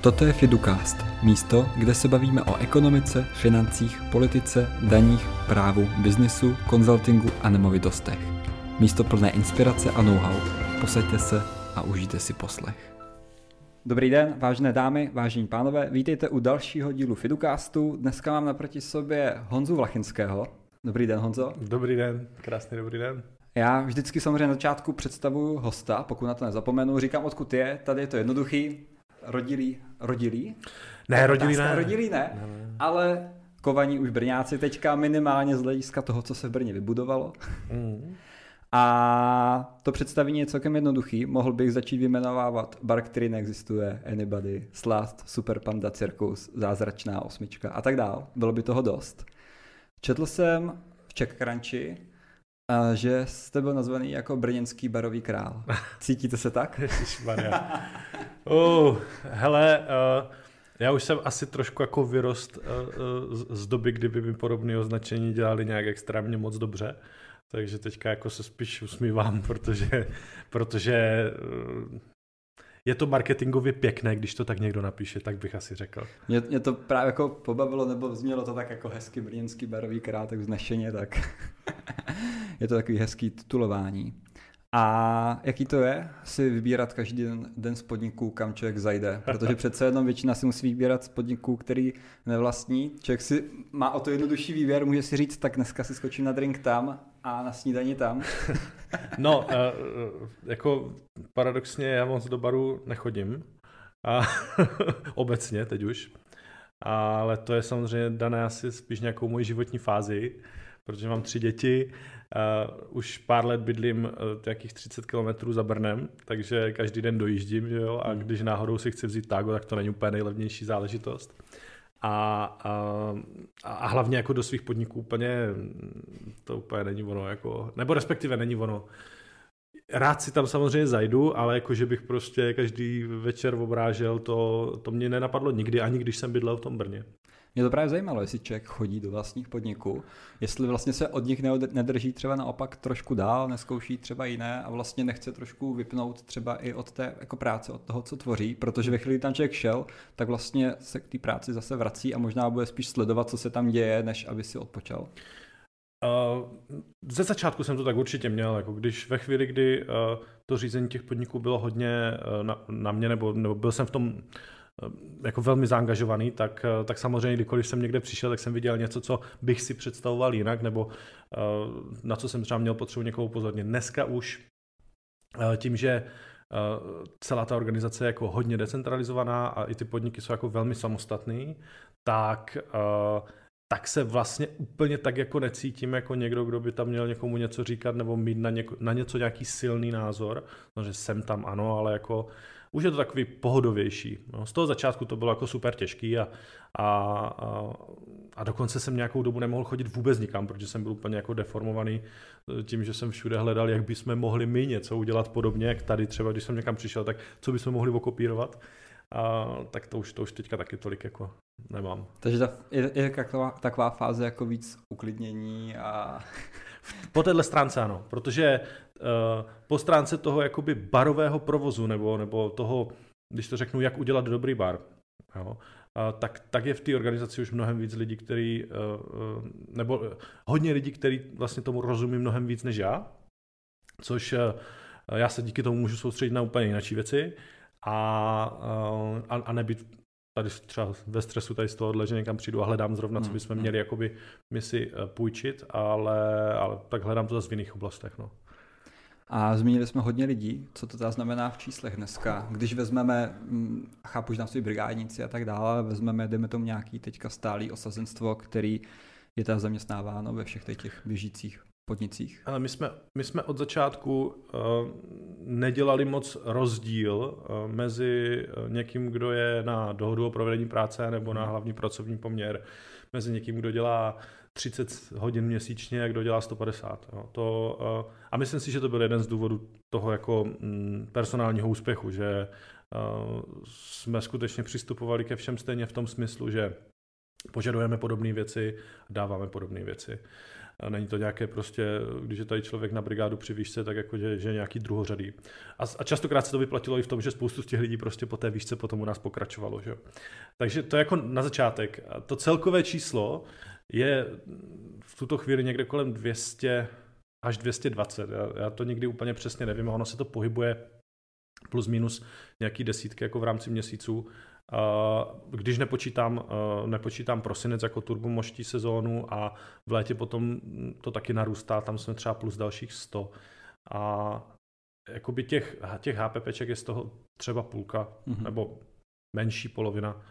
Toto je Fiducast, místo, kde se bavíme o ekonomice, financích, politice, daních, právu, biznisu, konzultingu a nemovitostech. Místo plné inspirace a know-how. Posaďte se a užijte si poslech. Dobrý den, vážené dámy, vážení pánové, vítejte u dalšího dílu Fiducastu. Dneska mám naproti sobě Honzu Vlachinského. Dobrý den, Honzo. Dobrý den, krásný dobrý den. Já vždycky samozřejmě na začátku představuju hosta, pokud na to nezapomenu, říkám, odkud je, tady je to jednoduchý, rodilý? Ne, rodilý ne, ale kovaní už Brňáci teďka minimálně z hlediska toho, co se v Brně vybudovalo. A to představení je celkem jednoduchý, mohl bych začít vyjmenovávat bar, který neexistuje, Anybody, Slast, Super Panda Circus, Zázračná osmička a tak dál, bylo by toho dost. Četl jsem v Czech Crunchi, že jste byl nazvaný jako brněnský barový král. Cítíte se tak? Ježišmarja. Hele, já už jsem asi trošku jako vyrost z doby, kdyby mi podobné označení dělali nějak extrémně moc dobře. Takže teďka jako se spíš usmívám, protože je to marketingově pěkné, když to tak někdo napíše, tak bych asi řekl. Mě to právě jako pobavilo, nebo znělo to tak jako hezky brněnský barový král, tak vznešeně, tak je to takový hezký titulování. A jaký to je si vybírat každý den z podniků, kam člověk zajde? Protože přece jenom většina si musí vybírat z podniků, který nevlastní. Člověk si má o to jednodušší výběr, může si říct, tak dneska si skočím na drink tam a na snídani tam. No, jako paradoxně já moc do baru nechodím. A obecně teď už. Ale to je samozřejmě dané asi spíš nějakou mojí životní fázi, protože mám 3 děti. Už pár let bydlím nějakých 30 km za Brnem, takže každý den dojíždím, že jo? A když náhodou si chci vzít tágo, tak to není úplně nejlevnější záležitost. A hlavně jako do svých podniků to úplně není ono, jako, nebo respektive není ono. Rád si tam samozřejmě zajdu, ale jako, že bych prostě každý večer obrážel, to mě nenapadlo nikdy, ani když jsem bydlel v tom Brně. Mě to právě zajímalo, jestli člověk chodí do vlastních podniků, jestli vlastně se od nich nedrží třeba naopak trošku dál, neskouší třeba jiné a vlastně nechce trošku vypnout třeba i od té jako práce, od toho, co tvoří, protože ve chvíli, kdy tam člověk šel, tak vlastně se k té práci zase vrací a možná bude spíš sledovat, co se tam děje, než aby si odpočal. Ze začátku jsem to tak určitě měl, jako když ve chvíli, kdy to řízení těch podniků bylo hodně na mě, nebo byl jsem v tom jako velmi zaangažovaný, tak samozřejmě, kdykoliv jsem někde přišel, tak jsem viděl něco, co bych si představoval jinak, nebo na co jsem třeba měl potřebu někoho upozornit. Dneska už tím, že celá ta organizace je jako hodně decentralizovaná a i ty podniky jsou jako velmi samostatný, tak se vlastně úplně tak jako necítím jako někdo, kdo by tam měl někomu něco říkat nebo mít na něco nějaký silný názor. No, že jsem tam ano, ale jako už je to takový pohodovější. No, z toho začátku to bylo jako super těžký a dokonce jsem nějakou dobu nemohl chodit vůbec nikam, protože jsem byl úplně jako deformovaný tím, že jsem všude hledal, jak bychom mohli my něco udělat podobně, jak tady třeba, když jsem někam přišel, tak co bychom mohli okopírovat. Tak to už teďka taky tolik jako nemám. Takže je taková fáze jako víc uklidnění a... Po téhle stránce ano, protože po stránce toho jakoby barového provozu nebo toho, když to řeknu, jak udělat dobrý bar, jo, tak je v té organizaci už mnohem víc lidí, nebo hodně lidí, kteří vlastně tomu rozumí mnohem víc než já, což já se díky tomu můžu soustředit na úplně jiné věci a nebýt tady třeba ve stresu tady z tohohle, že někam přijdu a hledám zrovna, co bychom měli jakoby my si půjčit, ale tak hledám to zase v jiných oblastech. No. A zmínili jsme hodně lidí, co to teda znamená v číslech dneska. Když vezmeme, chápu, že tam jsou brigádníci a tak dále, vezmeme, dejme tomu nějaký teďka stálý osazenstvo, který je teda zaměstnáváno ve všech těch běžících podnicích. Ale my jsme od začátku nedělali moc rozdíl mezi někým, kdo je na dohodu o provedení práce nebo na hlavní pracovní poměr, mezi někým, kdo dělá 30 hodin měsíčně a kdo dělá 150. Jo. A myslím si, že to byl jeden z důvodů toho jako personálního úspěchu, že jsme skutečně přistupovali ke všem stejně v tom smyslu, že požadujeme podobné věci, dáváme podobné věci. Není to nějaké prostě, když je tady člověk na brigádu při výšce, tak jako, že je nějaký druhořadý. A častokrát se to vyplatilo i v tom, že spoustu z těch lidí prostě po té výšce potom u nás pokračovalo. Že? Takže to je jako na začátek. A to celkové číslo je v tuto chvíli někde kolem 200 až 220. Já to nikdy úplně přesně nevím, ono se to pohybuje plus minus nějaký desítky jako v rámci měsíců. Když nepočítám prosinec jako turbomoští sezónu a v létě potom to taky narůstá, tam jsme třeba plus dalších 100. A jakoby těch HPPček je z toho třeba půlka, nebo menší polovina.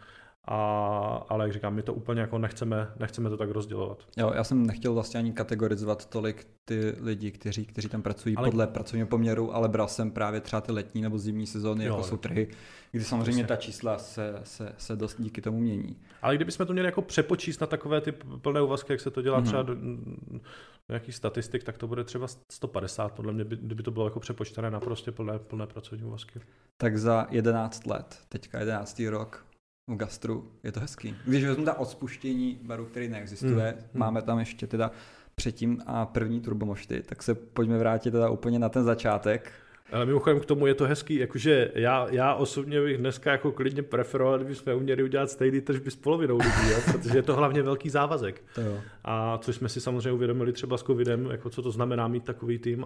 Ale jak říkám, my to úplně jako nechceme to tak rozdělovat. Jo, já jsem nechtěl vlastně ani kategorizovat tolik ty lidi, kteří tam pracují podle pracovního poměru, ale bral jsem právě třeba ty letní nebo zimní sezóny, jako jsou trhy, kdy samozřejmě ta čísla se dost díky tomu mění. Ale kdybychom to měli jako přepočíst na takové ty plné úvazky, jak se to dělá třeba do nějakých statistik, tak to bude třeba 150, podle mě, kdyby to bylo jako přepočtené na prostě plné pracovní úvazky. Tak za 11 let, teďka 11. rok, v gastru je to hezký. Když vezmu ta odspuštění baru, který neexistuje, máme tam ještě teda předtím a první turbomošty, tak se pojďme vrátit teda úplně na ten začátek. Ale mimochodem k tomu je to hezký, jakože já osobně bych dneska jako klidně preferoval, kdybychom uměli udělat stejný tržby s polovinou lidí, protože je to hlavně velký závazek. To jo. A což jsme si samozřejmě uvědomili třeba s covidem, jako co to znamená mít takový tým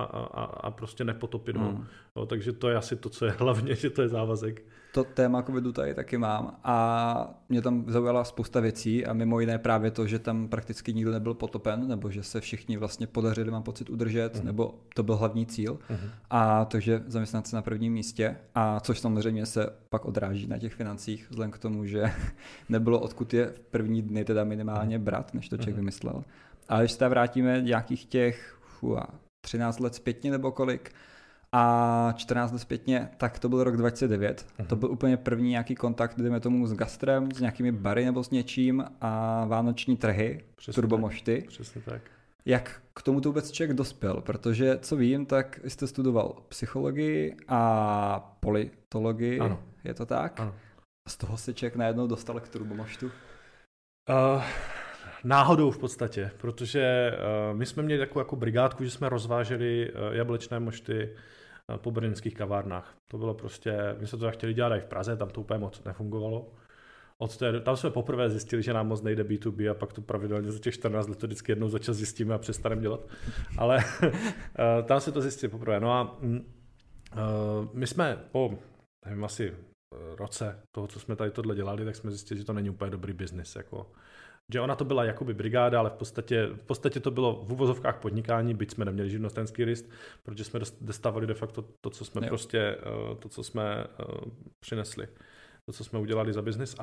a prostě nepotopit ho. No, takže to je asi to, co je hlavně, že to je závazek. To téma covidu tady taky mám a mě tam zaujala spousta věcí a mimo jiné právě to, že tam prakticky nikdo nebyl potopen, nebo že se všichni vlastně podařili, mám pocit, udržet, nebo to byl hlavní cíl. A to, že zaměstnanci na prvním místě, a což samozřejmě se pak odráží na těch financích, vzhledem k tomu, že nebylo odkud je v první dny teda minimálně brát, než to člověk vymyslel. A když se vrátíme nějakých těch 13 let zpětně nebo kolik, a 14 let zpětně, tak to byl rok 2009. To byl úplně první nějaký kontakt, dejme tomu, s gastrem, s nějakými bary nebo s něčím a vánoční trhy, turbomošty. Přesně tak. Jak k tomu vůbec člověk dospěl? Protože, co vím, tak jste studoval psychologii a politologii, ano. Je to tak? Ano. Z toho se člověk najednou dostal k turbomoštu? Náhodou v podstatě, protože my jsme měli takovou jako brigádku, že jsme rozváželi jablečné mošty po brněnských kavárnách. To bylo prostě, my jsme to chtěli dělat i v Praze, tam to úplně moc nefungovalo. Tam jsme poprvé zjistili, že nám moc nejde B2B a pak to pravidelně za těch 14 let to vždycky jednou za čas zjistíme a přestaneme dělat. Ale tam jsme to zjistili poprvé. No a my jsme po, nevím, asi roce toho, co jsme tady tohle dělali, tak jsme zjistili, že to není úplně dobrý biznis. Jako. Že ona to byla jakoby brigáda, ale v podstatě to bylo v uvozovkách podnikání, byť jsme neměli živnostenský list, protože jsme dostávali de facto to, co jsme to, co jsme přinesli, to, co jsme udělali za biznis.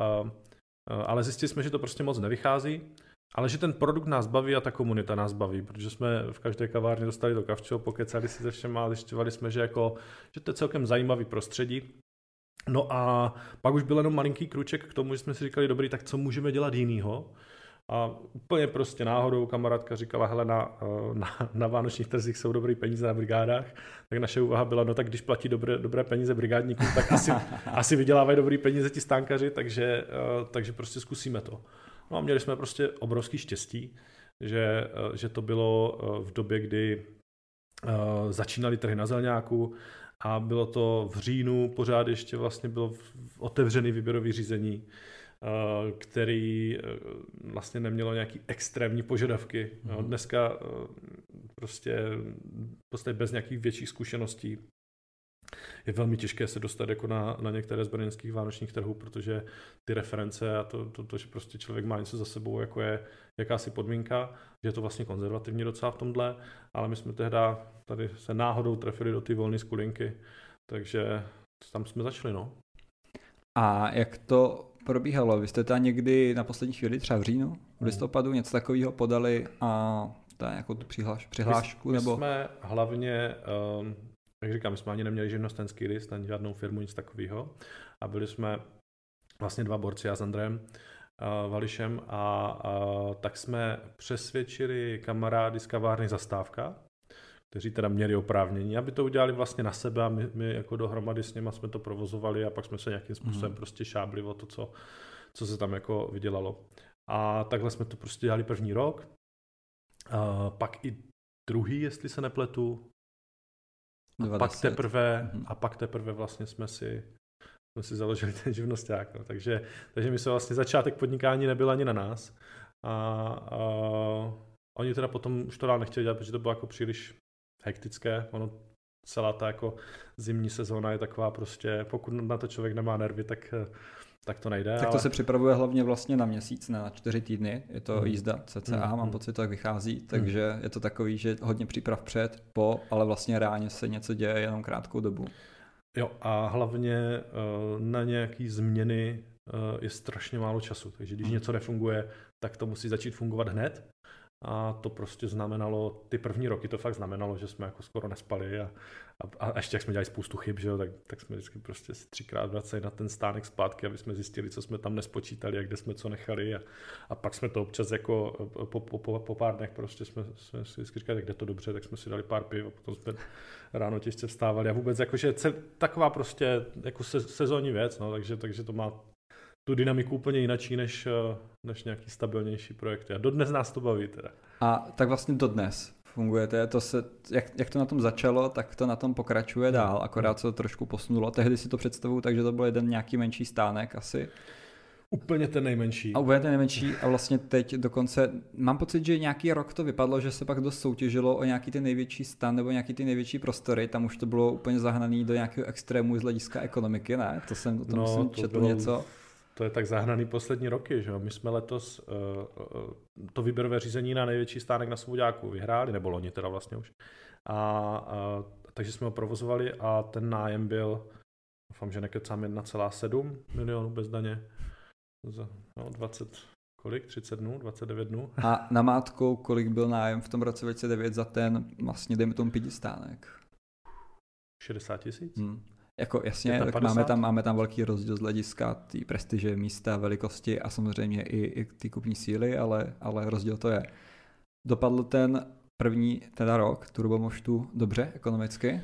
Ale zjistili jsme, že to prostě moc nevychází, ale že ten produkt nás baví a ta komunita nás baví, protože jsme v každé kavárně dostali to kavčo, pokecali si se všema a zjišťovali jsme, že to je celkem zajímavý prostředí. No a pak už byl jenom malinký kruček k tomu, že jsme si říkali, dobrý, tak co můžeme dělat jinýho? A úplně prostě náhodou kamarádka říkala, hele, na vánočních trzích jsou dobrý peníze na brigádách, tak naše úvaha byla, no tak když platí dobré peníze brigádníkům, tak asi vydělávají dobrý peníze ti stánkaři, takže prostě zkusíme to. No a měli jsme prostě obrovský štěstí, že to bylo v době, kdy začínaly trhy na Zelňáku, a bylo to v říjnu, pořád ještě vlastně bylo otevřený výběrový řízení, který vlastně nemělo nějaký extrémní požadavky. Dneska prostě bez nějakých větších zkušeností je velmi těžké se dostat jako na některé z brněnských vánočních trhů, protože ty reference a to, že prostě člověk má něco za sebou, jako je jakási podmínka, že je to vlastně konzervativní docela v tomhle, ale my jsme tehda tady se náhodou trefili do ty volné skulinky, takže tam jsme začali, no. A jak to probíhalo? Vy jste tam někdy na poslední chvíli, třeba v říjnu, v listopadu, něco takového podali a jako tu přihlášku? My jsme hlavně... Jak říkám, my jsme ani neměli živnostenský list, ani žádnou firmu, nic takového. A byli jsme vlastně dva borci, já s Andrejem Vališem a tak jsme přesvědčili kamarády z kavárny Zastávka, kteří teda měli oprávnění, aby to udělali vlastně na sebe a my jako dohromady s nimi jsme to provozovali a pak jsme se nějakým způsobem prostě šábli o to, co se tam jako vydělalo. A takhle jsme to prostě dělali první rok. Pak i druhý, jestli se nepletu. A pak teprve vlastně jsme si založili ten živnosťák. No. Takže my se vlastně začátek podnikání nebyl ani na nás. A oni teda potom už to dál nechtěli dělat, protože to bylo jako příliš hektické. Ono celá ta jako zimní sezóna je taková prostě, pokud na to člověk nemá nervy, tak to nejde. Tak to se připravuje hlavně vlastně na měsíc, na 4 týdny. Je to jízda cca, mám pocit, tak vychází. Takže je to takový, že hodně příprav před, ale vlastně reálně se něco děje jenom krátkou dobu. Jo, a hlavně na nějaký změny je strašně málo času. Takže když něco nefunguje, tak to musí začít fungovat hned. A to prostě znamenalo, ty první roky to fakt znamenalo, že jsme jako skoro nespali a ještě jak jsme dělali spoustu chyb, že jo, tak jsme vždycky prostě 3krát vraceli na ten stánek zpátky, aby jsme zjistili, co jsme tam nespočítali a kde jsme co nechali a pak jsme to občas jako po pár dnech prostě jsme si vždycky říkali, kde to dobře, tak jsme si dali pár piv a potom jsme ráno těžce vstávali a vůbec jakože taková prostě jako sezónní věc, no, takže to má tu dynamiku úplně jinačí než nějaký stabilnější projekty. A dodnes nás to baví teda. A tak vlastně dodnes fungujete, jak to na tom začalo, tak to na tom pokračuje dál, akorát se to trošku posunulo. Tehdy si to představuju, takže to byl jeden nějaký menší stánek asi. Úplně ten nejmenší. A úplně ten nejmenší a vlastně teď dokonce, mám pocit, že nějaký rok to vypadlo, že se pak dost soutěžilo o nějaký ty největší stan nebo nějaký ty největší prostory, tam už to bylo úplně zahnaný do nějakého extrému z hlediska ekonomiky, ne? To jsem četl něco. To je tak zahnaný poslední roky, že jo? My jsme letos to výběrové řízení na největší stánek na Svoboďáku vyhráli, nebo loni teda vlastně už. Takže jsme ho provozovali a ten nájem byl, doufám, že nekecám, 1,7 milionů bez daně. Za 30 dnů, 29 dnů. A namátkou, kolik byl nájem v tom roce 2009 za ten vlastně, dejme tomu 5 stánek? 60 000? Jako jasně, tak máme tam velký rozdíl z hlediska té prestiže, místa, velikosti a samozřejmě i ty kupní síly, ale rozdíl to je. Dopadl ten první teda rok Turbomoštu dobře ekonomicky?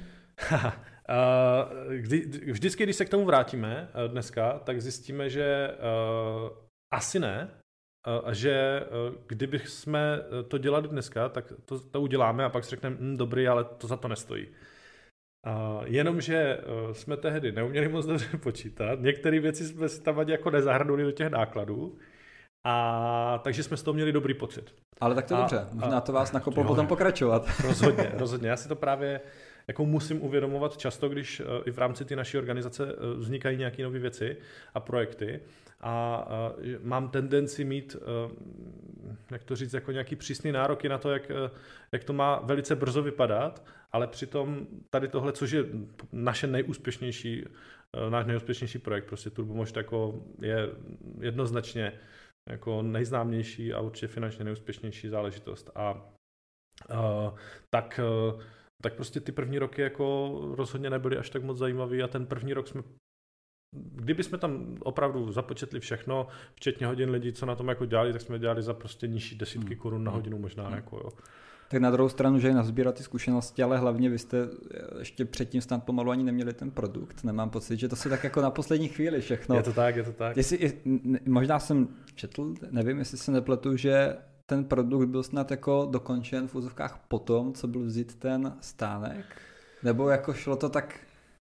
Vždycky, když se k tomu vrátíme dneska, tak zjistíme, že asi ne, a že kdybychom to dělali dneska, tak to uděláme a pak si řekneme, dobrý, ale to za to nestojí. Jenomže jsme tehdy neuměli moc dobře počítat, některé věci jsme si tam ani jako nezahrnuli do těch nákladů, a takže jsme z toho měli dobrý pocit. Ale tak to je dobře, možná to vás nakoplo potom pokračovat. Rozhodně. Já si to právě jako musím uvědomovat často, když i v rámci ty naší organizace vznikají nějaké nové věci a projekty a mám tendenci mít, jak to říct, jako nějaký přísný nároky na to, jak to má velice brzo vypadat, ale přitom tady tohle, což je náš nejúspěšnější projekt, prostě Turbomošt jako je jednoznačně jako nejznámější a určitě finančně nejúspěšnější záležitost tak prostě ty první roky jako rozhodně nebyly až tak moc zajímavý a ten první rok kdyby jsme tam opravdu započetli všechno, včetně hodin lidí, co na tom jako dělali, tak jsme dělali za prostě nižší desítky korun na hodinu možná. Jako, jo. Tak na druhou stranu, že je nazbírat ty zkušenosti, ale hlavně vy jste ještě předtím snad pomalu ani neměli ten produkt. Nemám pocit, že to se tak jako na poslední chvíli všechno. Je to tak. Možná jsem četl, nevím, jestli se nepletu, že ten produkt byl snad jako dokončen v úzovkách potom, co byl vzít ten stánek? Nebo jako šlo to tak...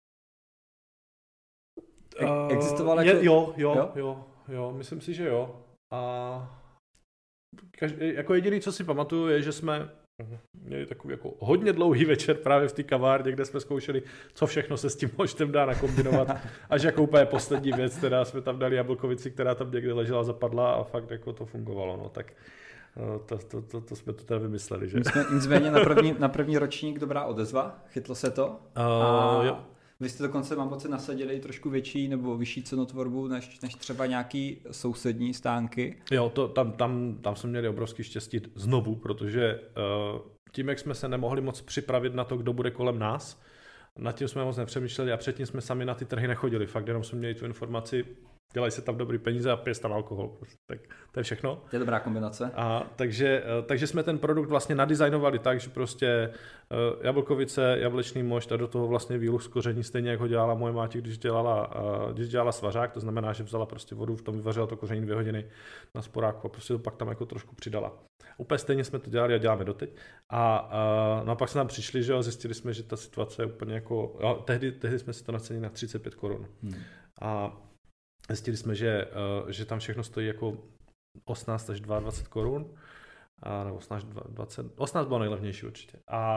Existoval jako... Jo, myslím si, že jo. A jako jediný, co si pamatuju, je, že jsme měli takový jako hodně dlouhý večer právě v té kavárně, kde jsme zkoušeli, co všechno se s tím moštem dá nakombinovat. Až jako úplně poslední věc, teda jsme tam dali jablkovici, která tam někde ležela, zapadla a fakt jako to fungovalo. No, tak to jsme to teda vymysleli, že? Nicméně na první ročník dobrá odezva, chytlo se to. Jo. Vy jste dokonce, mám pocit, nasadili trošku větší nebo vyšší cenotvorbu než třeba nějaký sousední stánky. Jo, tam jsme měli obrovský štěstí znovu, protože tím, jak jsme se nemohli moc připravit na to, kdo bude kolem nás, nad tím jsme moc nepřemýšleli a předtím jsme sami na ty trhy nechodili. Fakt jenom jsme měli tu informaci, dělají se tam dobrý peníze a pije se tam alkohol. Tak to je všechno. To je dobrá kombinace. Takže jsme ten produkt vlastně nadizajnovali tak, že prostě jablkovice, jablečný mošt a do toho vlastně výluch z koření, stejně jak ho dělala moje máti, když dělala svařák, to znamená, že vzala prostě vodu, v tom vyvařila to koření 2 hodiny na sporáku a prostě to pak tam jako trošku přidala. Úplně stejně jsme to dělali a děláme doteď. No a pak jsme tam přišli, že jo, a zjistili jsme, že ta situace je úplně jako, jo, tehdy jsme si to nacenili na 35 korun. A zjistili jsme, že tam všechno stojí jako 18 až 22 korun. Nebo 18 bylo nejlevnější určitě.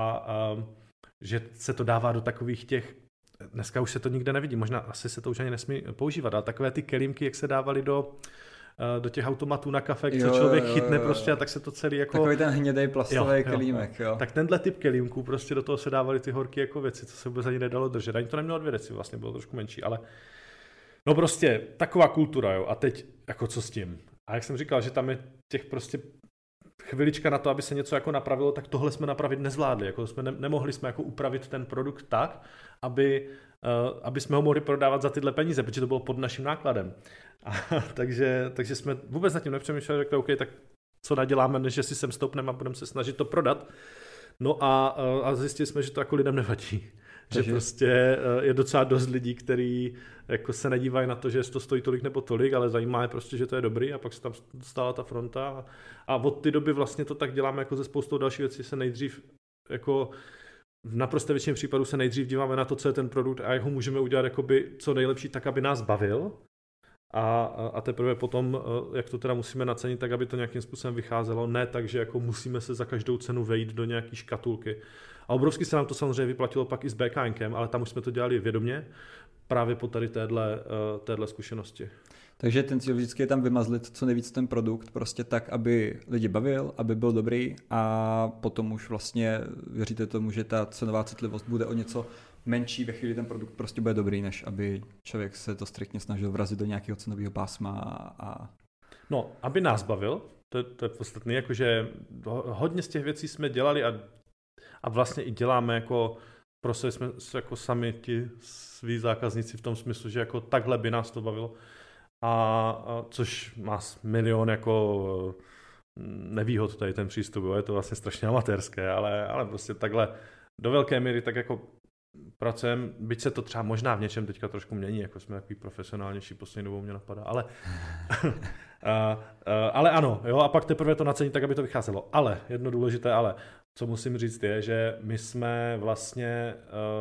Že se to dává do takových těch, dneska už se to nikde nevidí, možná asi se to už ani nesmí používat, ale takové ty kelímky, jak se dávali do těch automatů na kafe, co člověk chytne prostě a tak se to celý jako... Takový ten hnědej plastový kelímek, jo. Tak tenhle typ kelímků, prostě do toho se dávaly ty horké jako věci, co se vůbec ani nedalo držet. Ani to nemělo 2 deci, vlastně bylo trošku menší, ale no prostě taková kultura, jo. A teď jako co s tím? A jak jsem říkal, že tam je těch prostě chvilička na to, aby se něco jako napravilo, tak tohle jsme napravit nezvládli. Jako nemohli jsme jako upravit ten produkt tak, aby jsme ho mohli prodávat za tyhle peníze, protože to bylo pod naším nákladem. Takže jsme vůbec nad tím nepřemýšleli, řekli, OK, tak co naděláme, než že si sem stoupneme a budeme se snažit to prodat. No a zjistili jsme, že to jako lidem nevadí. Že prostě je docela dost lidí, kteří jako se nedívají na to, že to stojí tolik nebo tolik, ale zajímá je prostě, že to je dobrý a pak se tam stala ta fronta a od té doby vlastně to tak děláme jako ze spoustou dalších věcí, se nejdřív jako v naprosté většině případů se nejdřív díváme na to, co je ten produkt a jak ho můžeme udělat jakoby co nejlepší tak, aby nás bavil a teprve potom, jak to teda musíme nacenit, tak aby to nějakým způsobem vycházelo, ne tak, že jako musíme se za každou cenu vejít do nějaký škatulky. A obrovsky se nám to samozřejmě vyplatilo pak i s BKNkem, ale tam už jsme to dělali vědomě, právě po tady téhle zkušenosti. Takže ten cíl vždycky je tam vymazlit co nejvíc ten produkt, prostě tak, aby lidi bavil, aby byl dobrý a potom už vlastně věříte tomu, že ta cenová citlivost bude o něco menší ve chvíli ten produkt prostě bude dobrý, než aby člověk se to striktně snažil vrazit do nějakého cenového pásma a... No, aby nás bavil, to je podstatné, jakože hodně z těch věcí jsme dělali a vlastně i děláme jako prostě jsme jako sami ti sví zákazníci v tom smyslu, že jako takhle by nás to bavilo. A což má milion jako nevýhod tady ten přístup, je to vlastně strašně amatérské, ale prostě takhle do velké míry tak jako pracujeme, byť se to třeba možná v něčem teďka trošku mění, jako jsme takový profesionálnější, poslední dobou mě napadá, ale ano, jo, a pak teprve to nacení tak, aby to vycházelo. Ale, jedno důležité ale, co musím říct je, že my jsme vlastně,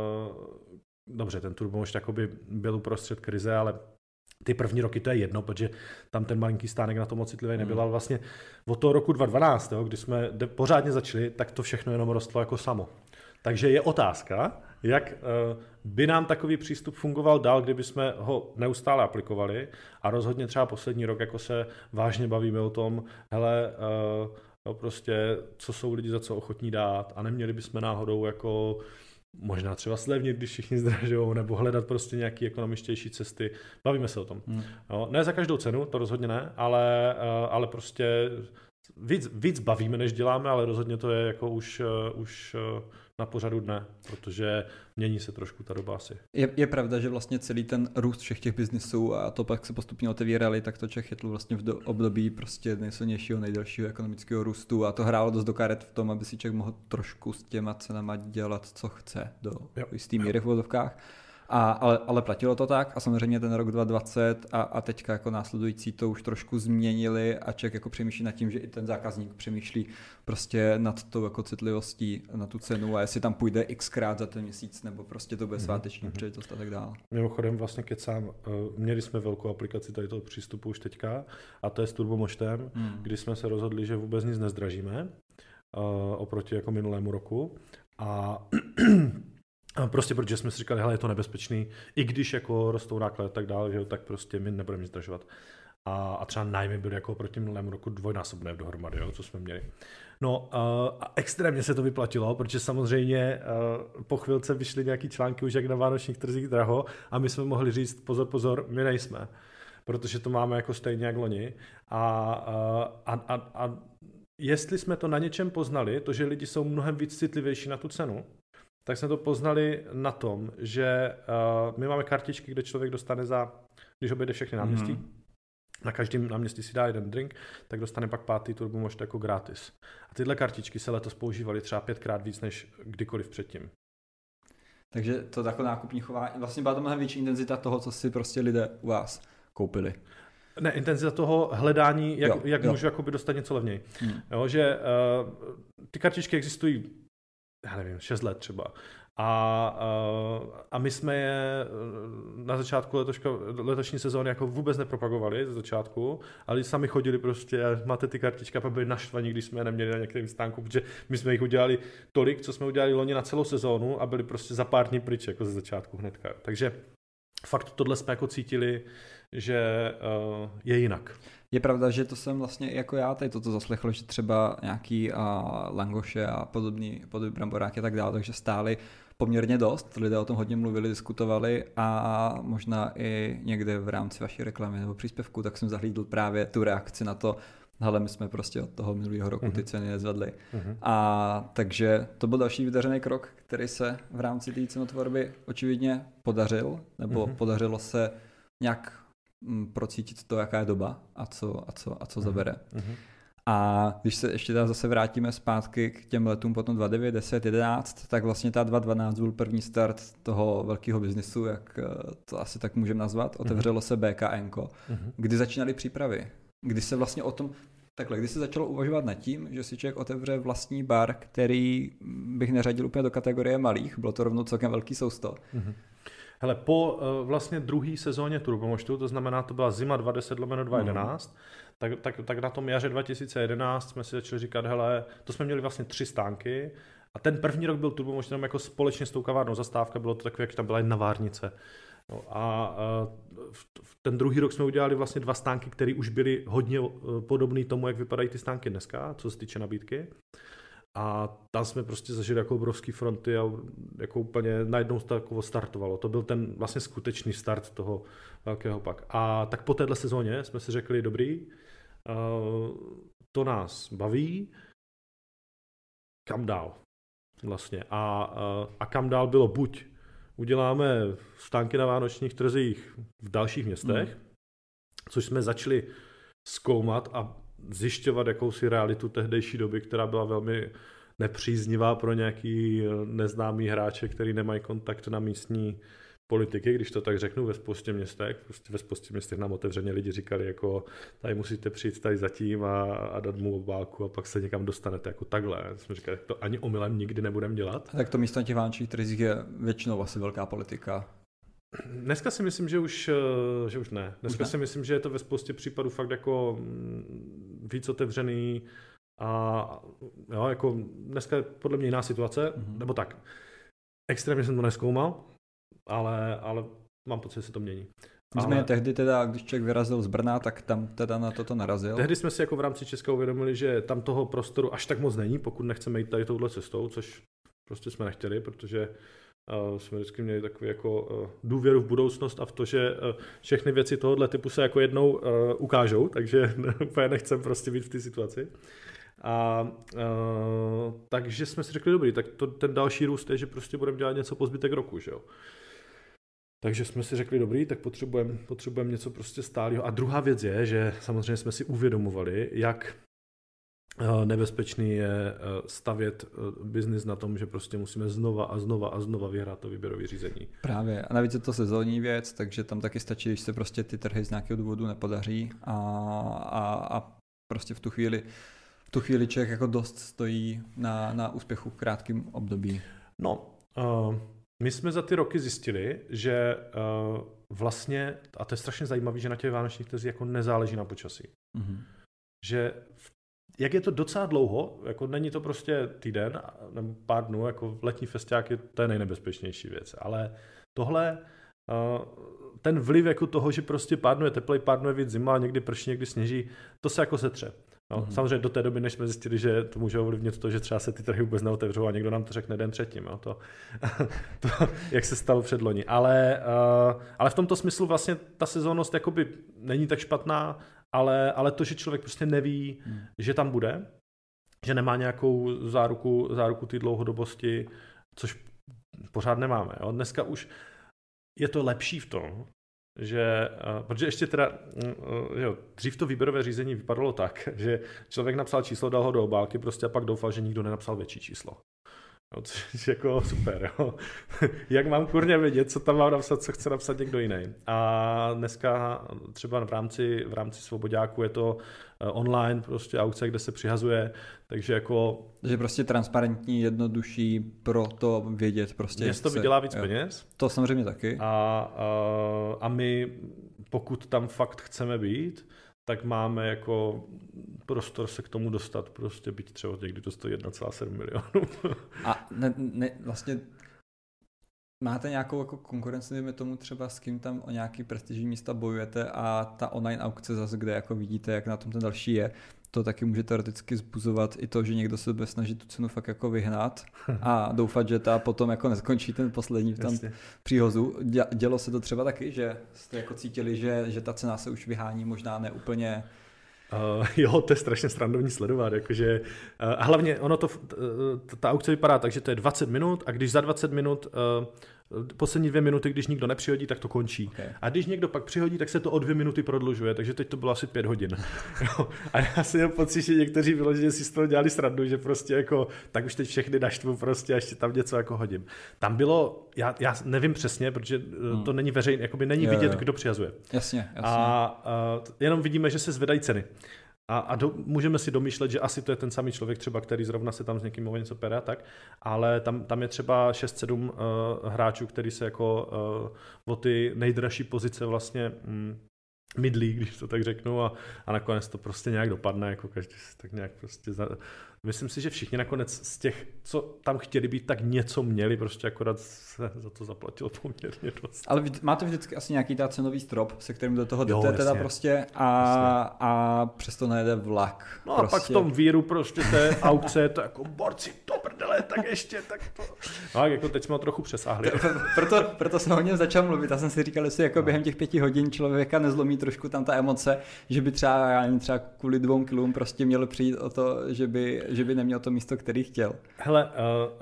dobře, ten Turbomošt jakoby byl uprostřed krize, ale ty první roky to je jedno, protože tam ten malinký stánek na to moc citlivý nebyl, ale vlastně od toho roku 2012, jo, kdy jsme pořádně začali, tak to všechno jenom rostlo jako samo. Takže je otázka, jak by nám takový přístup fungoval dál, kdyby jsme ho neustále aplikovali a rozhodně třeba poslední rok jako se vážně bavíme o tom, hele, no prostě, co jsou lidi za co ochotní dát a neměli bychom náhodou jako možná třeba slevnit, když všichni zdražujou, nebo hledat prostě nějaké ekonomičtější cesty. Bavíme se o tom. No, ne za každou cenu, to rozhodně ne, ale prostě víc bavíme, než děláme, ale rozhodně to je jako už na pořadu dne, protože mění se trošku ta doba asi. Je pravda, že vlastně celý ten růst všech těch biznisů a to pak se postupně otevírali, tak to Čech chytl vlastně v období prostě nejsilnějšího, nejdelšího ekonomického růstu a to hrálo dost do karet v tom, aby si Čech mohl trošku s těma cenama dělat, co chce do jistý míry v vodovkách. Ale platilo to tak a samozřejmě ten rok 2020 a teďka jako následující to už trošku změnili a člověk jako přemýšlí nad tím, že i ten zákazník přemýšlí prostě nad tou jako citlivostí na tu cenu a jestli tam půjde xkrát za ten měsíc nebo prostě to bude sváteční příležitost a tak dále. Mimochodem vlastně kecám, měli jsme velkou aplikaci tady toho přístupu už teďka a to je s Turbomoštem, kdy jsme se rozhodli, že vůbec nic nezdražíme oproti jako minulému roku a prostě protože jsme si říkali, hele, je to nebezpečný, i když jako rostou náklady a tak dále, že tak prostě my nebudeme nic zdražovat. A třeba nájmy byly jako proti minulému roku dvojnásobné dohromady, jo, co jsme měli. No a extrémně se to vyplatilo, protože samozřejmě po chvilce vyšly nějaký články už jak na vánočních trzích draho a my jsme mohli říct pozor, my nejsme, protože to máme jako stejně jak loni. A jestli jsme to na něčem poznali, to, že lidi jsou mnohem víc citlivější na tu cenu, tak jsme to poznali na tom, že my máme kartičky, kde člověk dostane když obejde všechny náměstí, na každém náměstí si dá jeden drink, tak dostane pak 5. Turbomošt jako gratis. A tyhle kartičky se letos používaly třeba 5krát víc než kdykoliv předtím. Takže to takové nákupní chování, vlastně byla to mnohem větší intenzita toho, co si prostě lidé u vás koupili. Ne, intenzita toho hledání, jak můžu jakoby dostat něco levněji. Jo, že ty kartičky existují, já nevím, 6 let třeba. A my jsme je na začátku letošní sezóny jako vůbec nepropagovali ze začátku, ale sami chodili prostě a máte ty kartičky a byli naštvaní, když jsme je neměli na některém stánku, protože my jsme jich udělali tolik, co jsme udělali loni na celou sezónu a byli prostě za pár dní pryč jako ze začátku hnedka. Takže fakt tohle jsme jako cítili, že je jinak. Je pravda, že to jsem vlastně jako já tady toto zaslechl, že třeba nějaký langoše a podobný bramboráky a tak dále, takže stály poměrně dost, lidé o tom hodně mluvili, diskutovali a možná i někde v rámci vaší reklamy nebo příspěvku, tak jsem zahlídl právě tu reakci na to, hele, my jsme prostě od toho minulého roku ty ceny nezvedli. A takže to byl další vydařený krok, který se v rámci té cenotvorby očividně podařil, nebo podařilo se nějak procítit to, jaká je doba a co zabere. A když se ještě zase vrátíme zpátky k těm letům potom 2009, 10, 11, tak vlastně ta 2012 byl první start toho velkého biznisu, jak to asi tak můžeme nazvat. Otevřelo se BKN-ko, kdy začínaly přípravy. Kdy se vlastně o tom, kdy se začalo uvažovat nad tím, že si člověk otevře vlastní bar, který bych neřadil úplně do kategorie malých, bylo to rovnou celkem velký sousto. Hele, po vlastně druhé sezóně Turbomoštu, to znamená, to byla zima 2010/2011, tak na tom jaře 2011 jsme si začali říkat, hele, to jsme měli vlastně 3 stánky a ten první rok byl Turbomošt jenom jako společně s tou kavárnou zastávka, bylo to takové, jak tam byla jedna várnice. No a ten druhý rok jsme udělali vlastně 2 stánky, které už byly hodně podobné tomu, jak vypadají ty stánky dneska, co se týče nabídky. A tam jsme prostě zažili jako obrovský fronty a jako úplně najednou takovo startovalo. To byl ten vlastně skutečný start toho velkého pak. A tak po téhle sezóně jsme si řekli, dobrý, to nás baví, kam dál vlastně. A kam dál bylo buď uděláme stánky na vánočních trzích v dalších městech, což jsme začali zkoumat a zjišťovat jakousi realitu tehdejší doby, která byla velmi nepříznivá pro nějaký neznámý hráče, který nemají kontakt na místní politiky, když to tak řeknu, ve spoustě městech. Prostě ve spoustě městech nám otevřeně lidi říkali, jako tady musíte přijít tady zatím a dát mu obálku a pak se někam dostanete, jako takhle. Jsme říkali, to ani omylem nikdy nebudeme dělat. Tak to místo na těch vánočních trzích je většinou asi velká politika. Dneska si myslím, že už ne. Dneska si myslím, že je to ve spoustě případů fakt jako víc otevřený a jo, jako dneska je podle mě jiná situace, nebo tak. Extrémně jsem to nezkoumal, ale mám pocit, že se to mění. Nicméně tehdy teda, když člověk vyrazil z Brna, tak tam teda na toto narazil. Tehdy jsme si jako v rámci Česka uvědomili, že tam toho prostoru až tak moc není, pokud nechceme jít tady touhle cestou, což prostě jsme nechtěli, protože jsme vždycky měli takový jako důvěru v budoucnost a v to, že všechny věci tohohle typu se jako jednou ukážou, takže úplně nechcem prostě být v té situaci. Takže jsme si řekli, dobrý, tak ten další růst je, že prostě budeme dělat něco po zbytek roku, že jo. Takže jsme si řekli, dobrý, tak potřebujeme něco prostě stálého. A druhá věc je, že samozřejmě jsme si uvědomovali, jak nebezpečný je stavět biznis na tom, že prostě musíme znova vyhrát to výběrové řízení. Právě. A navíc je to sezónní věc, takže tam taky stačí, když se prostě ty trhy z nějakého důvodu nepodaří a prostě v tu chvíli člověk jako dost stojí na úspěchu v krátkém období. No, my jsme za ty roky zjistili, že vlastně, a to je strašně zajímavé, že na těch vánočních trzích jako nezáleží na počasí. Že jak je to docela dlouho, jako není to prostě týden nebo pár dnů, jako letní festiák to je nejnebezpečnější věc, ale tohle, ten vliv jako toho, že prostě pár dnů je teplej, pár dnů je víc zima, někdy prší, někdy sněží, to se jako setře. No, samozřejmě do té doby, než jsme zjistili, že to může ovlivnit to, že třeba se ty trhy vůbec neotevřou a někdo nám to řekne den předtím, jo, to jak se stalo předloni. Ale v tomto smyslu vlastně ta sezónnost jakoby není tak špatná, ale to, že člověk prostě neví, že tam bude, že nemá nějakou záruku té dlouhodobosti, což pořád nemáme. Jo. Dneska už je to lepší v tom, že, protože ještě teda, jo, dřív to výběrové řízení vypadalo tak, že člověk napsal číslo, dal ho do obálky prostě a pak doufal, že nikdo nenapsal větší číslo. No, což je jako super, jo. Jak mám kurně vědět, co tam mám napsat, co chce napsat někdo jiný. A dneska třeba v rámci Svoboďáku je to online prostě aukce, kde se přihazuje, takže jako... Takže prostě transparentní, jednodušší pro to vědět prostě. Město vydělá víc peněz. To samozřejmě taky. A my, pokud tam fakt chceme být, tak máme jako prostor se k tomu dostat, prostě byť třeba někdy to stojí 1,7 milionů. A vlastně máte nějakou jako konkurenci, dejme tomu třeba s kým tam o nějaký prestižní místa bojujete a ta online aukce zase, kde jako vidíte, jak na tom ten další je, to taky může teoreticky zbuzovat i to, že někdo se bude snažit tu cenu fakt jako vyhnat a doufat, že ta potom jako neskončí ten poslední v tam příhozu. Dělo se to třeba taky, že jste jako cítili, že ta cena se už vyhání možná neúplně... Jo, to je strašně srandovní sledovat, jakože, a hlavně ono ta aukce vypadá tak, že to je 20 minut a když za 20 minut, poslední 2 minuty, když nikdo nepřihodí, tak to končí. Okay. A když někdo pak přihodí, tak se to o 2 minuty prodlužuje, takže teď to bylo asi 5 hodin. Jo. A já si měl pocit, že někteří vyloženě si z toho dělali srandu, že prostě jako, tak už teď všechny naštvu prostě a ještě tam něco jako hodím. Tam bylo, já nevím přesně, protože to není veřejné, jakoby není vidět, kdo přihazuje. Jasně. A jenom vidíme, že se zvedají ceny. A můžeme si domýšlet, že asi to je ten samý člověk třeba, který zrovna se tam s někým o něco pere, tak, ale tam je třeba 6-7 hráčů, který se jako o ty nejdražší pozice vlastně mydlí, když to tak řeknu, a nakonec to prostě nějak dopadne, jako každý si tak nějak prostě... Myslím si, že všichni nakonec z těch, co tam chtěli být, tak něco měli, prostě akorát se za to zaplatilo poměrně dost. Ale máte vždycky asi nějaký ta cenový strop, se kterým do toho jdete teda prostě a přesto nejde vlak. No prostě. A pak v tom víru prostě té aukce, to jako borci, do prdele, tak ještě, tak to... No jako teď jsme ho trochu přesáhli. Proto jsem hodně začal mluvit. Já jsem si říkal, jestli jako během těch 5 hodin člověka nezlomí trošku tam ta emoce, že by třeba kvůli 2 kilům prostě mělo přijít o to, že by neměl to místo, který chtěl. Hele,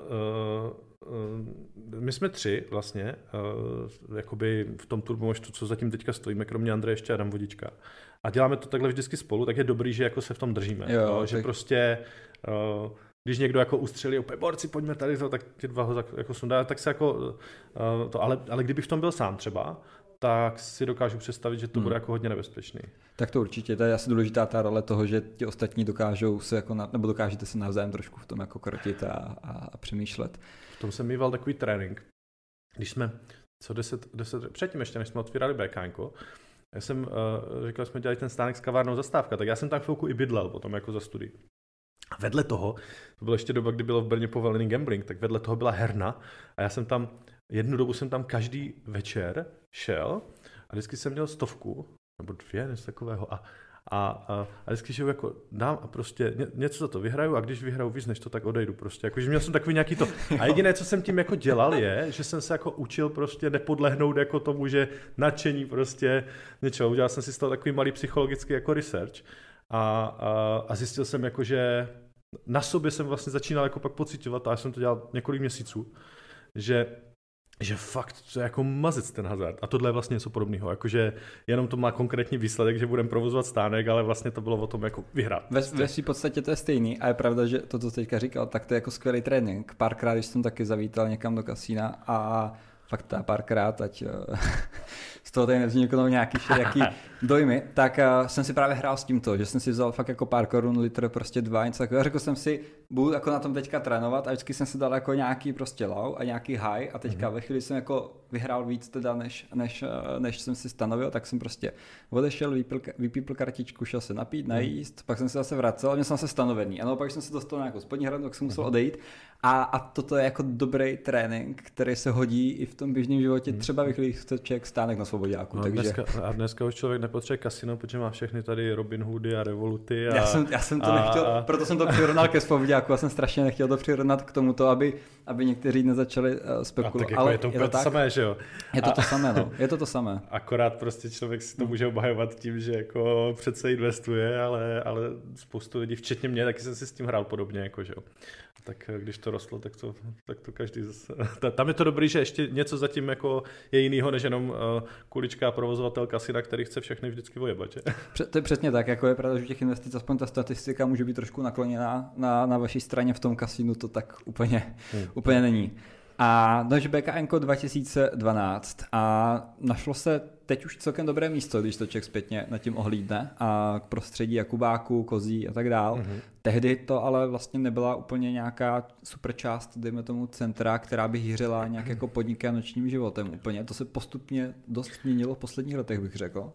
my jsme 3 vlastně, jakoby v tom turbomoštu, co zatím teďka stojíme, kromě Andreje ještě Adam Vodička. A děláme to takhle vždycky spolu, tak je dobrý, že jako se v tom držíme. Jo, že prostě, když někdo jako ustřelí, opět borci, pojďme tady, tak ty 2 ho jako sundá, tak se jako to, ale kdybych v tom byl sám třeba, tak si dokážu představit, že to bude jako hodně nebezpečný. Tak to určitě, to je asi důležitá ta role toho, že ti ostatní dokážou se jako nebo dokážete se navzájem trošku v tom jako krotit a přemýšlet. V tom jsem mýval takový trénink. Když jsme, předtím ještě, než jsme otvírali BKNko, já jsem říkal, jsme dělali ten stánek s kavárnou Zastávka, tak já jsem tam chvilku i bydlel potom jako za studii. A vedle toho, to byla ještě doba, kdy bylo v Brně povolený gambling, tak vedle toho byla herna a já jsem tam, jednu dobu jsem tam každý večer šel a vždycky jsem měl 100 nebo 2, něco takového a vždycky že jako dám a prostě něco za to vyhraju a když vyhraju víc než to, tak odejdu prostě. Jakože měl jsem takový nějaký to. A jediné, co jsem tím jako dělal je, že jsem se jako učil prostě nepodlehnout jako tomu, že nadšení prostě něčeho. Udělal jsem si z toho takový malý psychologický jako research a zjistil jsem jako, že na sobě jsem vlastně začínal jako pak pociťovat, a já jsem to dělal několik měsíců, že fakt to je jako mazec ten hazard. A tohle je vlastně něco podobného. Jakože jenom to má konkrétní výsledek, že budeme provozovat stánek, ale vlastně to bylo o tom jako vyhrát. Ve své podstatě to je stejný a je pravda, že to, co teďka říkal, tak to je jako skvělý trénink. Párkrát, když jsem taky zavítal někam do kasína a fakt párkrát, ať z toho tady nevzniknou nějaký všelijaký dojmy, tak jsem si právě hrál s tímto, že jsem si vzal fakt jako pár korun, litr, prostě 2, něco takového. Řekl jsem si, budu jako na tom teďka trénovat a vždycky jsem si dal jako nějaký prostě low a nějaký high a teďka ve chvíli jsem jako vyhrál víc teda, než jsem si stanovil, tak jsem prostě odešel, vypípl kartičku, šel se napít, najíst, pak jsem se zase vracel a měl jsem se stanovený. A no, pak jsem se dostal na nějakou spodní hranu, tak jsem musel odejít. A toto je jako dobrý trénink, který se hodí i v tom běžném životě, třeba ve chvíli, chce člověk stánek na Svoboďáku. No, takže... dneska už člověk nepotřebuje kasino, protože má všechny tady Robin Hoody a Revoluty. Já jsem to nechtěl, proto jsem to přirovnal ke Svoboďáku, já jsem strašně nechtěl to přirovnat k tomuto, aby někteří nezačali spekulovat. Tak jako ale je to úplně to samé, že jo? Je to to samé, no. Je to samé. Akorát prostě člověk si to může obhajovat tím, že jako přece investuje, ale spoustu lidí, včetně mě, taky jsem si s tím hrál podobně, jako, že jo. Tak když to rostlo, tak to každý zase... Tam je to dobrý, že ještě něco zatím jako je jinýho, než jenom kuličká provozovatel kasina, který chce všechny vždycky ojebat, že? To je přesně tak, jako je pravda, že těch investic, aspoň ta statistika může být trošku nakloněná na vaší straně v tom kasinu, to tak úplně není. A takže BKNko 2012 a našlo se teď už celkem dobré místo, když to člověk zpětně nad tím ohlídne a k prostředí Jakubáku, Kozí a tak dál. Tehdy to ale vlastně nebyla úplně nějaká super část, dejme tomu centra, která by hýřila nějak jako podniky a nočním životem úplně. To se postupně dost změnilo v posledních letech, bych řekl.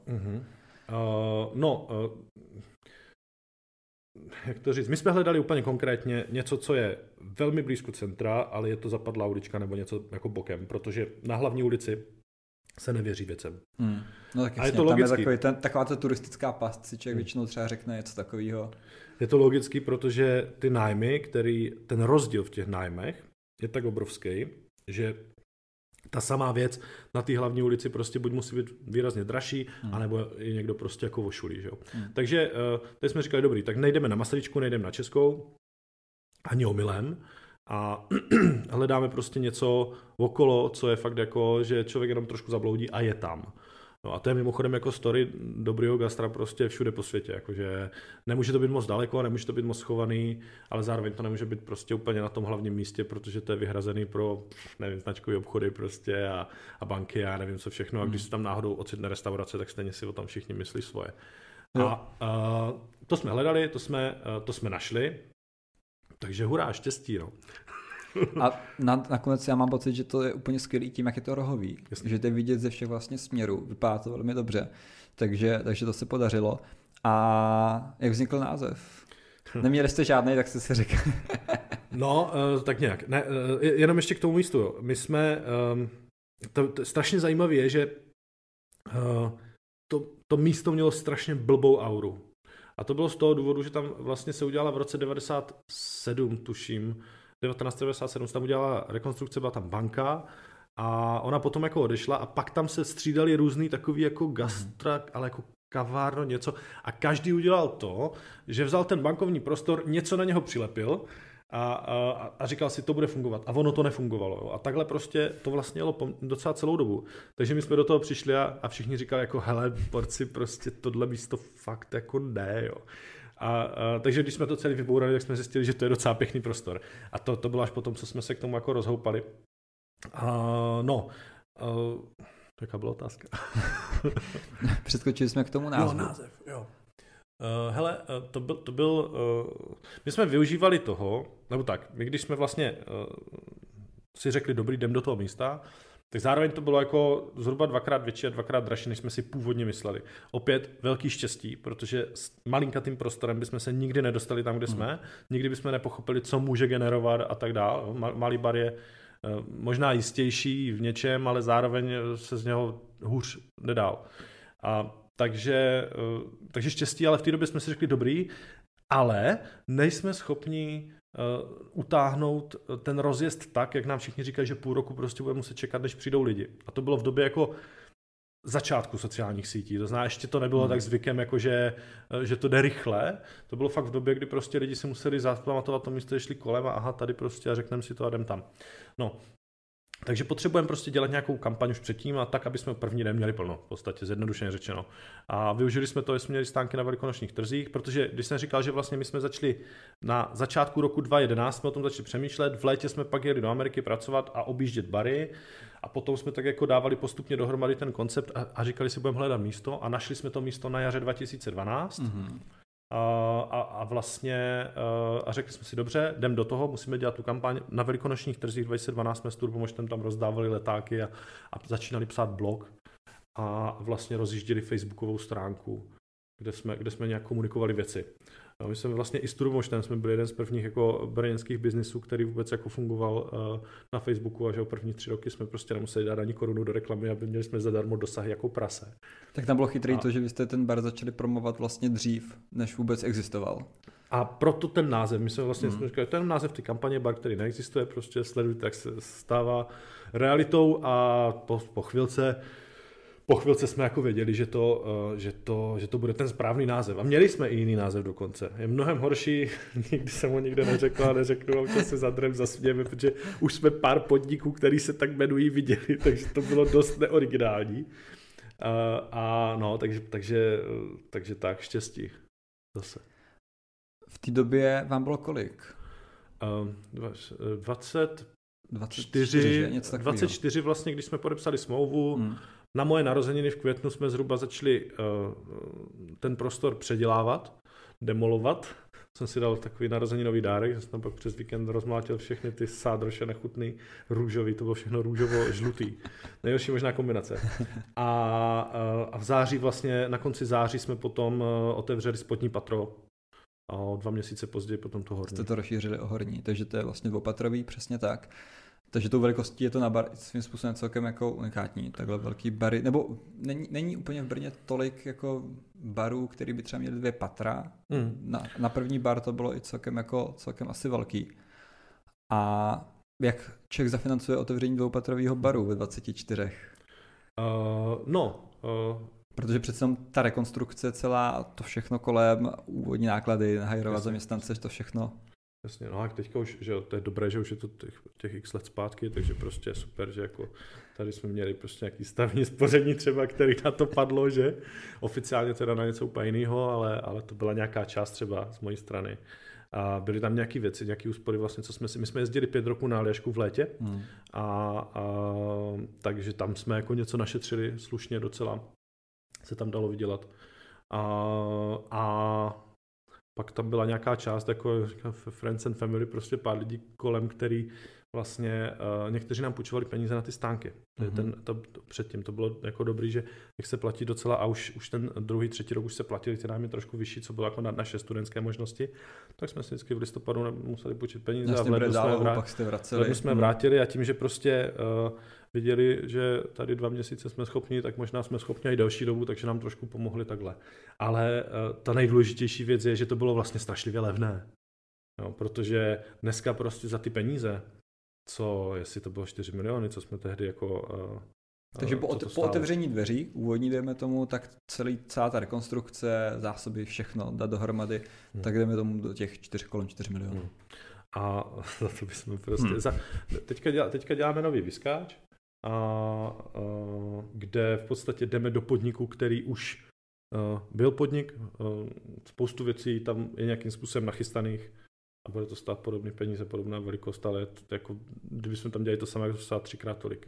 Jak to říct? My jsme hledali úplně konkrétně něco, co je velmi blízko centra, ale je to zapadlá ulička nebo něco jako bokem, protože na hlavní ulici se nevěří věcem. No tak jasně, je to logický. Tam je taková ta turistická past, si člověk většinou třeba řekne něco takového. Je to logický, protože ty nájmy, ten rozdíl v těch nájmech je tak obrovský, že ta samá věc na té hlavní ulici prostě buď musí být výrazně dražší, anebo je někdo prostě jako vošulí. Že jo? Takže teď jsme říkali, dobrý, tak nejdeme na Masaryčku, nejdeme na Českou, ani omylem, a hledáme prostě něco okolo, co je fakt jako, že člověk jenom trošku zabloudí a je tam. No a to je mimochodem jako story dobrýho gastra prostě všude po světě, jakože nemůže to být moc daleko, nemůže to být moc schovaný, ale zároveň to nemůže být prostě úplně na tom hlavním místě, protože to je vyhrazený pro, nevím, značkové obchody prostě a banky a nevím co všechno, a když se tam náhodou ocitne restaurace, tak stejně si o tam všichni myslí svoje. A to jsme hledali, to jsme našli, takže hurá, štěstí, no. A nakonec já mám pocit, že to je úplně skvělý tím, jak je to rohový. Jasně. Že to je vidět ze všech vlastně směrů. Vypadá to velmi dobře. Takže to se podařilo. A jak vznikl název? Neměli jste žádnej, tak jste si řekl. No, tak nějak. Ne, jenom ještě k tomu místu. Jo. My jsme... To strašně zajímavé je, že to místo mělo strašně blbou auru. A to bylo z toho důvodu, že tam vlastně se udělala v roce 97, tuším, 1997 tam udělala rekonstrukce, byla tam banka a ona potom jako odešla a pak tam se střídali různý takový jako gastra, ale jako kavárno, něco a každý udělal to, že vzal ten bankovní prostor, něco na něho přilepil a říkal si, to bude fungovat. A ono to nefungovalo. Jo. A takhle prostě to vlastně jelo docela celou dobu. Takže my jsme do toho přišli a všichni říkali jako, hele, porci, prostě tohle místo fakt jako ne, jo. Takže když jsme to celý vybourali, tak jsme zjistili, že to je docela pěkný prostor. A to bylo až potom, co jsme se k tomu jako rozhoupali. Jaká byla otázka? Přeskočili jsme k tomu názvu. Název, jo. Hele, to byl my jsme využívali toho, nebo tak, my když jsme vlastně si řekli, dobrý, jdem do toho místa, tak zároveň to bylo jako zhruba 2x větší a 2x dražší, než jsme si původně mysleli. Opět velký štěstí, protože s malinkatým prostorem bychom se nikdy nedostali tam, kde jsme, nikdy bychom nepochopili, co může generovat a tak dále. Malý bar je možná jistější v něčem, ale zároveň se z něho hůř nedal. Takže štěstí, ale v té době jsme si řekli dobrý, ale nejsme schopni utáhnout ten rozjezd tak, jak nám všichni říkají, že půl roku prostě budeme muset čekat, než přijdou lidi. A to bylo v době jako začátku sociálních sítí. To znamená, ještě to nebylo tak zvykem, jako že to jde rychle. To bylo fakt v době, kdy prostě lidi si museli zapamatovat to místo, že šli kolem a aha, tady prostě a řekneme si to a jdem tam. No. Takže potřebujeme prostě dělat nějakou kampaň už předtím a tak, aby jsme první den měli plno, v podstatě zjednodušeně řečeno. A využili jsme to, že jsme měli stánky na velikonočních trzích, protože když jsem říkal, že vlastně my jsme začali na začátku roku 2011, jsme o tom začali přemýšlet, v létě jsme pak jeli do Ameriky pracovat a objíždět bary a potom jsme tak jako dávali postupně dohromady ten koncept a říkali si, budeme hledat místo a našli jsme to místo na jaře 2012. A vlastně řekli jsme si, dobře, jdem do toho, musíme dělat tu kampaň. Na velikonočních trzích 2012 jsme s Turbomoštem tam rozdávali letáky a začínali psát blog a vlastně rozjížděli facebookovou stránku, kde jsme nějak komunikovali věci. My jsme vlastně i s Turbomoštem jsme byli jeden z prvních jako brněnských biznisů, který vůbec jako fungoval na Facebooku a že o první 3 roky jsme prostě nemuseli dát ani korunu do reklamy, aby měli jsme zadarmo dosahy jako prase. Tak tam bylo chytrý to, že vy jste ten bar začali promovat vlastně dřív, než vůbec existoval. A proto ten název, my jsme vlastně jsme říkali, ten název té kampaně, bar, který neexistuje, prostě sledujte, jak se stává realitou a po chvilce jsme jako věděli, že to bude ten správný název. A měli jsme i jiný název dokonce. Je mnohem horší, nikdy jsem ho nikde neřekl a neřeknu, občas se zadrem zasmějeme, protože už jsme pár podniků, který se tak jmenují, viděli, takže to bylo dost neoriginální. Takže tak, štěstí. Zase. V té době vám bylo kolik? 24 vlastně, když jsme podepsali smlouvu. Na moje narozeniny v květnu jsme zhruba začali ten prostor předělávat, demolovat. Jsem si dal takový narozeninový dárek, že jsem tam pak přes víkend rozmlátil všechny ty sádroše nechutný růžový, to bylo všechno růžovo-žlutý. Nejhorší možná kombinace. A v září vlastně, na konci září jsme potom otevřeli spodní patro. A o 2 měsíce později potom to horní. Jste to rozšířili o horní, takže to je vlastně dvoupatrový, přesně tak. Takže tou velikostí je to na bar svým způsobem celkem jako unikátní, takhle velký bary, nebo není úplně v Brně tolik jako barů, který by třeba měli 2 patra. Na první bar to bylo i celkem asi velký. A jak Čech zafinancuje otevření dvoupatrového baru ve 24? Protože přece ta rekonstrukce celá, to všechno kolem, úvodní náklady, hajrovat zaměstnance, to všechno. Jasně, no a teďka už, že to je dobré, že už je to těch x let zpátky, takže prostě je super, že jako tady jsme měli prostě nějaký stavní spoření třeba, který na to padlo, že oficiálně teda na něco úplně jiného, ale to byla nějaká část třeba z mojí strany. A byly tam nějaké věci, nějaké úspory vlastně, my jsme jezdili 5 roků na Aljašku v létě takže tam jsme jako něco našetřili slušně docela, se tam dalo vydělat. A pak tam byla nějaká část, jako friends and family, prostě pár lidí kolem, který vlastně, někteří nám půjčovali peníze na ty stánky. Předtím to bylo jako dobrý, že jak se platí docela, a už ten druhý, třetí rok už se platili ty nájmy trošku vyšší, co bylo jako na naše studentské možnosti, tak jsme si vždycky v listopadu museli půjčit peníze. Jasně, a v lednu jsme vrátili a tím, že prostě viděli, že tady 2 měsíce jsme schopni, tak možná jsme schopni i delší dobu, takže nám trošku pomohli takhle. Ale ta nejdůležitější věc je, že to bylo vlastně strašlivě levné. No, protože dneska prostě za ty peníze, jestli to bylo 4 miliony, co jsme tehdy jako... Takže po otevření dveří, úvodní dejme tomu, tak celá ta rekonstrukce, zásoby, všechno dát dohromady, tak jdeme tomu do těch kolem 4 milionů. A za to bychom prostě... Teďka děláme nový Viskáč, kde v podstatě jdeme do podniku, který už byl podnik, spoustu věcí tam je nějakým způsobem nachystaných a bude to stát podobné peníze, podobná velikost, ale jako, kdybychom tam dělali to samé, jak to stát 3x tolik.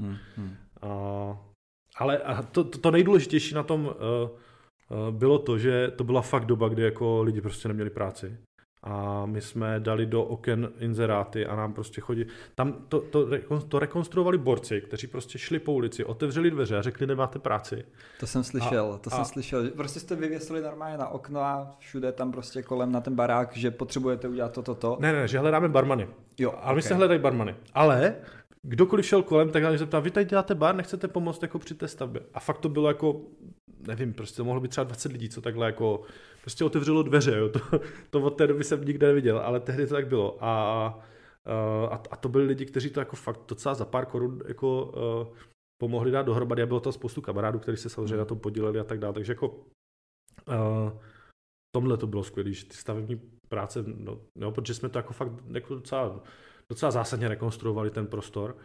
Ale to nejdůležitější na tom bylo to, že to byla fakt doba, kdy jako lidi prostě neměli práci. A my jsme dali do oken inzeráty a nám prostě chodí. Tam to rekonstruovali borci, kteří prostě šli po ulici, otevřeli dveře a řekli, nemáte práci. To jsem slyšel. Prostě jste vyvěsili normálně na okno a všude tam prostě kolem na ten barák, že potřebujete udělat toto. Ne, že hledáme barmany. Jo, ale my se hledají barmany. Ale kdokoliv šel kolem, tak nás zeptal, vy tady děláte bar, nechcete pomoct jako při té stavbě. A fakt to bylo jako, nevím, prostě to mohlo být třeba 20 lidí, co takhle jako prostě otevřelo dveře, jo. To od té doby jsem nikde neviděl, ale tehdy to tak bylo. A to byli lidi, kteří to jako fakt docela za pár korun jako pomohli dát dohromady a bylo to spoustu kamarádů, kteří se samozřejmě na tom podíleli a tak dále. Takže jako tomhle to bylo skvělé, že ty stavební práce, no, protože jsme to jako fakt jako docela zásadně rekonstruovali ten prostor.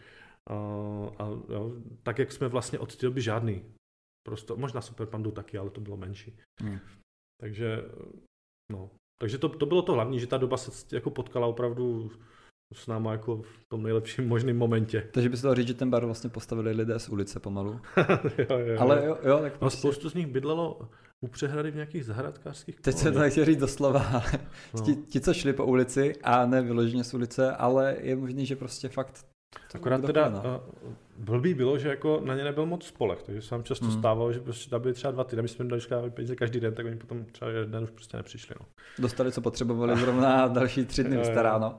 Tak, jak jsme vlastně od té doby žádný prostor, možná Superpandu taky, ale to bylo menší. Takže to bylo to hlavní, že ta doba se jako potkala opravdu s náma jako v tom nejlepším možným momentě. Takže by se dalo říct, že ten bar vlastně postavili lidé z ulice pomalu. jo. Ale jo, tak prostě... spoustu z nich bydlelo u přehrady v nějakých zahrádkářských koloniích. Teď se to nechci říct doslova. Ti, co šli po ulici a ne vyloženě z ulice, ale je možný, že prostě fakt... Akorát teda blbý bylo, že jako na ně nebyl moc spolek, takže se nám často stávalo, že prostě tam byly třeba 2 týdny, my jsme dali peníze každý den, tak oni potom třeba jeden den už prostě nepřišli. No. Dostali, co potřebovali zrovna další 3 dny vystaráno.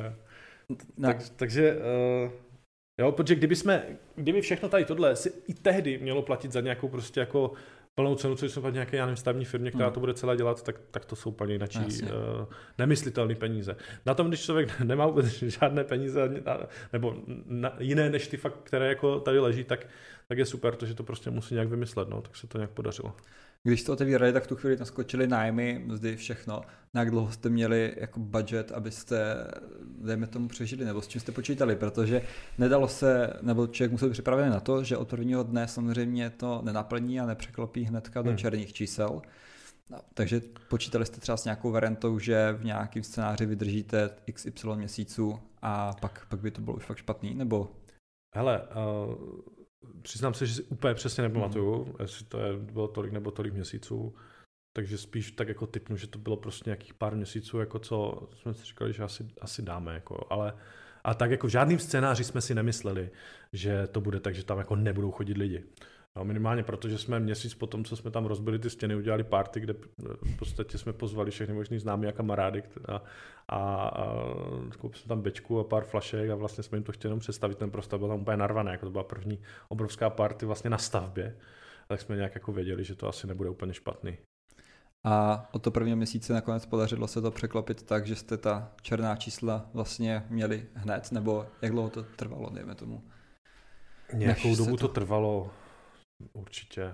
Takže protože kdyby všechno tady tohle si i tehdy mělo platit za nějakou prostě jako plnou cenu, což jsou pak nějaké, já nevím, stavební firmě, která to bude celá dělat, tak to jsou úplně jináčí nemyslitelné peníze. Na tom, když člověk nemá vůbec žádné peníze, nebo jiné než ty fakt, které jako tady leží, tak je super, to, že to prostě musí nějak vymyslet, no, tak se to nějak podařilo. Když jste otevírali, tak v tu chvíli naskočily nájmy, mzdy, všechno. Na jak dlouho jste měli jako budget, abyste, dejme tomu, přežili, nebo s čím jste počítali, protože nedalo se, nebo člověk musel být připravený na to, že od prvního dne samozřejmě to nenaplní a nepřeklopí hnedka do černých čísel. No, takže počítali jste třeba s nějakou variantou, že v nějakém scénáři vydržíte XY měsíců a pak by to bylo už fakt špatný, nebo? Hele, přiznám se, že si úplně přesně nepamatuju, jestli to bylo tolik nebo tolik měsíců, takže spíš tak jako tipnu, že to bylo prostě nějakých pár měsíců, jako co jsme si říkali, že asi dáme, jako, ale tak jako v žádným scénáři jsme si nemysleli, že to bude tak, že tam jako nebudou chodit lidi. No, minimálně protože jsme měsíc po tom, co jsme tam rozbili ty stěny, udělali party, kde v podstatě jsme pozvali všechny možný známí a kamarády a koupili jsme tam bečku a pár flašek a vlastně jsme jim to chtěli jenom představit, ten prostor byl tam úplně narvaný, jako to byla první obrovská party vlastně na stavbě, tak jsme nějak jako věděli, že to asi nebude úplně špatný. A od toho prvního měsíce nakonec podařilo se to překlopit tak, že jste ta černá čísla vlastně měli hned, nebo jak dlouho to trvalo, dejme tomu? Nějakou dobu to trvalo. Určitě.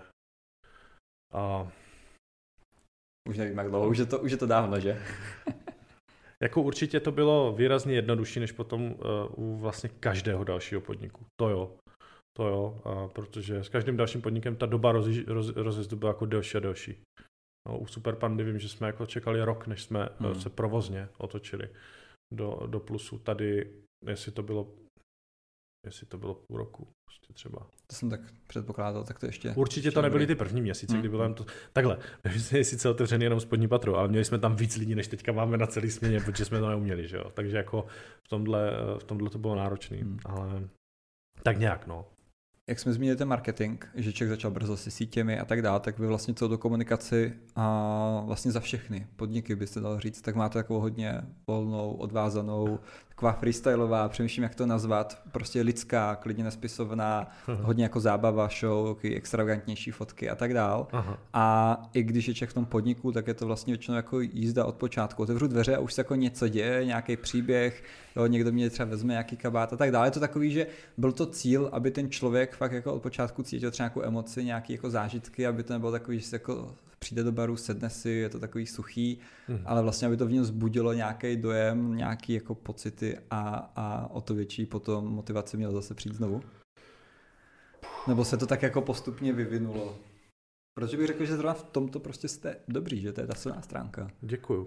Už nevím, jak dlouho, už je to dávno, že? Jako určitě to bylo výrazně jednodušší, než potom u vlastně každého dalšího podniku. To jo, protože s každým dalším podnikem ta doba rozjezdu byla jako delší a delší. No, u Superpandy vím, že jsme jako čekali rok, než jsme se provozně otočili do plusu. Tady, jestli to bylo půl roku, prostě třeba. To jsem tak předpokládal, tak to ještě... Určitě to nebyly ty první měsíce, kdy bylo jen to... Takhle, my jsme je sice otevřený jenom spodní patro, ale měli jsme tam víc lidí, než teďka máme na celý směně, protože jsme to neuměli, že jo. Takže jako v tomhle to bylo náročný, ale tak nějak, no. Jak jsme zmínili ten marketing, že člověk začal brzo se sítěmi a tak dále, tak vy vlastně celou tu komunikaci a vlastně za všechny podniky byste dal říct, tak máte takovou hodně volnou, odvázanou, taková freestylová, přemýšlím, jak to nazvat, prostě lidská, klidně nespisovná, hodně jako zábava, show, extravagantnější fotky a tak dál. A i když je člověk v tom podniku, tak je to vlastně většinou jako jízda od počátku. Otevřu dveře a už se jako něco děje, nějaký příběh, jo, někdo mě třeba vezme nějaký kabát a tak dále. Je to takový, že byl to cíl, aby ten člověk fakt jako od počátku cítil třeba nějakou emoci, nějaký jako zážitky, aby to nebylo takový, že se jako přijde do baru, sedne si, je to takový suchý, ale vlastně aby to v něm vzbudilo nějaký dojem, nějaký jako pocity a o to větší potom motivaci měl zase přijít znovu? Nebo se to tak jako postupně vyvinulo? Protože bych řekl, že zrovna v tomto prostě jste dobrý, že to je ta silná stránka. Děkuju.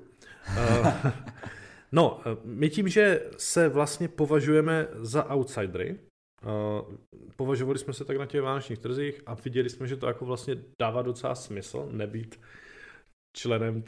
No, my tím, že se vlastně považujeme za outsidery, považovali jsme se tak na těch vánočních trzích a viděli jsme, že to jako vlastně dává docela smysl nebýt členem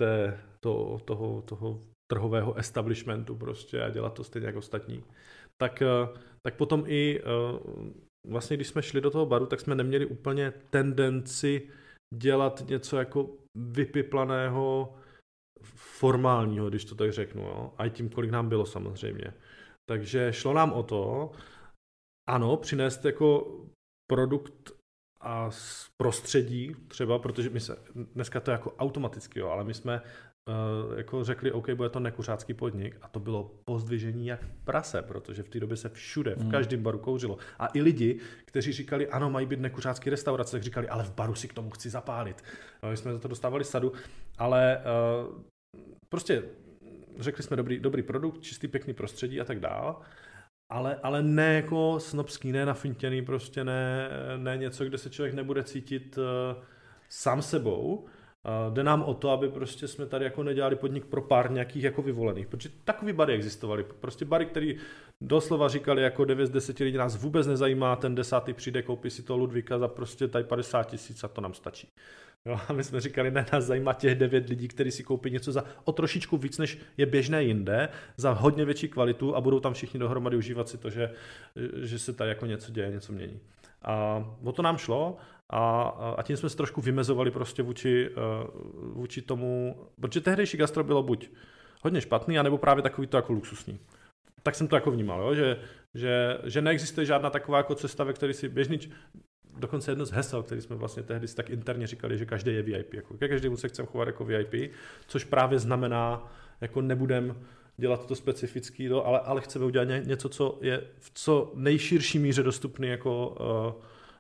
toho trhového establishmentu prostě a dělat to stejně jako ostatní. Tak potom i vlastně, když jsme šli do toho baru, tak jsme neměli úplně tendenci dělat něco jako vypiplaného, formálního, když to tak řeknu, jo? A i tím, kolik nám bylo samozřejmě. Takže šlo nám o to, ano, přinést jako produkt a prostředí třeba, protože my se, dneska to je jako automaticky, jo, ale my jsme jako řekli, OK, bude to nekuřácký podnik a to bylo pozdvižení jak prase, protože v té době se všude, v každém baru kouřilo. A i lidi, kteří říkali, ano, mají být nekuřácký restaurace, tak říkali, ale v baru si k tomu chci zapálit. No, my jsme za to dostávali sadu, ale prostě řekli jsme dobrý produkt, čistý, pěkný prostředí a tak dál. Ale ne jako snobský, ne nafintěný, prostě ne něco, kde se člověk nebude cítit sám sebou. Jde nám o to, aby prostě jsme tady jako nedělali podnik pro pár nějakých jako vyvolených, protože takový bary existovaly. Prostě bary, který doslova říkali jako 9 z 10 lidí nás vůbec nezajímá, ten 10. přijde, koupí si to Ludvíka za prostě tady 50 000 a to nám stačí. Jo, a my jsme říkali, ne, nás zajímá těch 9 lidí, kteří si koupí něco za o trošičku víc, než je běžné jinde, za hodně větší kvalitu a budou tam všichni dohromady užívat si to, že se tady jako něco děje, něco mění. A o to nám šlo a tím jsme se trošku vymezovali prostě vůči tomu, protože tehdejší gastro bylo buď hodně špatný, anebo právě takový to jako luxusní. Tak jsem to jako vnímal, jo? Že neexistuje žádná taková jako cesta, ve které si běžný, dokonce jedno z hesel, který jsme vlastně tehdy si tak interně říkali, že každý je VIP. Jako každému se chceme chovat jako VIP, což právě znamená, jako nebudem dělat to specifický, ale chceme udělat něco, co je v co nejširší míře dostupný jako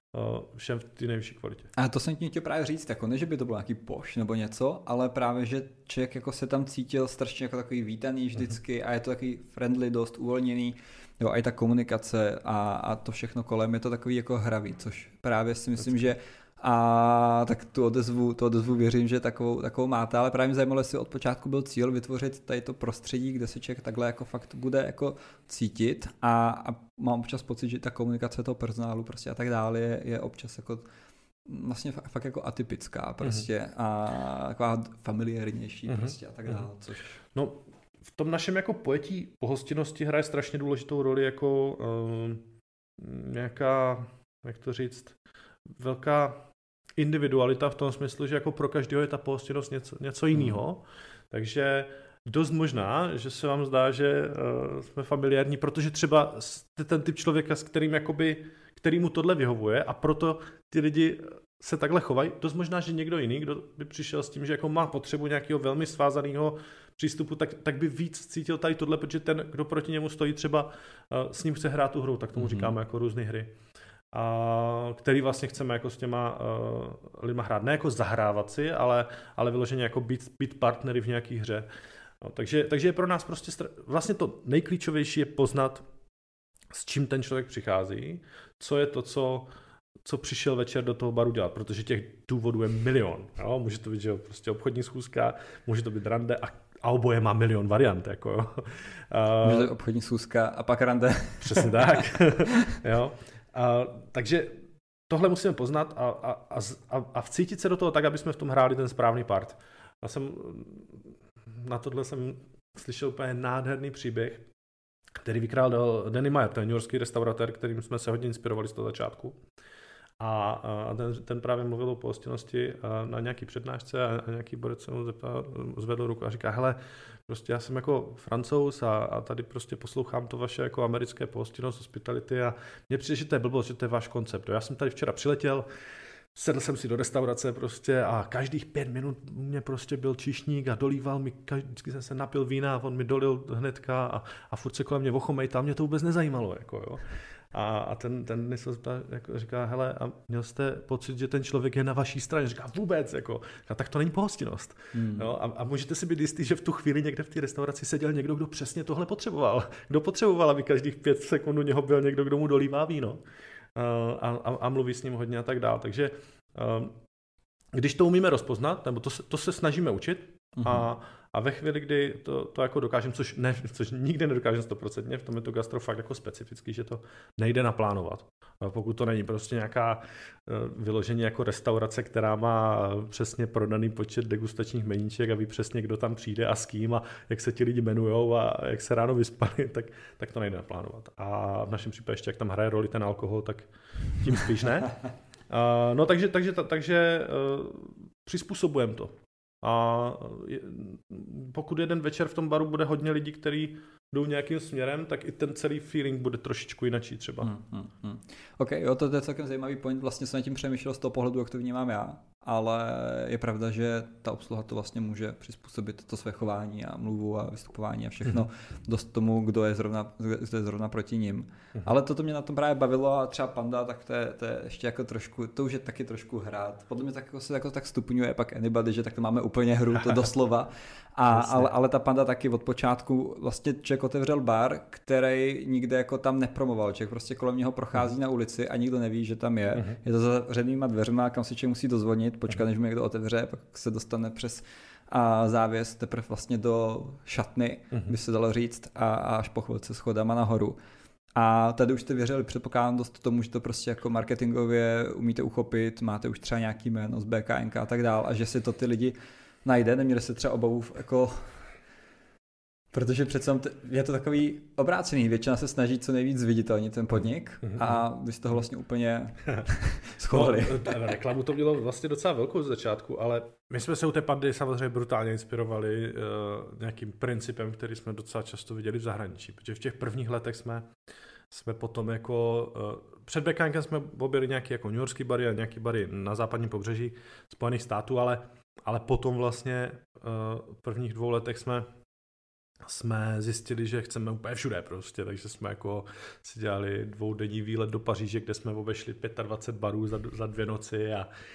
všem v té nejvyšší kvalitě. A to jsem tím chtěl právě říct, jako ne, že by to bylo nějaký poš nebo něco, ale právě, že člověk jako se tam cítil strašně jako takový vítaný vždycky a je to takový friendly, dost uvolněný, jo, a i ta komunikace a to všechno kolem je to takový jako hravý, což právě si myslím, že a tak tu odezvu věřím, že takovou máte, ale právě mě zajímalo, jestli od počátku byl cíl vytvořit tady to prostředí, kde se člověk takhle jako fakt bude jako cítit a mám občas pocit, že ta komunikace toho personálu prostě a tak dále je občas jako vlastně fakt jako atypická prostě a taková familiárnější prostě a tak dále, což... No, v tom našem jako pojetí pohostinnosti hraje strašně důležitou roli jako nějaká, jak to říct, velká individualita v tom smyslu, že jako pro každého je ta pohostinnost něco jiného. Takže dost možná, že se vám zdá, že jsme familiární, protože třeba jste ten typ člověka, s kterým kterýmu tohle vyhovuje a proto ty lidi se takhle chovají. Dost možná, že někdo jiný, kdo by přišel s tím, že jako má potřebu nějakého velmi svázaného přístupu, tak by víc cítil tady tohle, protože ten, kdo proti němu stojí, třeba s ním chce hrát tu hru, tak tomu říkáme jako různé hry. A který vlastně chceme jako s těma lidma hrát. Ne jako zahrávat si, ale vyloženě jako být partnery v nějaký hře. No, takže je pro nás prostě vlastně to nejklíčovější je poznat, s čím ten člověk přichází, co je to, co přišel večer do toho baru dělat, protože těch důvodů je milion. Jo? Může to být, že jo, prostě obchodní schůzka, může to být rande a oboje má milion variant. Jako, jo. Může to být obchodní schůzka a pak rande. Přesně tak. Jo. Takže tohle musíme poznat a vcítit se do toho tak, aby jsme v tom hráli ten správný part. Na tohle jsem slyšel úplně nádherný příběh, který vykrál Danny Meyer, ten newyorský restauratér, kterým jsme se hodně inspirovali z toho začátku. A ten právě mluvil o pohostinnosti na nějaký přednášce a nějaký borec se mu zvedl ruku a říká, hele, prostě já jsem jako Francouz a tady prostě poslouchám to vaše jako americké pohostinnost, hospitality a mně přijde, že to je blbost, že to je váš koncept. Já jsem tady včera přiletěl, sedl jsem si do restaurace prostě a každých 5 minut mě prostě byl číšník a dolíval mi, vždycky jsem se napil vína a on mi dolil hnedka a furt se kolem mě ochomejtal, mě to vůbec nezajímalo, jako jo. A ten se jako říká, hele, a měl jste pocit, že ten člověk je na vaší straně? Říká, vůbec, jako, a tak to není pohostinnost. No, a můžete si být jistý, že v tu chvíli někde v té restauraci seděl někdo, kdo přesně tohle potřeboval. Kdo potřeboval, aby každých 5 sekund u něho byl někdo, kdo mu dolívá víno. A mluví s ním hodně a tak dál. Takže když to umíme rozpoznat, nebo to se snažíme učit, a ve chvíli, kdy to jako dokážeme, což nikdy nedokážeme 100%, v tom je to gastro fakt jako specifický, že to nejde naplánovat. Pokud to není prostě nějaká vyložení jako restaurace, která má přesně prodaný počet degustačních meníček a ví přesně, kdo tam přijde a s kým a jak se ti lidi jmenujou a jak se ráno vyspali, tak to nejde naplánovat. A v našem případě ještě, jak tam hraje roli ten alkohol, tak tím spíš ne. No takže přizpůsobujeme to. A pokud jeden večer v tom baru bude hodně lidí, kteří jdou nějakým směrem, tak i ten celý feeling bude trošičku jinačí třeba. OK, jo, to je celkem zajímavý point. Vlastně jsem nad tím přemýšlel z toho pohledu, jak to vnímám já, ale je pravda, že ta obsluha to vlastně může přizpůsobit to své chování a mluvu a vystupování a všechno dost tomu, kdo je zrovna proti ním. Ale toto mě na tom právě bavilo a třeba Panda, tak to je ještě jako trošku, to už je taky trošku hrát. Podle mě tak se jako tak stupňuje pak Anybody, že tak to máme úplně hru, to doslova. Ale ta Panda taky od počátku vlastně člověk otevřel bar, který nikde jako tam nepromoval. Člověk prostě kolem něho prochází na ulici a nikdo neví, že tam je. Je to za zavřenýma dveřma, kam si člověk musí dozvonit, počkat, než mu někdo otevře, pak se dostane přes závěs teprve vlastně do šatny, by se dalo říct, a až po chvilce schodama nahoru. A tady už jste věřili, předpokládám dost tomu, že to prostě jako marketingově umíte uchopit, máte už třeba nějaký jméno z BKNK a tak dál a že si to ty lidi najde, neměli se třeba obavu jako... Protože přece je to takový obrácený, většina se snaží co nejvíc zviditelnit ten podnik a vy jste toho vlastně úplně schovali. No, reklamu to mělo vlastně docela velkou z začátku, ale my jsme se u té Pandy samozřejmě brutálně inspirovali nějakým principem, který jsme docela často viděli v zahraničí, protože v těch prvních letech jsme potom jako, před BKNkem jsme objeli nějaké jako newyorský bary a nějaké bary na západním pobřeží Spojených států, ale potom vlastně v prvních 2 letech jsme jsme zjistili, že chceme úplně všude prostě, takže jsme jako si dělali 2denní výlet do Paříže, kde jsme obešli 25 barů za 2 noci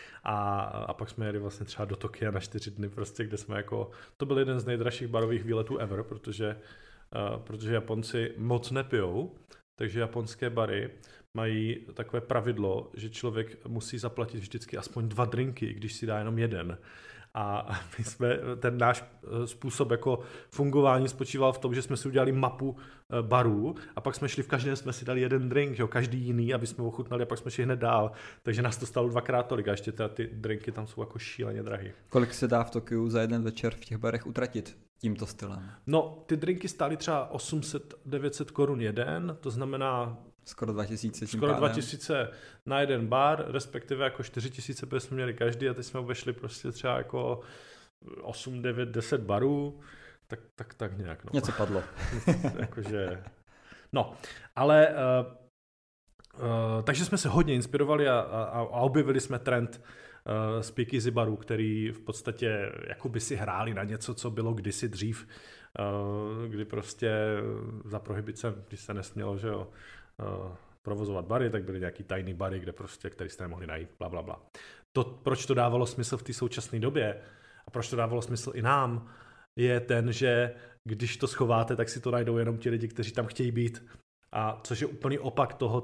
a pak jsme jeli vlastně třeba do Tokia na 4 dny prostě, kde jsme jako, to byl jeden z nejdražších barových výletů ever, protože Japonci moc nepijou, takže japonské bary mají takové pravidlo, že člověk musí zaplatit vždycky aspoň 2 drinky, když si dá jenom jeden. A my jsme, ten náš způsob jako fungování spočíval v tom, že jsme si udělali mapu barů a pak jsme šli, v každém jsme si dali jeden drink, jo, každý jiný, aby jsme ochutnali a pak jsme šli hned dál. Takže nás to stalo 2krát tolik a ještě ty drinky tam jsou jako šíleně drahý. Kolik se dá v Tokiu za jeden večer v těch barech utratit tímto stylem? No, ty drinky stály třeba 800-900 korun jeden, to znamená skoro 2000 Skoro 2000 na jeden bar, respektive jako 4000, protože jsme měli každý a teď jsme obešli prostě třeba jako 8, 9, 10 barů, tak nějak. No. Něco padlo. Jakože, no, ale takže jsme se hodně inspirovali a objevili jsme trend speakeasy barů, který v podstatě jakoby si hráli na něco, co bylo kdysi dřív, kdy prostě za prohibice, když se nesmělo, že jo, provozovat bary, tak byly nějaký tajný bary, kde prostě, který jste nemohli najít, blablabla. Proč to dávalo smysl v té současné době a proč to dávalo smysl i nám, je ten, že když to schováte, tak si to najdou jenom ti lidi, kteří tam chtějí být. A což je úplný opak toho,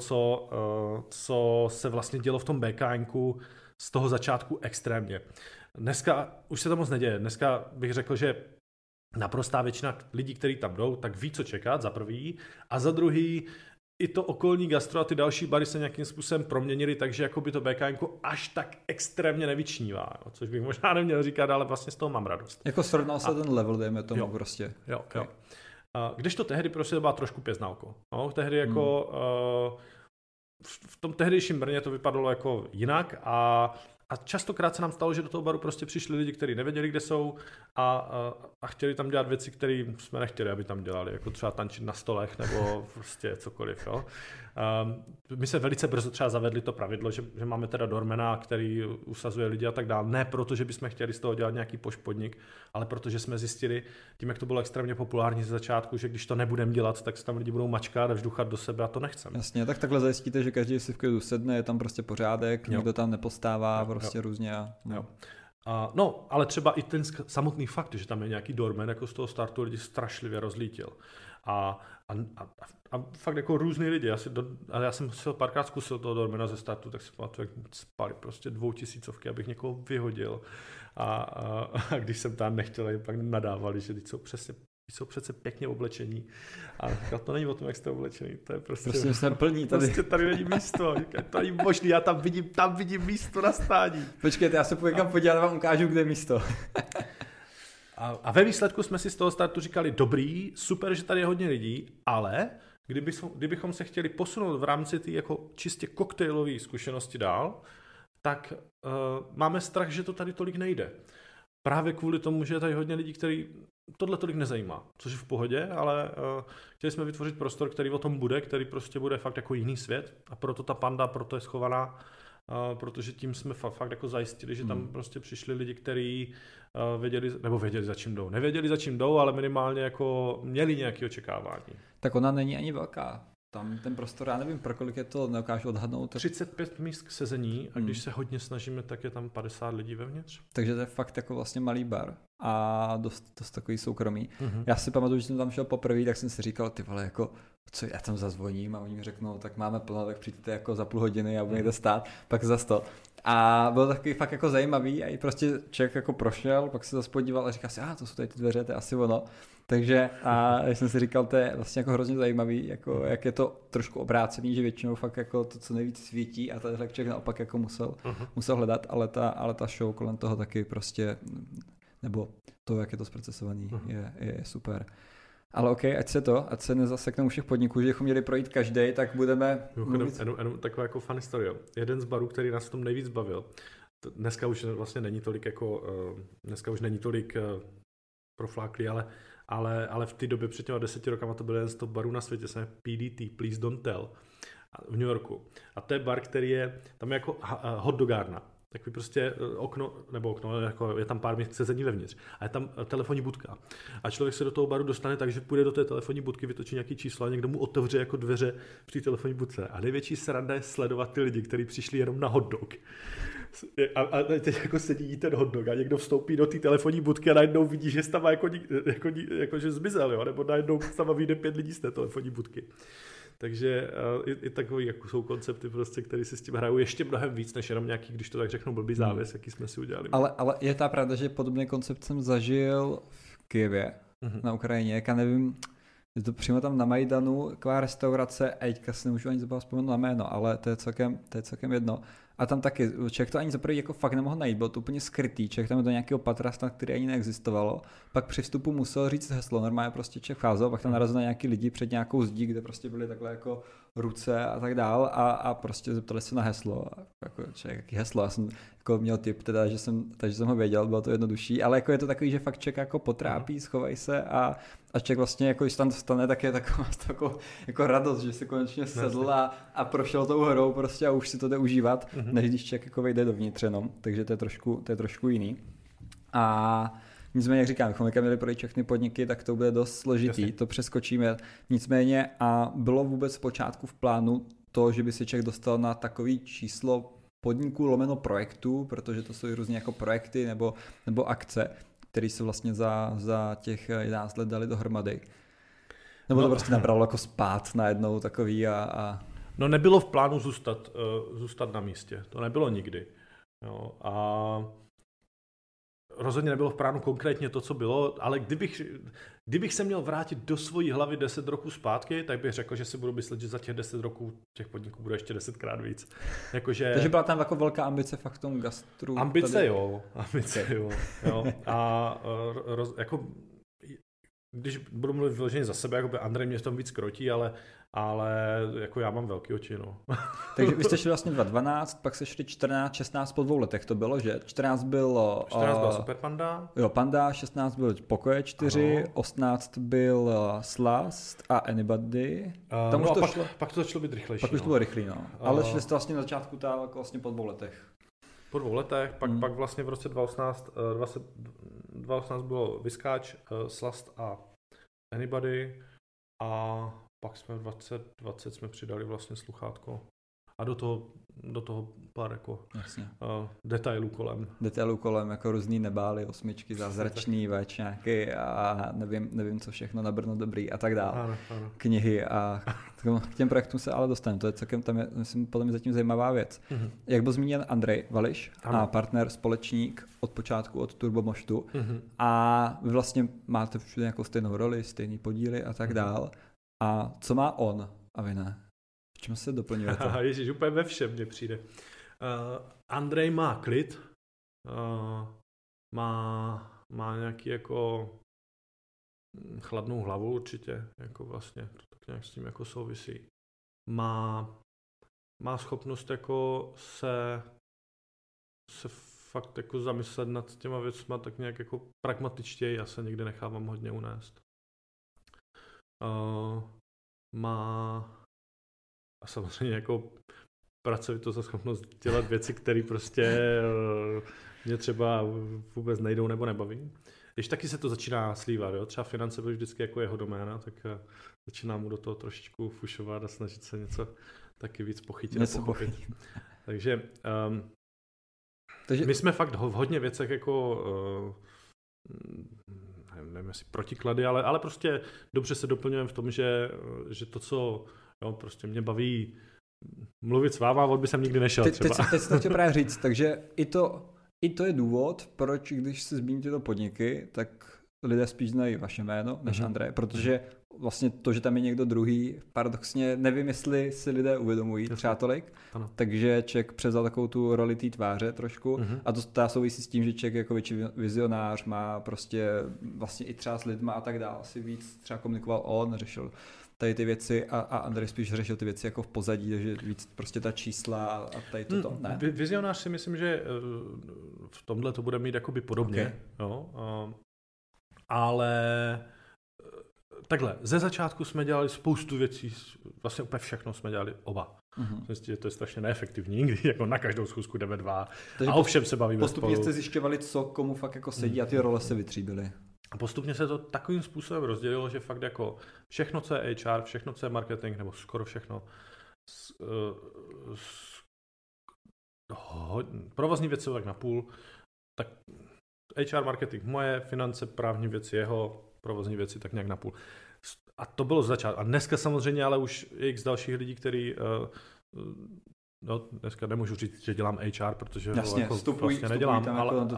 co se vlastně dělo v tom BKNku z toho začátku extrémně. Dneska už se to moc neděje. Dneska bych řekl, že naprostá většina lidí, kteří tam jdou, tak ví, co čekat, za prvý, a za druhý i to okolní gastro a ty další bary se nějakým způsobem proměnily, takže jakoby to BKNko až tak extrémně nevyčnívá, jo, což bych možná neměl říkat, ale vlastně z toho mám radost. Jako srovnal se ten level, dejme tomu, jo, prostě. Jo, okay. Jo. Když to tehdy prostě to byla trošku pěználko. No, tehdy jako v tom tehdejším Brně to vypadalo jako jinak a častokrát se nám stalo, že do toho baru prostě přišli lidi, kteří nevěděli, kde jsou a chtěli tam dělat věci, které jsme nechtěli, aby tam dělali, jako třeba tančit na stolech nebo prostě cokoliv. Jo. My se velice brzo třeba zavedli to pravidlo, že máme teda doormana, který usazuje lidi a tak dále. Ne proto, že bychom chtěli z toho dělat nějaký pošpodnik, ale protože jsme zjistili, tím, jak to bylo extrémně populární ze začátku, že když to nebudeme dělat, tak se tam lidi budou mačkat a vžduchat do sebe a to nechceme. Jasně, tak takhle zajistíte, že každý si v klidu sedne, je tam prostě pořádek, nikdo tam nepostává, prostě různě. No, ale třeba i ten samotný fakt, že tam je nějaký doorman, jako z toho startu lidi strašlivě rozlítil. A fakt jako různý lidi. Já jsem si párkrát zkusil toho doormana ze startu, tak si pamatuju, jak spali prostě 2000, abych někoho vyhodil. A když jsem tam nechtěl, pak nadávali, že jsou přece pěkně oblečení. A říkal, to není o tom, jak jste oblečení, to je prostě jsme plní tady. Prostě tady není místo, říkal, to není možný, já tam vidím místo na stání. Počkejte, já se půjdu kam podívat, vám ukážu, kde je místo. A ve výsledku jsme si z toho startu říkali, dobrý, super, že tady je hodně lidí, ale kdybychom se chtěli posunout v rámci té jako čistě koktejlové zkušenosti dál, tak máme strach, že to tady tolik nejde. Právě kvůli tomu, že je tady hodně lidí, který tohle tolik nezajímá, což je v pohodě, ale chtěli jsme vytvořit prostor, který o tom bude, který prostě bude fakt jako jiný svět a proto ta panda, proto je schovaná, protože tím jsme fakt jako zajistili, že tam prostě přišli lidi, kteří věděli za čím jdou. Nevěděli za čím jdou, ale minimálně jako měli nějaké očekávání. Tak ona není ani velká. Tam ten prostor, já nevím, pro kolik je to, neukážu odhadnout. 35 míst k sezení a když se hodně snažíme, tak je tam 50 lidí vevnitř. Takže to je fakt jako vlastně malý bar a dost takový soukromý. Já si pamatuju, že jsem tam šel poprvé, tak jsem si říkal, ty vole, jako, co já tam zazvoním a oni mi řeknou, tak máme plno, tak přijďte jako za půl hodiny a budete stát, pak za 100. A bylo takový fakt jako zajímavý a i prostě člověk jako prošel, pak se zase podíval a říkal si, to jsou tady ty dveře, to je asi ono. Takže a jsem si říkal, to je vlastně jako hrozně zajímavý, jako jak je to trošku obrácený, že většinou fakt jako to, co nejvíc světí a tenhle člověk naopak jako musel hledat, ale ta show kolem toho taky prostě, nebo to, jak je to zprocesovaný, je super. Ale OK, ať se nezaseknou všech podniků, že bychom měli projít každý, tak budeme mluvit. Jenom taková jako funny story. Jeden z barů, který nás v tom nejvíc bavil, dneska už vlastně není tolik profláklý, ale v té době před těma 10 rokama to byl jeden z top barů na světě, se jmenuje PDT, Please Don't Tell, v New Yorku. A to je bar, který je, tam je jako hot dogárna. tak vy prostě okno, jako je tam pár míst k sezení vevnitř a je tam telefonní budka. A člověk se do toho baru dostane tak, že půjde do té telefonní budky, vytočí nějaký číslo a někdo mu otevře jako dveře v té telefonní budce. A největší sranda je sledovat ty lidi, kteří přišli jenom na hot dog. A teď jako sedí ten hot dog a někdo vstoupí do té telefonní budky a najednou vidí, že tam jako že zmizel, jo? Nebo najednou tam vyjde 5 lidí z té telefonní budky. Takže i takový jako jsou koncepty, prostě, které si s tím hrajou ještě mnohem víc, než jenom nějaký, když to tak řeknu, blbý závěs, jaký jsme si udělali. Ale je ta pravda, že podobný koncept jsem zažil v Kyjevě, na Ukrajině, jak já nevím, je to přímo tam na Majdanu, taková restaurace, a teďka si nemůžu ani vzpomenout na jméno, ale to je celkem jedno. A tam taky, člověk to ani za prvý jako fakt nemohl najít, bylo to úplně skrytý, člověk tam do nějakého patra, který ani neexistovalo, pak při vstupu musel říct heslo, normálně prostě člověk vcházel, pak tam narazil na nějaký lidi před nějakou zdí, kde prostě byly takhle jako ruce a tak dál a prostě zeptali se na heslo, a jako člověk, jaký heslo, já jsem jako měl tip teda, takže jsem ho věděl, bylo to jednodušší, ale jako je to takový, že fakt člověk jako potrápí, schovají se a člověk vlastně jako, když tam stane, tak je taková jako radost, že si konečně sedl a prošel tou hrou prostě a už si to jde užívat, než když člověk jako vejde dovnitř jenom, takže to je trošku jiný. A nicméně, jak říkám, bychom měli projít všechny podniky, tak to bude dost složitý, jasně. To přeskočíme. Nicméně a bylo vůbec v počátku v plánu to, že by se člověk dostal na takový číslo podniků lomeno projektů, protože to jsou různě jako projekty nebo akce, které se vlastně za těch 11 let dali dohromady. Nebo to prostě nabralo jako spát najednou takový a... No nebylo v plánu zůstat na místě, to nebylo nikdy. Jo, a rozhodně nebylo v plánu konkrétně to, co bylo, ale kdybych se měl vrátit do svojí hlavy 10 roků zpátky, tak bych řekl, že si budu myslet, že za těch 10 roků těch podniků bude ještě 10krát víc. Takže byla tam jako velká ambice fakt v tom gastru? Ambice tady... jo. A jako když budu mluvit vyloženě za sebe, jako by Andrej mě v tom víc krotí, ale jako já mám velký oči, no. Takže vy jste šli vlastně 2012, pak se šli 14, 16 po 2 letech to bylo, že? 14 byla Super Panda. Jo, Panda, 16 byl Pokoje 4, ano. 18 byl Slast a Anybody. Tam už to pak to začalo být rychlejší. Pak už to bylo rychlý, no. Ale šli jste vlastně na začátku jako vlastně po 2 letech. Po 2 letech, pak vlastně v roce 2018 bylo Vyskáč, Slast a Anybody a pak jsme v 2020 jsme přidali vlastně sluchátko a do toho pár jako detailů kolem, jako různý nebály, 8, zázračný večňáky a nevím co všechno na Brno dobrý a tak dále. Ano. Knihy a k těm projektům se ale dostaneme. To je celkem, tam je, myslím, podle mě zatím zajímavá věc. Mm-hmm. Jak byl zmíněn Andrej Vališ, a partner, společník od počátku od Turbomoštu a vy vlastně máte všude nějakou stejnou roli, stejný podíly a tak dál. A co má on a vy ne? V čem se doplňujete? Ježiš, úplně ve všem mně přijde. Andrej má klid, má nějaký jako chladnou hlavu určitě, jako vlastně to tak nějak s tím jako souvisí. Má schopnost jako se fakt jako zamyslet nad těma věcma tak nějak jako pragmatičtěji, já se někdy nechávám hodně unést. A samozřejmě jako pracovitost za schopnost dělat věci, které prostě mě třeba vůbec nejdou nebo nebaví. Když taky se to začíná slívat, jo? Třeba finance byly vždycky jako jeho doména, tak začíná mu do toho trošičku fušovat a snažit se něco taky víc pochytit a pochopit. Takže my jsme fakt v hodně věcech jako nevím jestli protiklady, ale prostě dobře se doplňujeme v tom, že to, co prostě mě baví mluvit s váma, on by jsem nikdy nešel třeba. Teď si to chtěl právě říct, takže i to je důvod, proč když se zmíníte do podniky, tak lidé spíš znají vaše jméno než Andrej, protože vlastně to, že tam je někdo druhý, paradoxně nevím, jestli si lidé uvědomují třeba tolik, takže člověk převzal takovou tu roli té tváře trošku a to souvisí s tím, že člověk jako větší vizionář má prostě vlastně i třeba s lidma a tak dále, si víc třeba komunikoval on, řešil tady ty věci a Andrej spíš řešil ty věci jako v pozadí, takže víc prostě ta čísla a tady toto, ne? Vizionář si myslím, že v tomhle to bude mít jakoby podobně, okay. Jo, ale takhle, ze začátku jsme dělali spoustu věcí, vlastně úplně všechno jsme dělali oba. Myslím, že to je strašně neefektivní, když jako na každou schůzku jdeme 2 a o všem se bavíme postupně spolu. Jste zjišťovali, co komu fakt jako sedí a ty role se vytříbily. A postupně se to takovým způsobem rozdělilo, že fakt jako všechno, co je HR, všechno, co je marketing, nebo skoro všechno, provozní věci tak na půl, tak HR marketing moje, finance, právní věci jeho, provozní věci tak nějak na půl. A to bylo začátku. A dneska samozřejmě, ale už je x dalších lidí, který no, dneska nemůžu říct, že dělám HR, protože jasně, jako vstupují nedělám,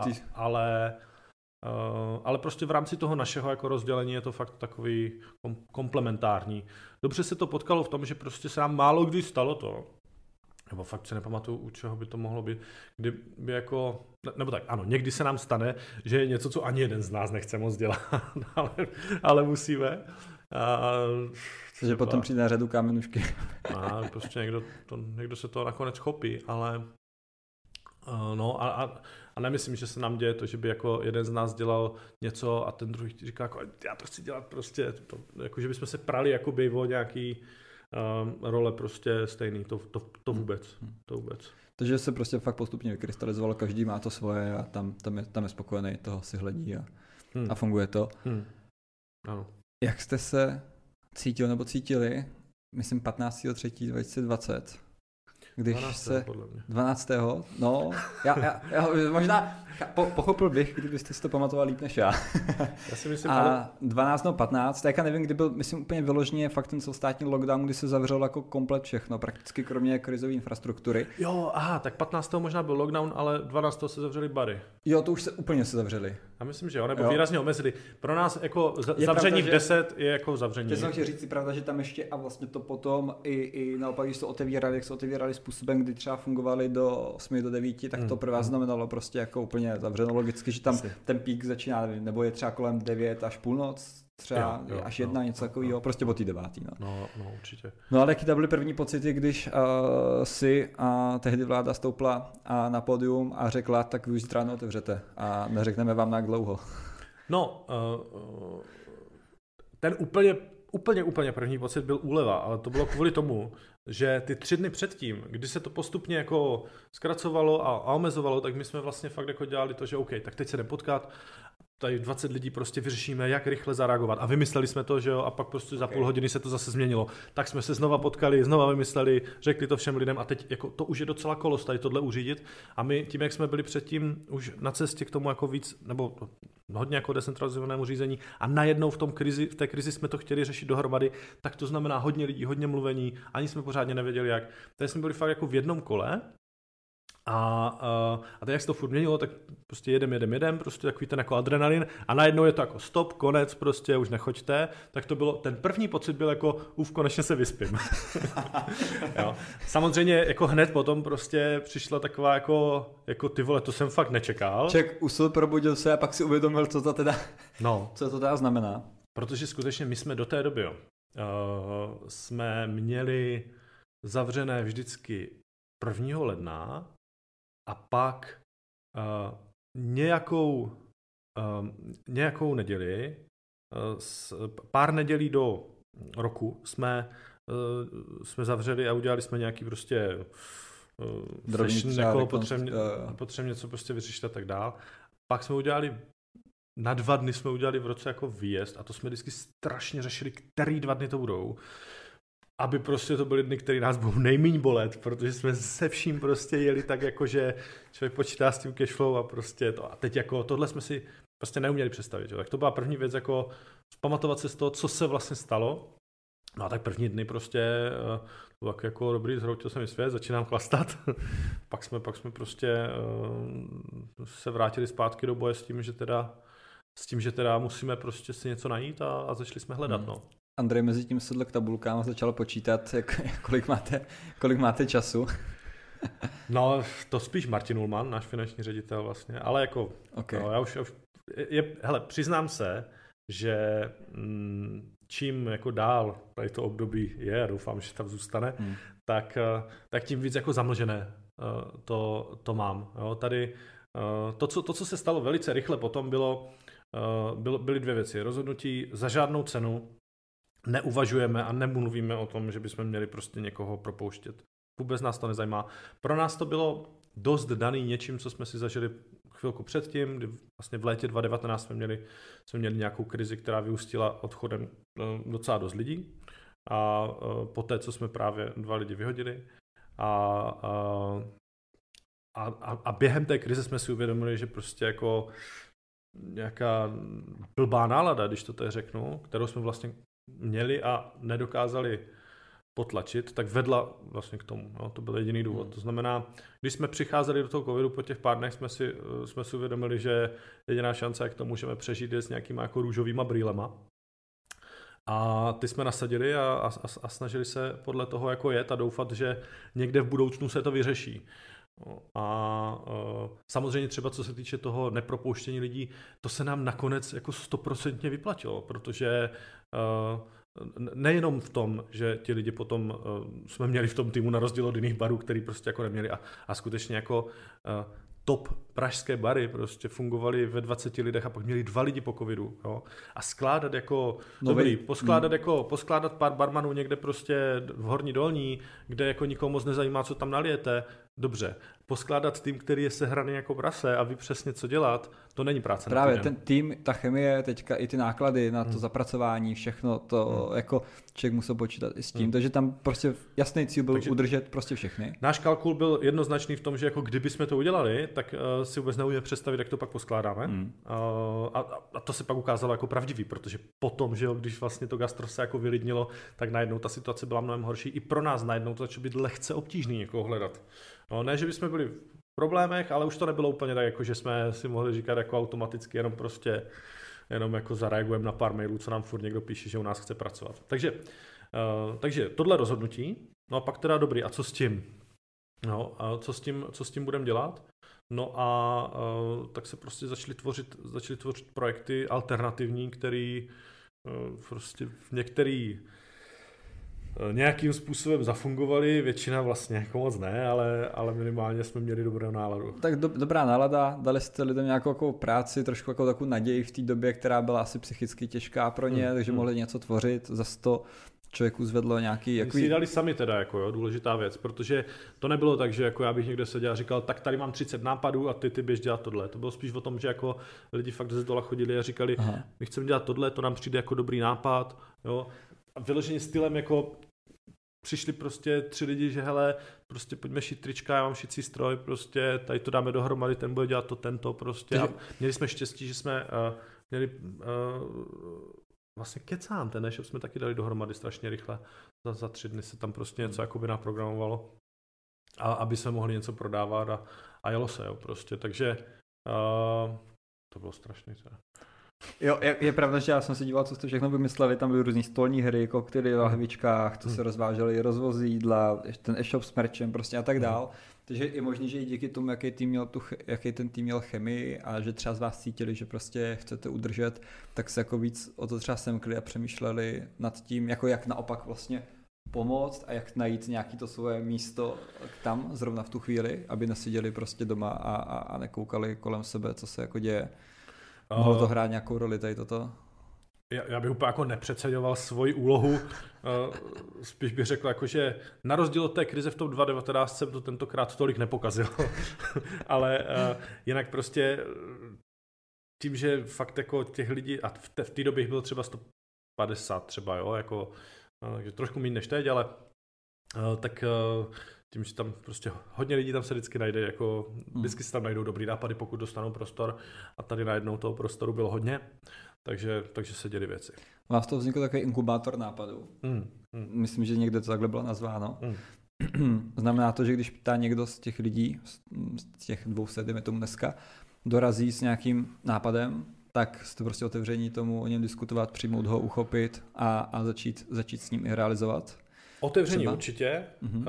ale prostě v rámci toho našeho jako rozdělení je to fakt takový komplementární. Dobře se to potkalo v tom, že prostě se nám málo kdy stalo to, nebo fakt si nepamatuju, u čeho by to mohlo být, kdyby jako, nebo tak, ano, někdy se nám stane, že je něco, co ani jeden z nás nechce moc dělat, ale musíme. Takže potom přijde na řadu kámenušky. A prostě někdo se to nakonec chopí, ale no a nemyslím, že se nám děje to, že by jako jeden z nás dělal něco a ten druhý říká, jako, já to chci dělat prostě, jako že bychom se prali jakoby o nějaký role prostě stejný, to vůbec. Takže se prostě fakt postupně vykrystalizovalo, každý má to svoje a tam je spokojený, toho si hledí a funguje to. Ano. Jak jste se cítil nebo cítili, myslím 15.3.2020, když 12. se... podle mě. 12. No, já možná pochopil bych, kdybyste si to pamatoval líp než já. Já si myslím, a 12. 15. Tak já nevím, kdy byl, myslím úplně vyloženě fakt ten celostátní lockdown, kdy se zavřelo jako komplet všechno, prakticky kromě krizové infrastruktury. Jo, aha, tak 15. možná byl lockdown, ale 12. se zavřeli bary. Jo, to už se úplně zavřeli. Já myslím, že jo, nebo výrazně omezili. Pro nás jako zavření pravda, v 10 je jako zavření. Teď jsem chtěl říct si pravda, že tam ještě a vlastně to potom i naopak, když se otevírali, jak se otevírali způsobem, kdy třeba fungovali do 8 do 9, tak to pro vás znamenalo prostě jako úplně zavřeno logicky, že tam ten pík začíná, nebo je třeba kolem 9 až půlnoc, třeba až 1, něco takového, prostě po té 9. No, určitě. No ale jaký to byly první pocity, když si a tehdy vláda stoupla na pódium a řekla, tak vy už zítra neotevřete a neřekneme vám na jak dlouho. No, ten úplně první pocit byl úleva, ale to bylo kvůli tomu, že ty 3 dny předtím, kdy se to postupně jako zkracovalo a omezovalo, tak my jsme vlastně fakt jako dělali to, že OK, tak teď se jdem potkat, tady 20 lidí prostě vyřešíme, jak rychle zareagovat. A vymysleli jsme to, že jo, a pak prostě za půl hodiny se to zase změnilo. Tak jsme se znova potkali, znova vymysleli, řekli to všem lidem a teď jako to už je docela kolos tady tohle uřídit. A my tím, jak jsme byli předtím už na cestě k tomu jako víc, nebo hodně jako decentralizovanému řízení a najednou v té krizi jsme to chtěli řešit dohromady, tak to znamená hodně lidí, hodně mluvení, ani jsme pořádně nevěděli jak. Tady jsme byli fakt jako v jednom kole. A teď jak se to furt měnilo, tak prostě jedem, prostě takový ten jako adrenalin a najednou je to jako stop, konec, prostě už nechoďte, tak to bylo, ten první pocit byl jako konečně se vyspím. Jo. Samozřejmě jako hned potom prostě přišla taková jako ty vole, to jsem fakt nečekal. Člověk usil, probudil se a pak si uvědomil, co to teda znamená. Protože skutečně my jsme do té doby, jsme měli zavřené vždycky 1. ledna a pak nějakou neděli, pár nedělí do roku jsme zavřeli a udělali jsme nějaký prostě potřebně něco prostě vyřešit a tak dál. Pak jsme udělali na 2 dny jsme udělali v roce jako výjezd a to jsme vždycky strašně řešili, který 2 dny to budou. Aby prostě to byly dny, které nás budou nejméně bolet, protože jsme se vším prostě jeli tak jako, že člověk počítá s tím cashflow a prostě to. A teď jako tohle jsme si prostě neuměli představit. Jo. Tak to byla první věc, jako pamatovat se z toho, co se vlastně stalo. No a tak první dny prostě tak jako dobrý, zhroutil jsem mi svět, začínám chlastat. pak jsme prostě se vrátili zpátky do boje s tím, že teda musíme prostě si něco najít a začali jsme hledat. No. Andrej mezi tím sedl k tabulkám a začal počítat, kolik máte času. No, to spíš Martin Ullmann, náš finanční ředitel vlastně, ale jako, okay. No, já už hele, přiznám se, že čím jako dál tady to období je, a doufám, že tam zůstane, tak tím víc jako zamlžené to mám. Jo, tady to, co se stalo velice rychle potom, byly 2 věci. Rozhodnutí za žádnou cenu neuvažujeme a nemluvíme o tom, že bychom měli prostě někoho propouštět. Vůbec nás to nezajímá. Pro nás to bylo dost daný něčím, co jsme si zažili chvilku předtím, kdy vlastně v létě 2019 jsme měli nějakou krizi, která vyústila odchodem docela dost lidí. A poté, co jsme právě 2 lidi vyhodili. A během té krize jsme si uvědomili, že prostě jako nějaká blbá nálada, když to tady řeknu, kterou jsme vlastně měli a nedokázali potlačit, tak vedla vlastně k tomu. No, to byl jediný důvod. To znamená, když jsme přicházeli do toho covidu po těch pár dnech, jsme si uvědomili, že jediná šance, jak to můžeme přežít, je s nějakýma jako růžovýma brýlema. A ty jsme nasadili a snažili se podle toho jako jet a doufat, že někde v budoucnu se to vyřeší. A samozřejmě třeba co se týče toho nepropouštění lidí, to se nám nakonec jako 100% vyplatilo, protože nejenom v tom, že ti lidi potom jsme měli v tom týmu na rozdíl od jiných barů, který prostě jako neměli a skutečně jako top pražské bary prostě fungovaly ve 20 lidech a pak měli 2 lidi po covidu, jo? A skládat jako poskládat pár barmanů někde prostě v Horní Dolní, kde jako nikomu moc nezajímá, co tam nalijete, dobře. Poskládat tým, který je sehraný jako prase a ví přesně, co dělat, to není práce. Právě ten tým, ta chemie, teďka i ty náklady na to zapracování, všechno to jako člověk musel počítat i s tím, takže tam prostě jasný cíl byl udržet prostě všechny. Náš kalkul byl jednoznačný v tom, že jako kdyby jsme to udělali, tak si vůbec neumíme představit, jak to pak poskládáme. A to se pak ukázalo jako pravdivý, protože potom, že jo, když vlastně to gastro se jako vylidnilo, tak najednou ta situace byla mnohem horší. I pro nás najednou to začalo být lehce obtížný někoho hledat. No, ne, že bychom byli v problémech, ale už to nebylo úplně tak, jako že jsme si mohli říkat jako automaticky, jenom jako zareagujeme na pár mailů, co nám furt někdo píše, že u nás chce pracovat. Takže tohle rozhodnutí, no a pak teda dobrý, a co s tím? No, a co s tím budeme dělat? No a tak se prostě začaly tvořit projekty alternativní, které prostě v některý nějakým způsobem zafungovaly, většina vlastně jako moc ne, ale minimálně jsme měli dobrou náladu. Tak dobrá nálada, dali jste lidem nějakou jako práci, trošku jako takovou naději v té době, která byla asi psychicky těžká pro ně, takže mohli něco tvořit, zase to člověku zvedlo nějaký... My si ji dali sami teda, jako jo, důležitá věc, protože to nebylo tak, že jako já bych někde seděl a říkal, tak tady mám 30 nápadů a ty běž dělat tohle. To bylo spíš o tom, že jako lidi fakt ze zdola chodili a říkali, my chceme dělat tohle, to nám přijde jako dobrý nápad, jo. A vyloženě stylem jako přišli prostě 3 lidi, že hele, prostě pojďme šít trička, já mám šicí stroj, prostě tady to dáme dohromady, ten bude dělat to, tento prostě. A měli jsme štěstí, že jsme měli vlastně kecám, ten e-shop jsme taky dali dohromady strašně rychle. Za 3 dny se tam prostě něco jakoby naprogramovalo, a aby jsme mohli něco prodávat a jelo se, jo, prostě. Takže to bylo strašný. Jo, je pravda, že já jsem se díval, co jste všechno vymysleli, tam byly různý stolní hry, koktejly v lahvičkách, co se rozvážely, rozvozy jídla, ten e-shop s merchem prostě a tak dál. Takže je možný, že i díky tomu, jaký ten tým měl chemii a že třeba z vás cítili, že prostě chcete udržet, tak se jako víc o to třeba semkli a přemýšleli nad tím, jako jak naopak vlastně pomoct a jak najít nějaký to svoje místo tam zrovna v tu chvíli, aby neseděli prostě doma a nekoukali kolem sebe, co se jako děje. Mohlo to hrát nějakou roli tady toto? Já bych úplně jako nepřeceňoval svoji úlohu, spíš bych řekl, jako, že na rozdíl od té krize v tom 2019 jsem to tentokrát tolik nepokazil, ale jinak prostě tím, že fakt jako těch lidí, a v té době bylo třeba 150 třeba, jo, jako, takže trošku méně než teď, ale tak tím, že tam prostě hodně lidí tam se vždycky najde, jako vždycky se tam najdou dobrý nápady, pokud dostanou prostor, a tady najednou toho prostoru bylo hodně, takže se děly věci. U vás to vznikl takový inkubátor nápadů. Myslím, že někde to takhle bylo nazváno. Znamená to, že když ptá někdo z těch lidí, z těch 200, dejme tomu dneska, dorazí s nějakým nápadem, tak jste prostě otevření tomu o něm diskutovat, přijmout ho, uchopit a začít s ním i realizovat? Otevření třeba? Určitě.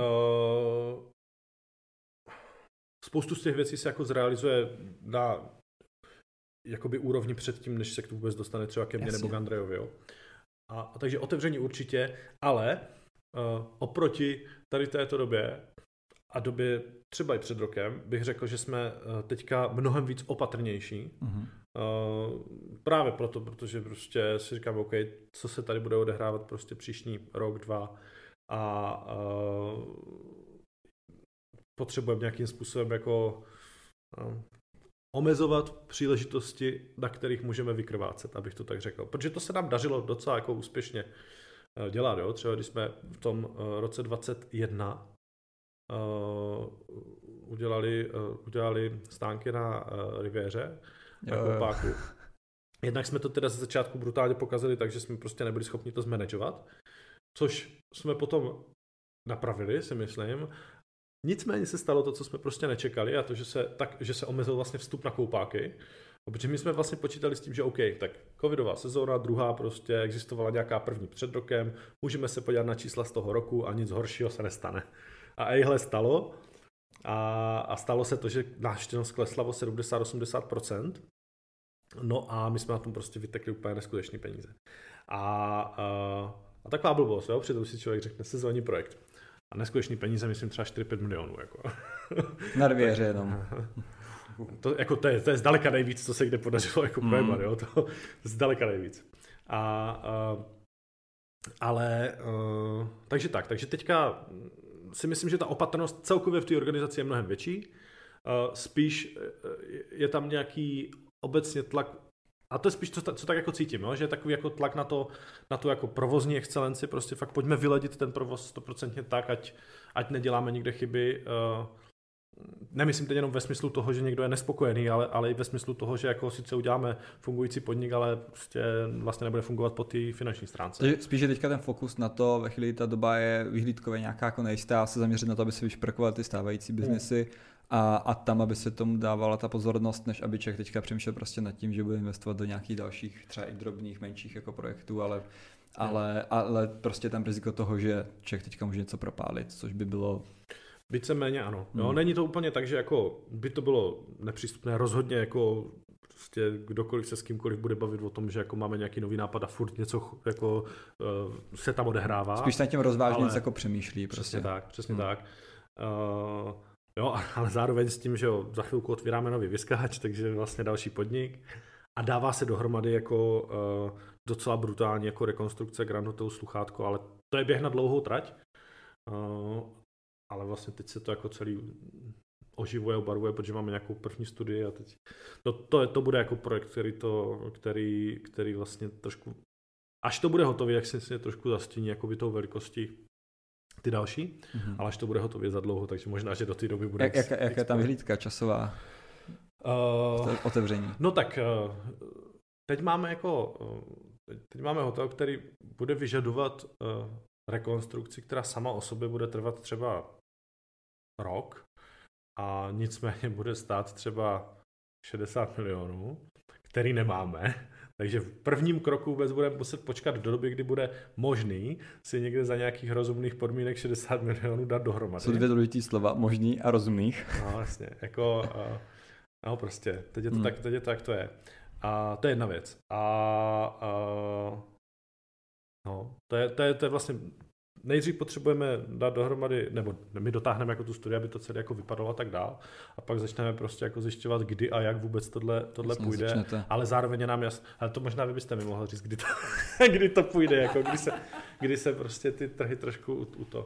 Spoustu z těch věcí se jako zrealizuje na jakoby úrovni předtím, než se k tomu vůbec dostane třeba ke mně nebo k Andrejovi. Jo. A takže otevření určitě, ale oproti tady této době a době třeba i před rokem bych řekl, že jsme teďka mnohem víc opatrnější. Právě proto, protože prostě si říkám, OK, co se tady bude odehrávat prostě příští rok, 2 a potřebujeme nějakým způsobem jako omezovat příležitosti, na kterých můžeme vykrvácet, abych to tak řekl. Protože to se nám dařilo docela jako úspěšně dělat. Jo? Třeba když jsme v tom roce 2021 udělali stánky na Riviéře, na Koupáku. Jednak jsme to teda ze začátku brutálně pokazili, takže jsme prostě nebyli schopni to zmanagovat, což jsme potom napravili, si myslím. Nicméně se stalo to, co jsme prostě nečekali, a to, že se omezil vlastně vstup na Koupáky. Protože my jsme vlastně počítali s tím, že OK, tak covidová sezóna, druhá prostě existovala nějaká první před rokem, můžeme se podívat na čísla z toho roku a nic horšího se nestane. A ejhle stalo. A stalo se to, že návštěvnost klesla o 70-80%. No a my jsme na tom prostě vytekli úplně neskutečný peníze. A taková blbost, jo? Přitom si člověk řekne sezónní projekt. A neskutečný peníze, myslím třeba 4-5 milionů. Jako. Na Riviéře jenom. To je zdaleka nejvíc, co se kde podařilo jako projebat, jo? To zdaleka nejvíc. Takže teďka si myslím, že ta opatrnost celkově v té organizaci je mnohem větší. Spíš je tam nějaký obecně tlak, a to je spíš, co tak jako cítím, jo? Že je takový jako tlak na to jako provozní excelenci, prostě fakt pojďme vyladit ten provoz 100% tak, ať neděláme nikde chyby. Nemyslím teď jenom ve smyslu toho, že někdo je nespokojený, ale i ve smyslu toho, že jako sice uděláme fungující podnik, ale prostě vlastně nebude fungovat po té finanční stránce. Takže spíš je teďka ten fokus na to, ve chvíli ta doba je vyhlídkově nějaká jako nejistá, se zaměřit na to, aby se vyšperkovaly ty stávající biznesy a tam, aby se tomu dávala ta pozornost, než aby člověk teďka přemýšlel prostě nad tím, že bude investovat do nějakých dalších, třeba i drobných, menších jako projektů, ale prostě tam riziko toho, že člověk teďka může něco propálit, což by bylo... Víceméně ano. No, není to úplně tak, že jako by to bylo nepřístupné, rozhodně jako prostě kdokoliv se s kýmkoliv bude bavit o tom, že jako máme nějaký nový nápad a furt něco jako se tam odehrává. Spíš na tím rozvážně něco jako přemýšlí. Prostě. Přesně tak. Jo, ale zároveň s tím, že jo, za chvilku otvíráme nový Viskáč, takže vlastně další podnik a dává se dohromady jako docela brutální jako rekonstrukce Grand Hotelu Sluchátko, ale to je běh na dlouhou trať. Ale vlastně teď se to jako celý oživuje, obarvuje, protože máme nějakou první studii a teď to bude jako projekt, který vlastně trošku, až to bude hotový, jak se trošku zastíní jakoby tou velikostí ty další, ale až to bude hotově za dlouho, takže možná, že do té doby bude... Jak je tam vyhlídka časová otevření? No tak, teď máme hotel, který bude vyžadovat rekonstrukci, která sama o sobě bude trvat třeba rok a nicméně bude stát třeba 60 milionů, který nemáme. Takže v prvním kroku vůbec budeme muset počkat do doby, kdy bude možný si někde za nějakých rozumných podmínek 60 milionů dát dohromady. Jsou dvě důležitý slova, možný a rozumných. No vlastně, jako, no prostě, teď je to tak, jak to je. A to je jedna věc. No, to je vlastně, nejdřív potřebujeme dát dohromady, nebo my dotáhneme jako tu studii, aby to celé jako vypadalo a tak dál, a pak začneme prostě jako zjišťovat, kdy a jak vůbec tohle půjde, začnete. Ale zároveň je nám jasné, ale to možná vy byste mi mohli říct, kdy to půjde, jako kdy se prostě ty trhy trošku u to.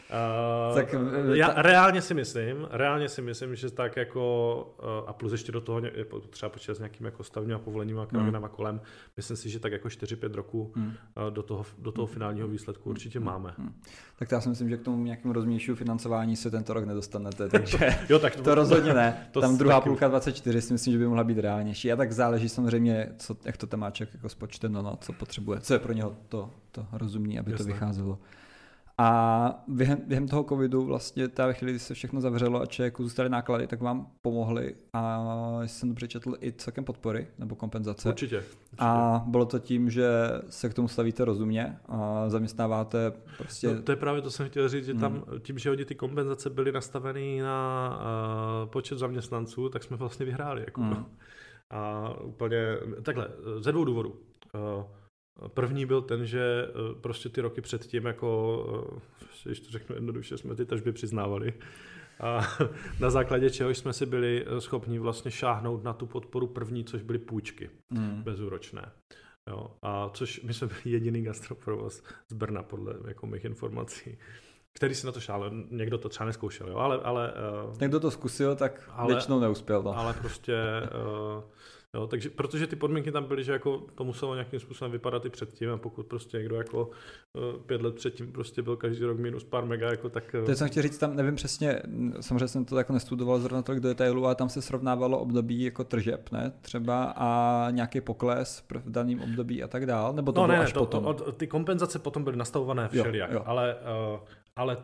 Já reálně si myslím, že tak jako a plus ještě do toho třeba počítat s nějakým jako stavním a povolením a kravinama kolem, myslím si, že tak jako 4-5 roků do toho finálního výsledku určitě máme. Tak já si myslím, že k tomu nějakému rozumnějšímu financování se tento rok nedostanete, takže jo, tak to rozhodně ne. Tam druhá půlka 24 si myslím, že by mohla být reálnější. A tak záleží samozřejmě, jak to temáček jako spočteno, co potřebuje, co je pro něho to rozumný, aby to vycházelo. A během toho covidu vlastně ve chvíli, kdy se všechno zavřelo a člověku zůstaly náklady, tak vám pomohli a jsem dobře četl i celkem podpory nebo kompenzace. Určitě. A bylo to tím, že se k tomu stavíte rozumně a zaměstnáváte prostě... No, to je právě to, jsem chtěl říct, že tam tím, že oni ty kompenzace byly nastaveny na počet zaměstnanců, tak jsme vlastně vyhráli. Jako. A úplně takhle, ze dvou důvodů. První byl ten, že prostě ty roky předtím, jako, když to řeknu jednoduše, jsme ty tržby přiznávali. A na základě čehož jsme si byli schopni vlastně šáhnout na tu podporu první, což byly půjčky bezúročné. Jo, a což my jsme byli jediný gastroprovoz z Brna, podle jako mých informací. který si na to šál, někdo to třeba neskoušel, jo, ale někdo to zkusil, tak většinou neuspěl. No. Ale prostě, jo, takže, protože ty podmínky tam byly, že jako to muselo nějakým způsobem vypadat i předtím a pokud prostě někdo jako 5 let předtím prostě byl každý rok minus pár mega, jako tak... To jsem chtěl říct, tam nevím přesně, samozřejmě jsem to jako nestudoval zrovna tolik do detailů, ale tam se srovnávalo období jako tržeb, ne? Třeba a nějaký pokles v daném období a tak dál, nebo to bylo až potom? Ty kompenzace potom byly nastavované všelijak, ale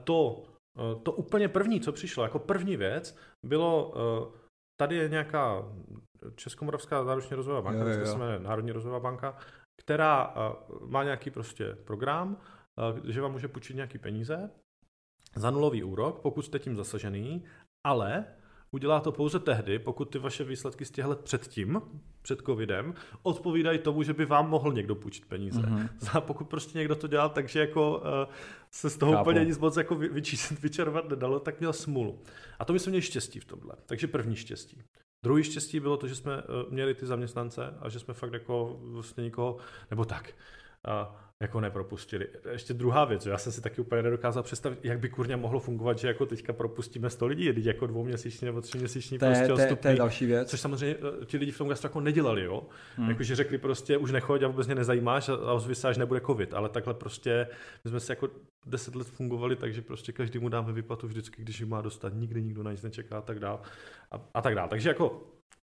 to úplně první, co přišlo, jako první věc, bylo, tady je nějaká Českomoravská záruční rozvojová banka, to se jmenuje Národní rozvojová banka, která má nějaký prostě program, že vám může půjčit nějaký peníze za nulový úrok, pokud jste tím zasažený, ale udělá to pouze tehdy, pokud ty vaše výsledky z těch let předtím, před covidem, odpovídají tomu, že by vám mohl někdo půjčit peníze. Mm-hmm. Pokud prostě někdo to dělal, takže jako se z toho úplně nic moc jako vyčervat nedalo, tak měl smůlu. A to my jsme měli štěstí v tomhle. Takže první štěstí. Druhý štěstí bylo to, že jsme měli ty zaměstnance a že jsme fakt jako vlastně nikoho, nebo tak, jako nepropustili. Ještě druhá věc, já jsem si taky úplně nedokázal představit, jak by kurňa mohlo fungovat, že jako teďka propustíme 100 lidí, teď jako 2měsíční nebo 3měsíční prostě odstupný. To je další věc. Což samozřejmě ti lidi v tom gastru jako nedělali, jo. Jakože řekli prostě už nechoď a vůbec mě nezajímáš a ozvi se, až nebude covid, ale takhle prostě my jsme si jako 10 let fungovali, takže prostě každému dáme výplatu vždycky, když ji má dostat, nikdy nikdo na nic nečeká a tak dál. A tak dál. Takže jako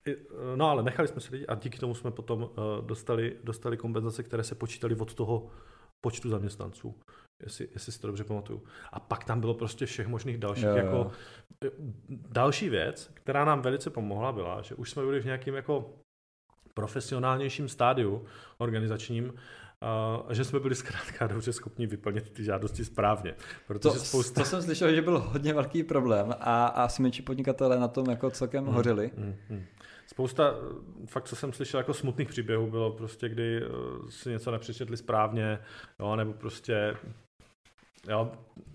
no ale nechali jsme si lidi a díky tomu jsme potom dostali kompenzace, které se počítaly od toho počtu zaměstnanců, jestli si to dobře pamatuju. A pak tam bylo prostě všech možných dalších. Jako další věc, která nám velice pomohla, byla, že už jsme byli v nějakým jako profesionálnějším stádiu organizačním, že jsme byli zkrátka dobře schopni vyplnit ty žádosti správně. Protože to jsem slyšel, že byl hodně velký problém a smyčí podnikatelé na tom jako celkem hořili. Spousta, fakt co jsem slyšel jako smutných příběhů bylo prostě, kdy si něco nepřečetli správně, jo, nebo prostě, jo,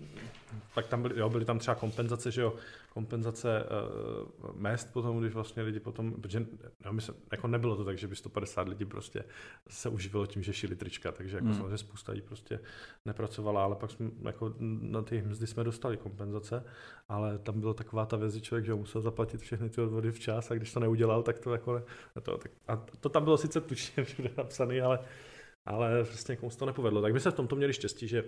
tak tam byly tam třeba kompenzace, že jo, kompenzace mest potom, když vlastně lidi potom, protože jako nebylo to tak, že by 150 lidí prostě se uživilo tím, že šili trička, takže jako samozřejmě spousta lidí prostě nepracovala, ale pak jsme jako na ty mzdy jsme dostali kompenzace, ale tam bylo taková ta věc, že člověk, že musel zaplatit všechny ty odvody včas a když to neudělal, tak to jako a to tam bylo sice tučně všude napsaný, ale prostě někomu se to nepovedlo. Tak my se v tomto měli štěstí, že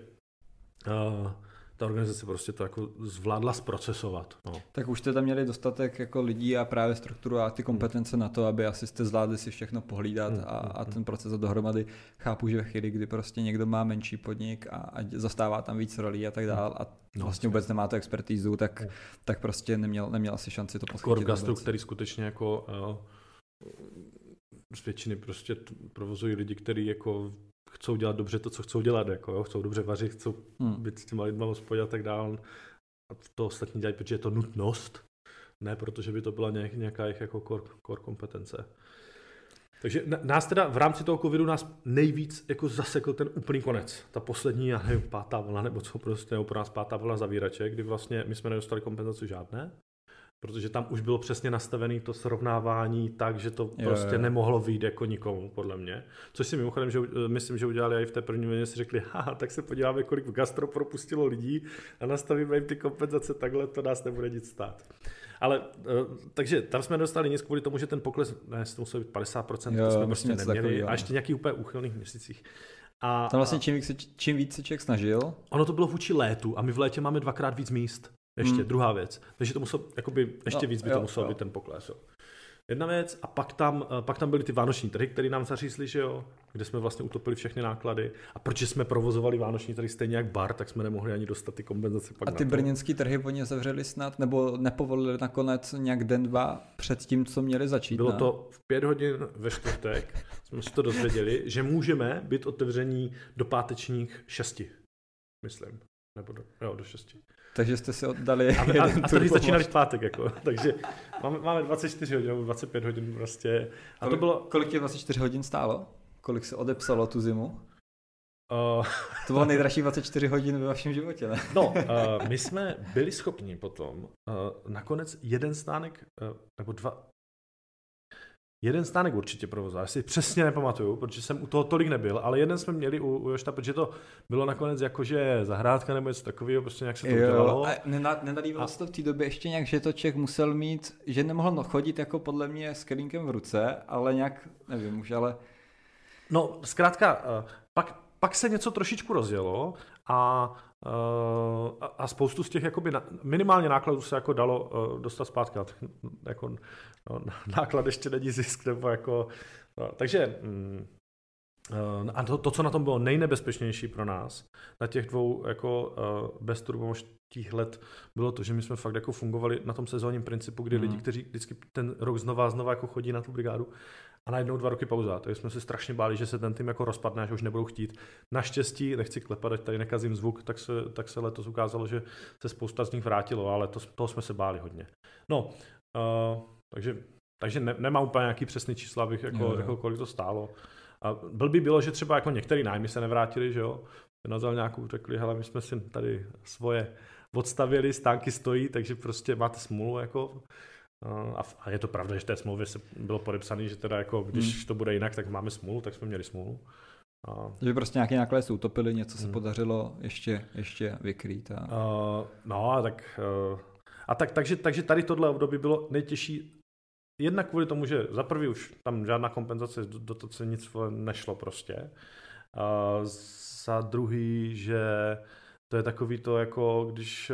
ta organizace prostě to jako zvládla zprocesovat. No. Tak už jste tam měli dostatek jako lidí a právě strukturu a ty kompetence na to, aby asi jste zvládli si všechno pohlídat a ten proces dohromady. Chápu, že ve chvíli, kdy prostě někdo má menší podnik a zastává tam víc rolí a tak dál a vlastně vůbec nemá tu expertízu, tak prostě neměl asi šanci to podchytit. V gastru, který skutečně jako z většiny prostě provozují lidi, kteří jako chcou dělat dobře to, co chcou dělat, jako, jo? Chcou dobře vařit, chcou být s těma lidma hospodě a tak dál. A to ostatní dělají, protože je to nutnost, ne protože by to byla nějaká jejich jako core kompetence. Takže nás teda v rámci toho covidu nás nejvíc jako zasekl ten úplný konec. Ta poslední, já nevím, 5. vlna, nebo co prostě, nebo pro nás 5. vlna zavírače, kdy vlastně my jsme nedostali kompenzaci žádné, protože tam už bylo přesně nastavené to srovnávání tak, že to prostě nemohlo vyjít jako nikomu, podle mě. Což si mimochodem, že myslím, že udělali i v té první vlně, si řekli, tak se podíváme, kolik v gastro propustilo lidí a nastavíme jim ty kompenzace takhle, to nás nebude nic stát. Ale, takže tam jsme dostali nic kvůli tomu, že ten pokles, to muselo být 50%, to jsme prostě neměli, takový, a ještě nějaký úplně úchylných měsících. A tam vlastně čím víc se člověk snažil. Ono to bylo vůči létu a my v létě máme 2x víc míst. Ještě druhá věc. Takže to muselo, jakoby, ještě víc by to muselo být ten pokles. Jo. Jedna věc a pak tam byly ty vánoční trhy, které nám zařízli, že jo, kde jsme vlastně utopili všechny náklady a protože jsme provozovali vánoční trhy stejně jak bar, tak jsme nemohli ani dostat ty kompenzace. Pak a ty brněnský trhy oni zavřeli snad, nebo nepovolili nakonec nějak den, dva před tím, co měli začít? Bylo to v 5 hodin ve čtvrtek, jsme si to dozvěděli, že můžeme být otevření do pátečních 6, myslím. Nebo do 6. Takže jste si oddali jeden a tady začínali v pátek, jako. Takže máme 24 hodin, 25 hodin prostě. A to bylo... Kolik tě 24 hodin stálo? Kolik se odepsalo tu zimu? To bylo nejdražší 24 hodin ve vašem životě, ne? No, my jsme byli schopni potom nakonec jeden stánek, nebo 2, jeden stánek určitě provozoval, já si přesně nepamatuju, protože jsem u toho tolik nebyl, ale jeden jsme měli u Jošta, protože to bylo nakonec jakože zahrádka nebo něco takového, prostě nějak se to udělalo. A nenadývalo se to v té době ještě nějak, že to člověk musel mít, že nemohl chodit jako podle mě s kelímkem v ruce, ale nějak, nevím už, ale... No, zkrátka, pak se něco trošičku rozjelo a spoustu z těch jakoby minimálně nákladů se jako dalo dostat zpátky. Jako, náklad ještě není zisk, nebo jako... takže a to, co na tom bylo nejnebezpečnější pro nás, na těch dvou jako bezturbomořských let, bylo to, že my jsme fakt jako fungovali na tom sezónním principu, kdy lidi, kteří vždycky ten rok znova jako chodí na tu brigádu, a najednou 2 roky pauza. Takže jsme se strašně báli, že se ten tým jako rozpadne, až už nebudou chtít. Naštěstí, nechci klepat, ať tady nekazím zvuk, tak se letos ukázalo, že se spousta z nich vrátilo, ale toho jsme se báli hodně. No, takže nemám úplně nějaký přesný čísla, abych jako kolik to stálo. A blbý bylo, že třeba jako některý nájmy se nevrátili, že jo. Na Zelňáku řekli, hele, my jsme si tady svoje odstavili, stánky stojí, takže prostě máte smůlu jako. A je to pravda, že v té smlouvě se bylo podepsané, že teda jako když to bude jinak, tak máme smůlu, tak jsme měli smůlu. Takže prostě nějaké náklady se utopily, něco se podařilo ještě vykrýt. Takže tady tohle období bylo nejtěžší. Jednak kvůli tomu, že za prvý už tam žádná kompenzace, dotace nic nešlo prostě. Za druhý, že to je takový to, jako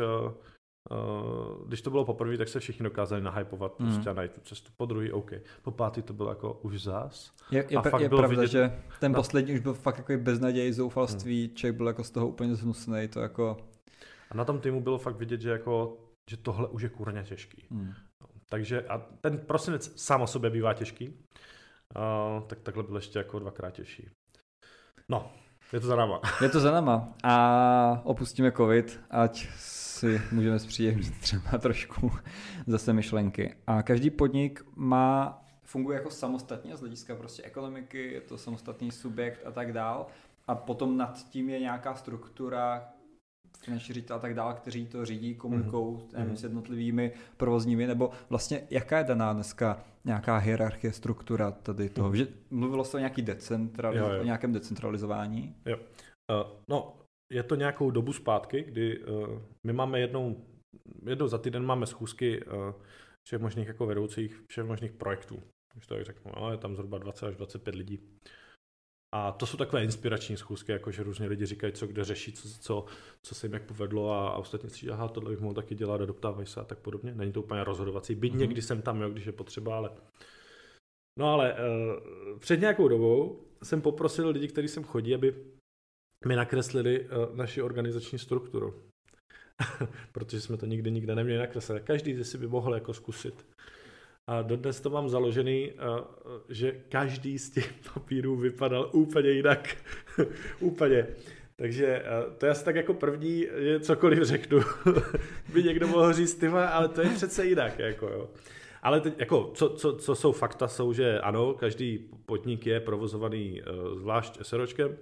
když to bylo poprvé, tak se všichni dokázali nahypovat prostě a najít tu cestu. Po druhý, OK. Po pátý to bylo jako už zás. Je pravda, vidět, že ten poslední už byl fakt jako beznaděj, zoufalství, člověk byl jako z toho úplně zhnusnej, to jako... A na tom týmu bylo fakt vidět, že tohle už je kurně těžký. Takže a ten prosinec sám o sobě bývá těžký, tak takhle byl ještě jako 2krát těžší. No, je to za náma. Je to za náma a opustíme covid, ať si můžeme zpříjemnit třeba trošku zase myšlenky. A každý podnik funguje jako samostatně z hlediska prostě ekonomiky, je to samostatný subjekt a tak dál. A potom nad tím je nějaká struktura, finanční ředitel a tak dále, kteří to řídí, komunikují s jednotlivými provozními, nebo vlastně jaká je daná dneska nějaká hierarchie, struktura tady toho? Že mluvilo se o o nějakém decentralizování? Jo. No, je to nějakou dobu zpátky, kdy my máme jednou za týden máme schůzky všech možných jako vedoucích, všech možných projektů. Když to tak řeknu, je tam zhruba 20 až 25 lidí. A to jsou takové inspirační schůzky, jako že různě lidi říkají, co kde řeší, co se jim jak povedlo a ostatní si říkají, tohle bych mohl taky dělat a doptávají se a tak podobně. Není to úplně rozhodovací, byť někdy jsem tam, když je potřeba, ale... No ale před nějakou dobou jsem poprosil lidi, kteří sem chodí, aby mi nakreslili naši organizační strukturu. Protože jsme to nikde neměli nakreslit. Každý si by mohl jako zkusit. A dodnes to mám založený, že každý z těch papírů vypadal úplně jinak. Úplně. Takže to je asi tak jako první, je cokoliv řeknu. By někdo mohl říct, ale to je přece jinak. Jako, jo. Ale teď, jako, co jsou fakta, jsou, že ano, každý podnik je provozovaný zvlášť SROčkem.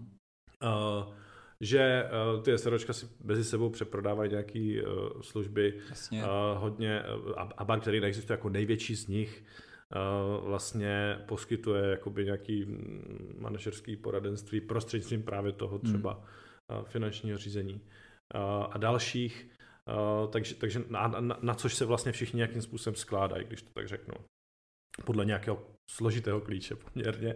Že ty SROčka si mezi sebou přeprodávají nějaké služby, hodně, a bar, který neexistuje jako největší z nich, vlastně poskytuje jakoby nějaký manažerský poradenství prostřednictvím právě toho třeba finančního řízení a dalších, takže na což se vlastně všichni nějakým způsobem skládají, když to tak řeknu, podle nějakého složitého klíče poměrně.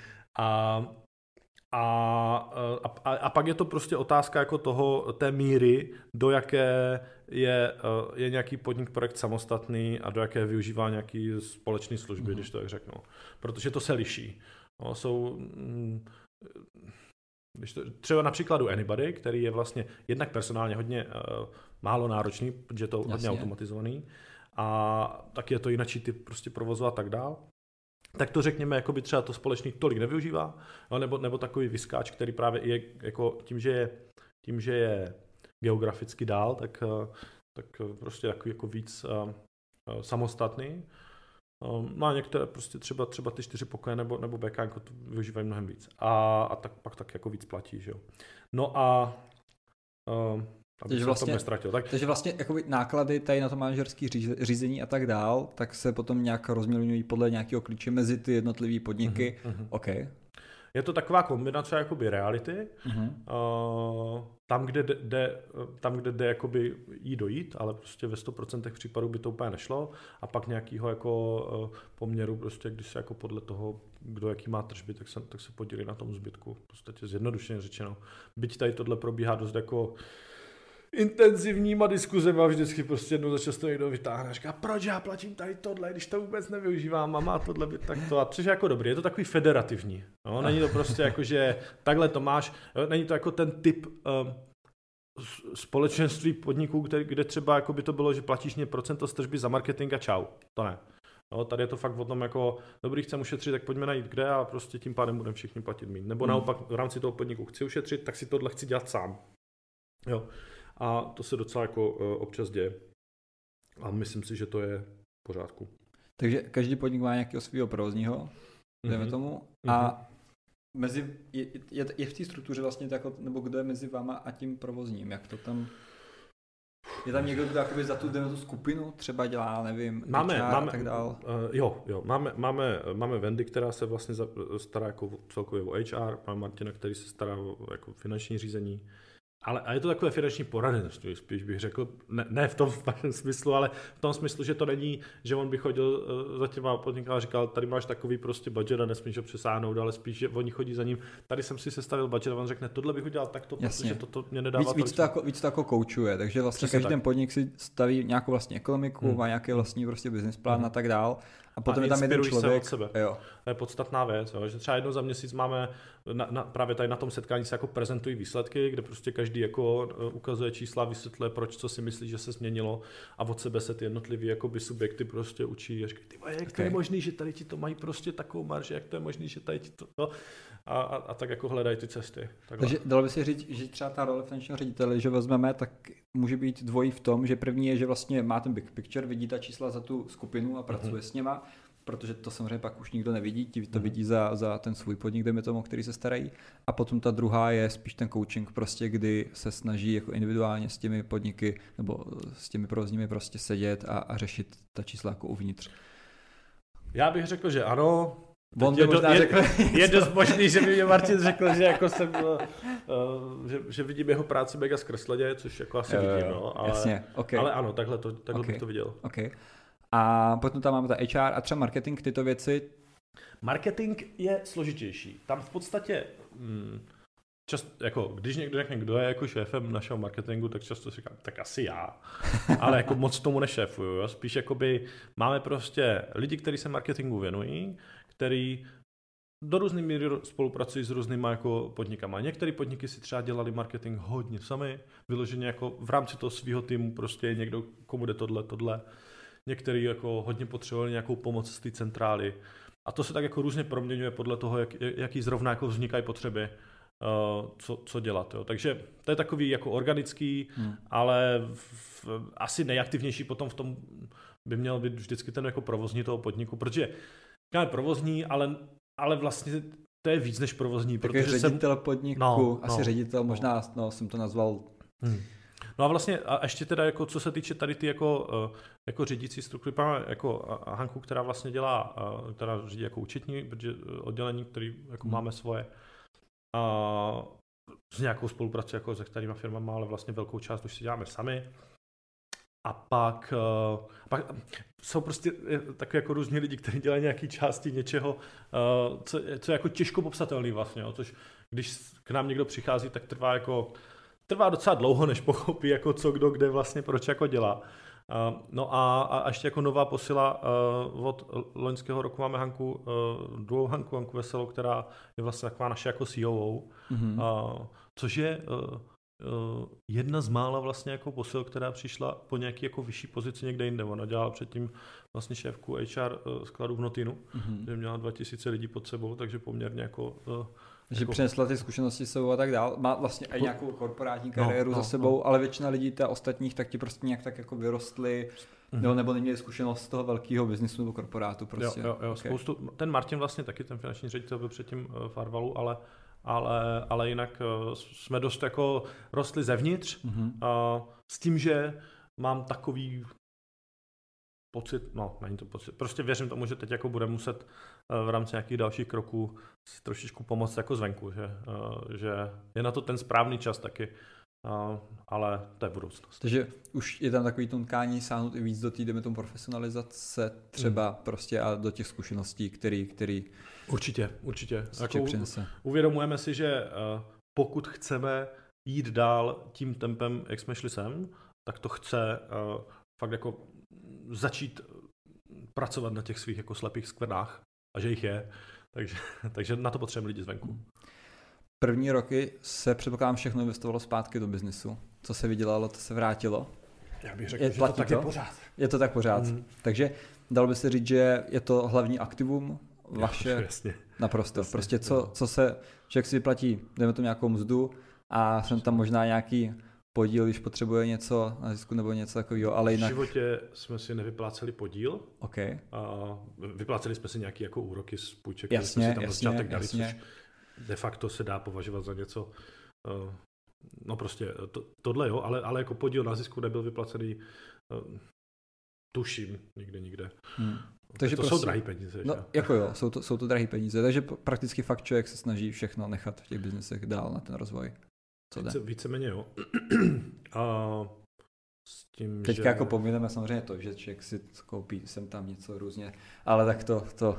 A pak je to prostě otázka jako té míry, do jaké je nějaký podnik projekt samostatný a do jaké využívá nějaký společný služby, když to tak řeknu. Protože to se liší. No, třeba na příkladu Anybody, který je vlastně jednak personálně hodně málo náročný, protože je to hodně automatizovaný a tak je to jinačí typ prostě provozu a tak dál. Tak to řekněme, jako by třeba to společný tolik nevyužívá, nebo takový vyskáč, který právě je jako tím, že je geograficky dál, tak prostě takový jako víc samostatný. No a některé prostě třeba ty 4 pokoje nebo BK to využívají mnohem víc. A tak pak tak jako víc platí, že jo. No a aby se v tom nestratil. Takže vlastně jakoby náklady tady na to manažerské řízení a tak dál, tak se potom nějak rozmělňují podle nějakého klíče mezi ty jednotlivé podniky. Okay. Je to taková kombinace jakoby reality, tam, kde jde jakoby jí dojít, ale prostě ve 100% případů by to úplně nešlo, a pak nějakýho jako poměru, prostě když se jako podle toho, kdo jaký má tržby, tak se podílí na tom zbytku. V podstatě zjednodušeně řečeno. Byť tady tohle probíhá dost jako intenzivníma diskuzema, vždycky prostě jednou za často někdo vytáhne a říká, proč já platím tady tohle, když to vůbec nevyužívám a má tohle být takto, a což je jako dobrý, je to takový federativní, no? Není to prostě jako, že takhle to máš, není to jako ten typ společenství podniků, kde třeba jako by to bylo, že platíš procento z tržby za marketing a čau, to ne. No, tady je to fakt o tom jako, dobrý, chcem ušetřit, tak pojďme najít kde a prostě tím pádem budeme všichni platit míň. Nebo naopak v rámci toho podniku chci ušetřit, tak si tohle chci dělat sám. Jo. A to se docela jako občas děje. A myslím si, že to je v pořádku. Takže každý podnik má nějakého svého provozního, dejme tomu. A je v té struktuře vlastně tako, nebo kdo je mezi váma a tím provozním? Jak to tam... Je tam někdo, kdo za tu skupinu třeba dělá, nevím, máme, a tak dál? Jo, máme Wendy, která se vlastně stará jako celkově o HR, máme Martina, který se stará o jako finanční řízení. Ale je to takové finanční poradenství, spíš bych řekl, ne v tom smyslu, ale v tom smyslu, že to není, že on by chodil za těma podnikama a říkal, tady máš takový prostě budget a nesmíš ho přesáhnout, ale spíš, že oni chodí za ním, tady jsem si sestavil budget a on řekne, tohle bych udělal takto, protože toto mě nedává víc to jako koučuje, takže vlastně každý ten podnik si staví nějakou vlastní ekonomiku, má nějaký vlastní prostě business plán a tak dál. A potom je tam jeden člověk. Od sebe. Jo. To je podstatná věc, jo, že třeba jednou za měsíc máme, právě tady na tom setkání se jako prezentují výsledky, kde prostě každý jako ukazuje čísla, vysvětluje, proč, co si myslí, že se změnilo, a od sebe se ty jednotlivý jakoby subjekty prostě učí a říkají, jak to je možný, že tady ti to mají prostě takovou marži, jak to je možný, že tady ti to a tak jako hledají ty cesty. Takhle. Takže dalo by se říct, že třeba ta role finančního ředitele, že vezmeme, tak může být dvojí v tom, že první je, že vlastně má ten big picture, vidí ta čísla za tu skupinu a pracuje s něma, protože to samozřejmě pak už nikdo nevidí, ti to vidí za ten svůj podnik, dejme tomu, který se starají. A potom ta druhá je spíš ten coaching, prostě kdy se snaží jako individuálně s těmi podniky nebo s těmi provozními prostě sedět a řešit ta čísla jako uvnitř. Já bych řekl, že ano. Je dost možný, že by mě Martin řekl, že jako jsem že vidím jeho práci mega zkresleně, což jako asi vidím, no, ale, jasně, okay. Ale ano, takhle bych to viděl. Okay. A potom tam máme ta HR a třeba marketing, tyto věci. Marketing je složitější. Tam v podstatě jako, když někdo řekne, kdo je jako šéfem našeho marketingu, tak často si říkám, tak asi já. Ale jako moc tomu nešéfuju. Jo? Spíš jakoby máme prostě lidi, kteří se marketingu věnují, který do různý míry spolupracují s různýma jako podnikama. Některé podniky si třeba dělali marketing hodně sami, vyloženě jako v rámci toho svého týmu prostě někdo, komu jde tohle. Některý jako hodně potřebovali nějakou pomoc z té centrály. A to se tak jako různě proměňuje podle toho, jaký zrovna jako vznikají potřeby, co dělat. Jo. Takže to je takový jako organický, ale asi nejaktivnější potom v tom by měl být vždycky ten jako provozní toho podniku, protože říkáme provozní, ale vlastně to je víc než provozní. Takový ředitel podniku, asi ředitel, možná jsem to nazval. No a vlastně a ještě teda jako co se týče tady ty jako řídící struktury, máme jako Hanku, která vlastně dělá, která řídí jako účetní oddělení, který jako máme svoje s nějakou spoluprací jako se kterýma firmama, ale vlastně velkou část už si děláme sami. A pak jsou prostě taky jako různí lidi, kteří dělají nějaké části něčeho, co je jako těžko popsatelný vlastně, jo, což když k nám někdo přichází, tak trvá docela dlouho, než pochopí, jako co, kdo, kde vlastně, proč jako dělá. No a ještě jako nová posila od loňského roku máme Hanku, druhou Hanku Veselou, která je vlastně taková naše jako COO, což je jedna z mála vlastně jako posil, která přišla po nějaký jako vyšší pozici někde jinde. Ona dělala předtím vlastně šéfku HR skladu v Notinu, kde měla 2000 lidí pod sebou, takže poměrně jako že přinesla ty zkušenosti s sebou a tak dál. Má vlastně i nějakou korporátní kariéru za sebou, ale většina lidí ostatních tak ti prostě nějak tak jako vyrostly, nebo neměli zkušenost z toho velkého biznisu nebo korporátu prostě. Jo, okay. Spoustu. Ten Martin vlastně taky, ten finanční ředitel byl předtím v Arvalu, ale jinak jsme dost jako rostli zevnitř s tím, že mám takový pocit, no není to pocit, prostě věřím tomu, že teď jako budeme muset v rámci nějakých dalších kroků si trošičku pomoct jako zvenku, že je na to ten správný čas taky, ale to je budoucnost. Takže už je tam takový tunkání sáhnout i víc do té, jdeme tomu profesionalizace třeba prostě a do těch zkušeností, který Určitě. Jako uvědomujeme si, že pokud chceme jít dál tím tempem, jak jsme šli sem, tak to chce fakt jako začít pracovat na těch svých jako slepých skvrnách a že jich je, takže na to potřebujeme lidi zvenku. První roky se předpokládám všechno investovalo zpátky do biznisu. Co se vydělalo, to se vrátilo. Já bych řekl, že to tak je pořád. Je to tak pořád. Takže dalo by se říct, že je to hlavní aktivum vaše? Jasně. Naprosto. Jasně, prostě co se, člověk si vyplatí, dejme tomu nějakou mzdu a jsem tam možná nějaký podíl, když potřebuje něco na zisku nebo něco takového, ale jinak... V životě jsme si nevypláceli podíl. Okay. Vypláceli jsme si nějaké jako úroky z půjček, jasně, jsme si tam na začátek dali, což de facto se dá považovat za něco, no prostě tohle jo, ale jako podíl na zisku nebyl vyplacený, tuším, nikde. Takže to prostě, jsou drahý peníze. No, jako jo, jsou to drahý peníze, takže prakticky fakt člověk se snaží všechno nechat v těch biznesech dál na ten rozvoj. Víceméně jo. A s tím, teďka že... jako pomineme samozřejmě to, že člověk si koupí sem tam něco různě, ale tak to...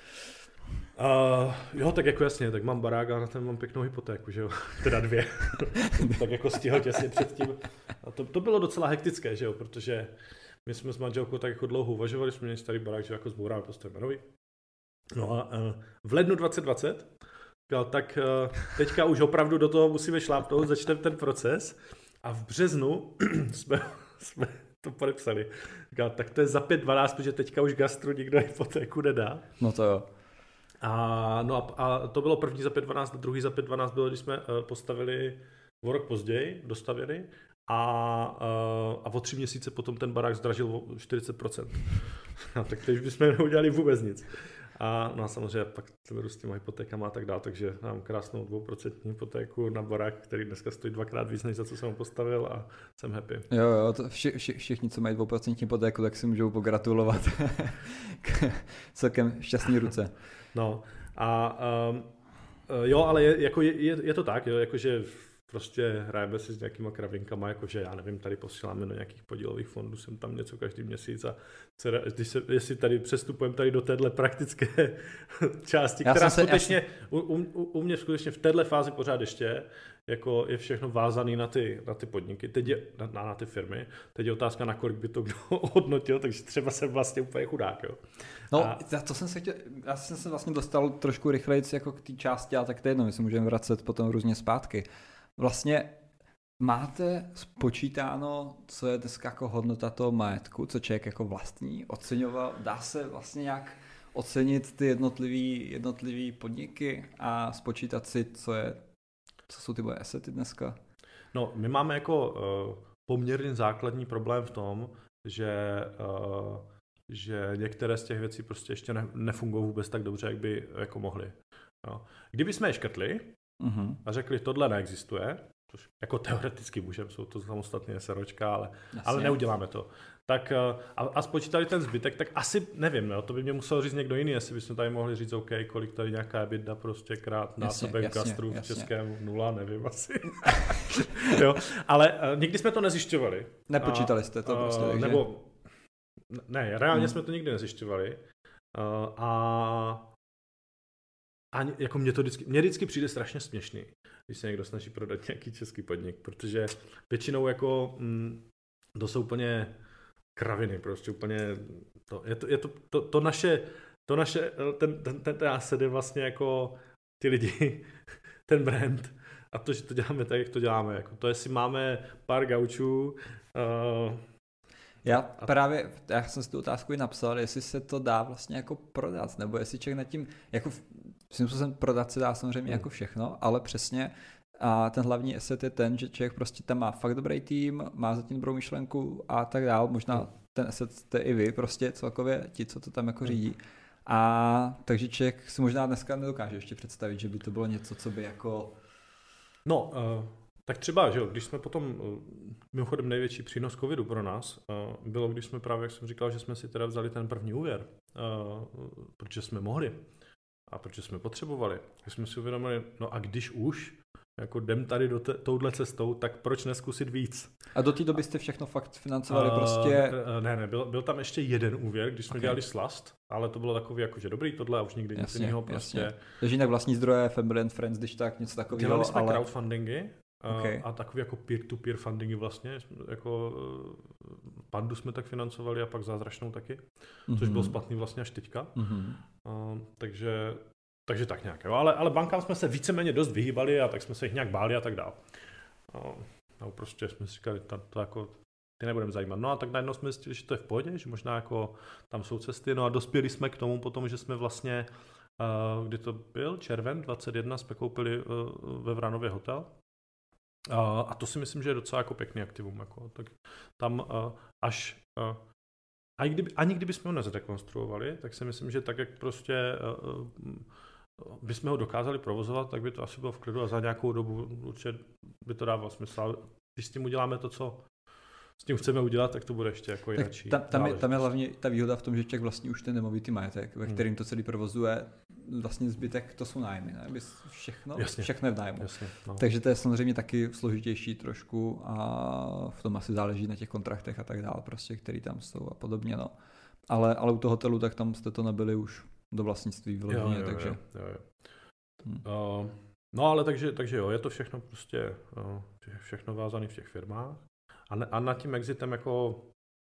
Jo, tak jako jasně, tak mám barák a na ten mám pěknou hypotéku, že jo, teda 2. Tak jako stihl těsně předtím. A to bylo docela hektické, že jo, protože my jsme s manželkou tak jako dlouho uvažovali, jsme měli starý barák, že jako zbouráme, postavíme nový. No a v lednu 2020, tak teďka už opravdu do toho musíme šlápnout, začneme ten proces a v březnu jsme to podepsali. Tak to je za 5-12, protože teďka už gastru nikdo hypotéku nedá. No to jo. A to bylo první za 5-12, druhý za 5-12 bylo, když jsme postavili o rok později, dostavěli a o 3 měsíce potom ten barák zdražil o 40%. Tak teď bychom neudělali vůbec nic. No a samozřejmě pak ten růst s těma hypotékama a tak dále, takže mám krásnou 2% hypotéku na barák, který dneska stojí 2x víc, než za co jsem ho postavil a jsem happy. Jo, to všichni, co mají 2% hypotéku, tak si můžou pogratulovat. Celkem šťastný ruce. No jo, ale je to tak, jo, jakože prostě hrajeme si s nějakýma kravinkama, jakože já nevím, tady posíláme do nějakých podílových fondů, jsem tam něco každý měsíc a jestli tady přestupujeme tady do téhle praktické části, která skutečně u mě skutečně v téhle fázi pořád ještě jako je všechno vázaný na ty podniky, teď je na ty firmy, teď je otázka, na kolik by to kdo hodnotil, takže třeba jsem vlastně úplně chudák, jo. No, já jsem se vlastně dostal trošku rychleji jako k té části, ale tak to je jedno, my se můžeme vracet potom různě zpátky. Vlastně máte spočítáno, co je dneska jako hodnota toho majetku, co člověk jako vlastní, oceňoval, dá se vlastně nějak ocenit ty jednotlivý podniky a spočítat si, co jsou ty moje asety dneska? No, my máme jako poměrně základní problém v tom, že některé z těch věcí prostě ještě nefungují vůbec tak dobře, jak by jako mohly. No. Kdyby jsme je škrtli a řekli, tohle neexistuje, což jako teoreticky můžeme, jsou to samostatné SROčka, ale neuděláme to. Tak a spočítali ten zbytek, tak asi nevím, no, to by mě musel říct někdo jiný, jestli bychom tady mohli říct, OK, kolik tady nějaká EBITDA prostě krát násobek gastru v českém 0, nevím asi. Jo, ale nikdy jsme to nezjišťovali. Nepočítali jste to prostě, takže... Nebo, ne, reálně jsme to nikdy nezjišťovali. A jako mě vždycky přijde strašně směšný, když se někdo snaží prodat nějaký český podnik, protože většinou jako to jsou úplně kraviny, prostě úplně to naše ten asset je vlastně jako ty lidi, ten brand a to, že to děláme tak, jak to děláme, jako to, jestli máme pár gaučů. Já jsem si tu otázku i napsal, jestli se to dá vlastně jako prodat, nebo jestli člověk nad tím, jako svým způsobem prodat se dá samozřejmě jako všechno, ale přesně a ten hlavní asset je ten, že člověk prostě tam má fakt dobrý tým, má zatím dobrou myšlenku a tak dál, možná ten asset jste i vy prostě celkově, ti, co to tam jako řídí. A takže člověk si možná dneska nedokáže ještě představit, že by to bylo něco, co by jako... No, tak třeba, že jo, když jsme potom, mimochodem největší přínos covidu pro nás, bylo, když jsme právě, jak jsem říkal, že jsme si teda vzali ten první úvěr, protože jsme mohli a protože jsme potřebovali. Tak jsme si uvědomili, no a když už, jako jdem tady touhle cestou, tak proč neskusit víc? A do té doby jste všechno fakt financovali prostě? Ne, byl tam ještě jeden úvěr, když jsme dělali Slast, ale to bylo takový jako, že dobrý, tohle a už nikdy nic jiného prostě. Takže jinak vlastní zdroje, Family and Friends, když tak něco takového. Dělali jsme crowdfundingy a takový jako peer-to-peer fundingy vlastně, jako Pandu jsme tak financovali a pak Zázračnou taky, což bylo splatný vlastně až teďka. Takže tak nějak, jo. Ale bankám jsme se víceméně dost vyhýbali a tak jsme se jich nějak báli a tak dál. No prostě jsme si říkali, to jako ty nebudeme zajímat. No a tak najednou jsme zjistili, že to je v pohodě, že možná jako tam jsou cesty. No a dospěli jsme k tomu potom, že jsme vlastně, kdy to byl, červen 2021, jsme koupili ve Vranově hotel. A to si myslím, že je docela jako pěkný aktivum. Jako. Tak tam ani kdybychom ho nezrekonstruovali, tak si myslím, že tak, jak prostě bychom ho dokázali provozovat, tak by to asi bylo v klidu a za nějakou dobu určitě by to dávalo smysl. Když s tím uděláme to, co s tím chceme udělat, tak to bude ještě jako jináčí. Tam je hlavně ta výhoda v tom, že člověk vlastně už ten nemovitý majetek, ve kterým to celý provozuje, vlastně zbytek to jsou nájmy, ne? Všechno je v nájmu. Jasně, no. Takže to je samozřejmě taky složitější trošku a v tom asi záleží na těch kontraktech a tak dále, prostě, který tam jsou a podobně. No. Ale u toho hotelu, tak tam jste to nabili už do vlastnictví vyloženě, takže... Jo. No ale takže jo, je to všechno prostě všechno vázané v těch firmách. A nad tím exitem jako,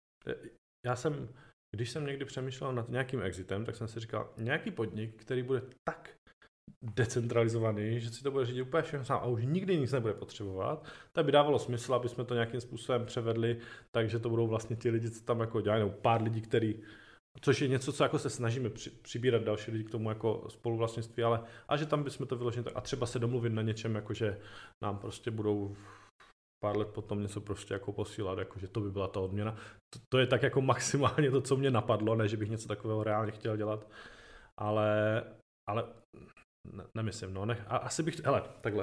když jsem někdy přemýšlel nad nějakým exitem, tak jsem si říkal, nějaký podnik, který bude tak decentralizovaný, že si to bude řídit úplně všechno sám a už nikdy nic nebude potřebovat, tak by dávalo smysl, aby jsme to nějakým způsobem převedli, takže to budou vlastně ti lidi, co tam jako dělají, nebo pár lidí, což je něco, co jako se snažíme přibírat další lidi k tomu jako spoluvlastnictví, a že tam bychom to vyložili tak a třeba se domluvit na něčem, jako že nám prostě budou pár let potom něco prostě jako posílat, jako že to by byla ta odměna. To je tak jako maximálně to, co mě napadlo, ne, že bych něco takového reálně chtěl dělat, ale nemyslím, no. A asi bych, takhle.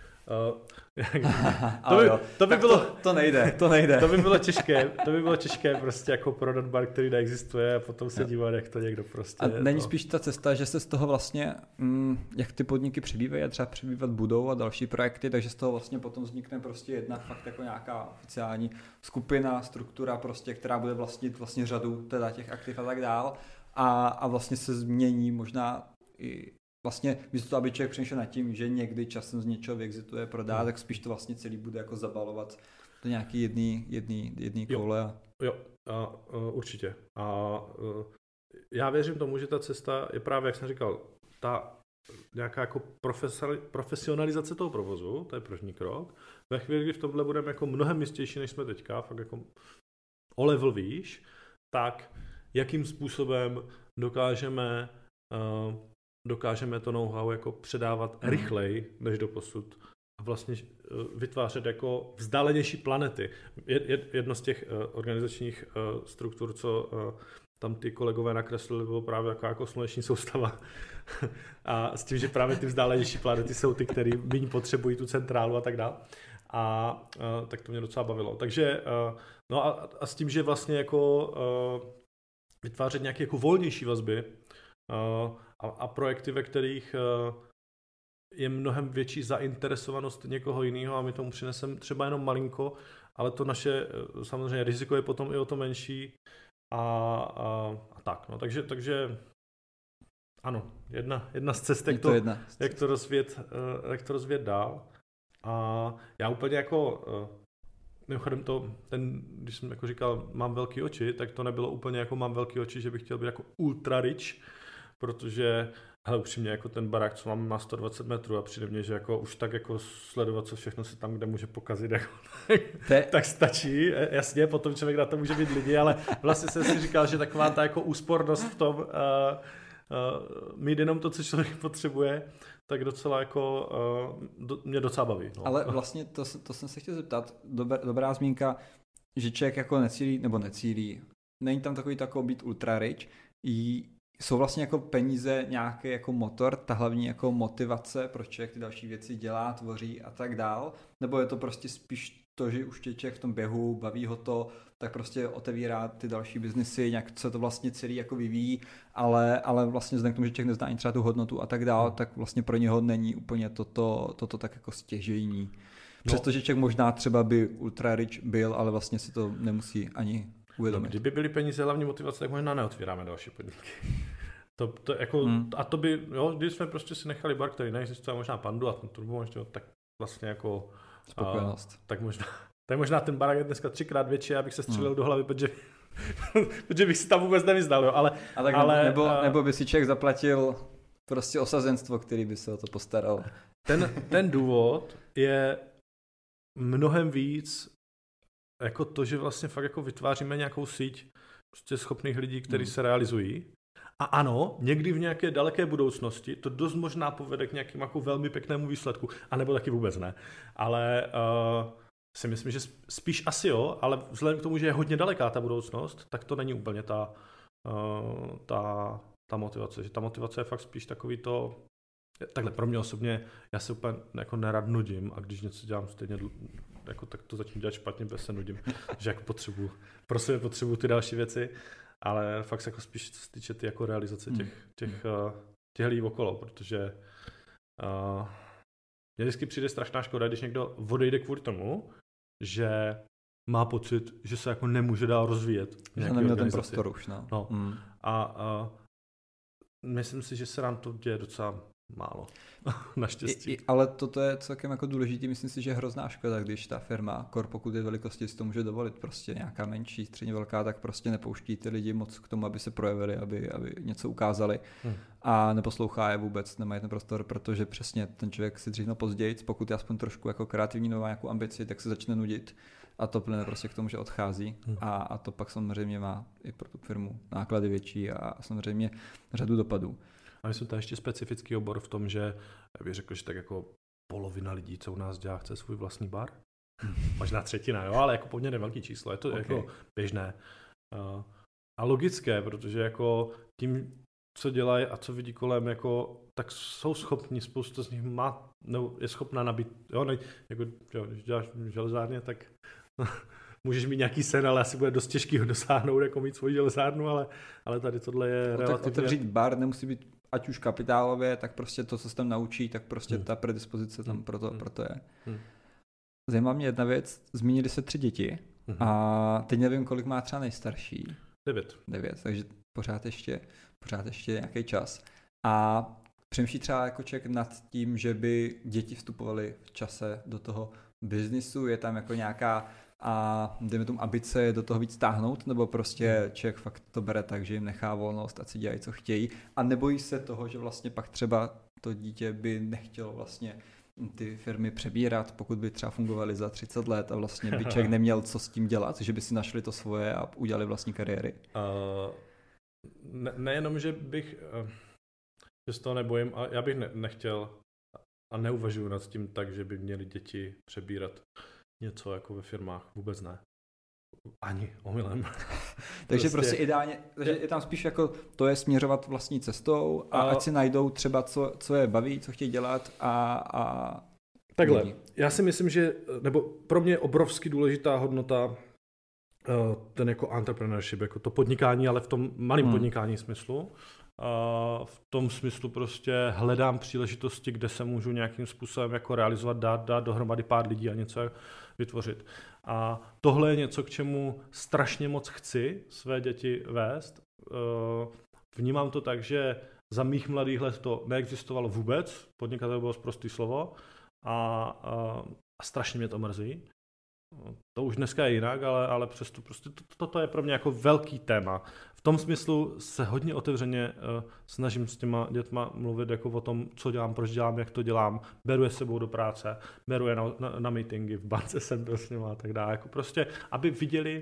To nejde. To by bylo těžké prostě jako prodat bar, který neexistuje a potom se dívat, jak to někdo prostě... A není spíš ta cesta, že se z toho vlastně, jak ty podniky přibývají a třeba přibývat budou a další projekty, takže z toho vlastně potom vznikne prostě jedna fakt jako nějaká oficiální skupina, struktura prostě, která bude vlastnit vlastně řadu teda těch aktiv a tak dál a vlastně se změní možná i vlastně místo toho, aby člověk přemýšlel nad tím, že někdy časem z něčeho vyexituje, prodá, tak spíš to vlastně celý bude jako zabalovat do nějaký jedný koule. Jo, určitě. A já věřím tomu, že ta cesta je právě, jak jsem říkal, ta nějaká jako profesionalizace toho provozu, to je první krok. Ve chvíli, kdy v tomhle budeme jako mnohem jistější, než jsme teďka, fakt jako o level výš, tak jakým způsobem dokážeme to know-how jako předávat rychleji než doposud a vlastně vytvářet jako vzdálenější planety. Jedno z těch organizačních struktur, co tam ty kolegové nakreslili, bylo právě jako sluneční soustava. A s tím, že právě ty vzdálenější planety jsou ty, které méně potřebují tu centrálu a tak dále. A tak to mě docela bavilo. Takže no a s tím, že vlastně jako vytvářet nějaké jako volnější vazby a projekty, ve kterých je mnohem větší zainteresovanost někoho jiného a my tomu přineseme třeba jenom malinko, ale to naše samozřejmě riziko je potom i o to menší a tak. No. Takže ano, jedna z cest, jak to rozvíjet dál. A já úplně jako mimochodem když jsem jako říkal, mám velký oči, tak to nebylo úplně jako mám velký oči, že bych chtěl být jako ultra rich, protože upřímně jako ten barák, co mám, má 120 metrů a přijde mně, že jako už tak jako sledovat, co všechno se tam, kde může pokazit, jako, tak stačí. Jasně, potom člověk na to může být lidi, ale vlastně jsem si říkal, že taková ta jako úspornost v tom mít jenom to, co člověk potřebuje, tak docela jako mě docela baví. No. Ale vlastně to jsem se chtěl zeptat, dobrá zmínka, že člověk jako necílí, není tam takový být ultra rich, jsou vlastně jako peníze nějaký jako motor, ta hlavní jako motivace, proč člověk ty další věci dělá, tvoří a tak dál, nebo je to prostě spíš to, že už člověk v tom běhu, baví ho to, tak prostě otevírá ty další biznesy, nějak se to vlastně celý jako vyvíjí, ale vlastně vzhledem k tomu, že člověk nezná ani třeba tu hodnotu a tak dál, tak vlastně pro něho není úplně toto tak jako stěžejní. Přestože člověk možná třeba by ultra rich byl, ale vlastně si to nemusí ani uvědomit. No, kdyby byly peníze hlavní motivace, tak možná neotvíráme další podniky. To jako, a to by, jo, když jsme prostě si nechali bar, který neexistuje, možná Pandu a ten turbomočný, tak vlastně jako spokojenost. Tak možná ten barák je dneska 3x větší, abych se střelil do hlavy, protože bych si tam vůbec nevyznal, jo, ale nebo by si člověk zaplatil prostě osazenstvo, který by se o to postaral. Ten důvod je mnohem víc jako to, že vlastně fakt jako vytváříme nějakou síť prostě schopných lidí, kteří se realizují. A ano, někdy v nějaké daleké budoucnosti to dost možná povede k nějakému jako velmi pěknému výsledku, anebo taky vůbec ne. Ale si myslím, že spíš asi jo, ale vzhledem k tomu, že je hodně daleká ta budoucnost, tak to není úplně ta motivace. Že ta motivace je fakt spíš takový to, takhle pro mě osobně, já se úplně jako nerad nudím a když něco dělám stejně jako, tak to začnu dělat špatně, bez se nudím, že jako potřebuju ty další věci, ale fakt se jako spíš se týče ty jako realizace těch lidí okolo, protože mně vždycky přijde strašná škoda, když někdo odejde kvůli tomu, že má pocit, že se jako nemůže dál rozvíjet. Že neměl ten prostor už, no. A myslím si, že se nám to děje docela málo. Naštěstí. Ale toto je celkem jako důležitý, myslím si, že je hrozná škoda, když ta firma, pokud je velikosti, si to může dovolit, prostě nějaká menší, středně velká, tak prostě nepouští ty lidi moc k tomu, aby se projevili, aby něco ukázali a neposlouchá je vůbec, nemají ten prostor, protože přesně ten člověk si dřív později, pokud je aspoň trošku jako kreativní nová nějakou ambici, tak se začne nudit a to plyne prostě k tomu, že odchází a to pak samozřejmě má i pro tu firmu náklady větší a samozřejmě řadu dopadů. A myslím, to je ještě specifický obor v tom, že bych řekl, že tak jako polovina lidí, co u nás dělá, chce svůj vlastní bar. Možná třetina, jo, ale jako poměrně velký číslo, je to jako běžné. A logické, protože jako tím, co dělají a co vidí kolem, jako, tak jsou schopni, spousta z nich je schopná nabít, jo, jako, když děláš železárně, tak můžeš mít nějaký sen, ale asi bude dost těžký ho dosáhnout, jako mít svoji železárnu, ale tady tohle je relativně... Tak otevřít bar nemusí být ať už kapitálově, tak prostě to, co se tam naučí, tak prostě ta predispozice tam proto je. Zajímá mě jedna věc, zmínili se 3 děti a teď nevím, kolik má třeba nejstarší. 9, takže pořád ještě nějaký čas. A přemýšlí třeba jako člověk nad tím, že by děti vstupovaly v čase do toho biznisu, je tam jako nějaká a dejme tomu ambice je do toho víc táhnout, nebo prostě člověk fakt to bere tak, že jim nechá volnost a si dělají, co chtějí a nebojí se toho, že vlastně pak třeba to dítě by nechtělo vlastně ty firmy přebírat, pokud by třeba fungovaly za 30 let a vlastně by člověk neměl co s tím dělat, že by si našli to svoje a udělali vlastní kariéry. Nejenom, že se z toho nebojím, ale já bych nechtěl a neuvažuji nad tím tak, že by měli děti přebírat něco jako ve firmách. Vůbec ne. Ani omylem. Takže prostě ideálně, takže je tam spíš jako to je směřovat vlastní cestou a ať si najdou třeba co je baví, co chtějí dělat a takhle. Já si myslím, že nebo pro mě je obrovsky důležitá hodnota ten jako entrepreneurship, jako to podnikání, ale v tom malém podnikání smyslu. V tom smyslu prostě hledám příležitosti, kde se můžu nějakým způsobem jako realizovat, dát dohromady pár lidí a něco vytvořit. A tohle je něco, k čemu strašně moc chci své děti vést. Vnímám to tak, že za mých mladých let to neexistovalo vůbec, podnikatel bylo prostý slovo a strašně mě to mrzí. To už dneska je jinak, ale přesto prostě toto je pro mě jako velký téma. V tom smyslu se hodně otevřeně snažím s těma dětma mluvit jako o tom, co dělám, proč dělám, jak to dělám, beru je s sebou do práce, beru je na meetingy, v bance jsem byl s nima a tak dále. Jako prostě, aby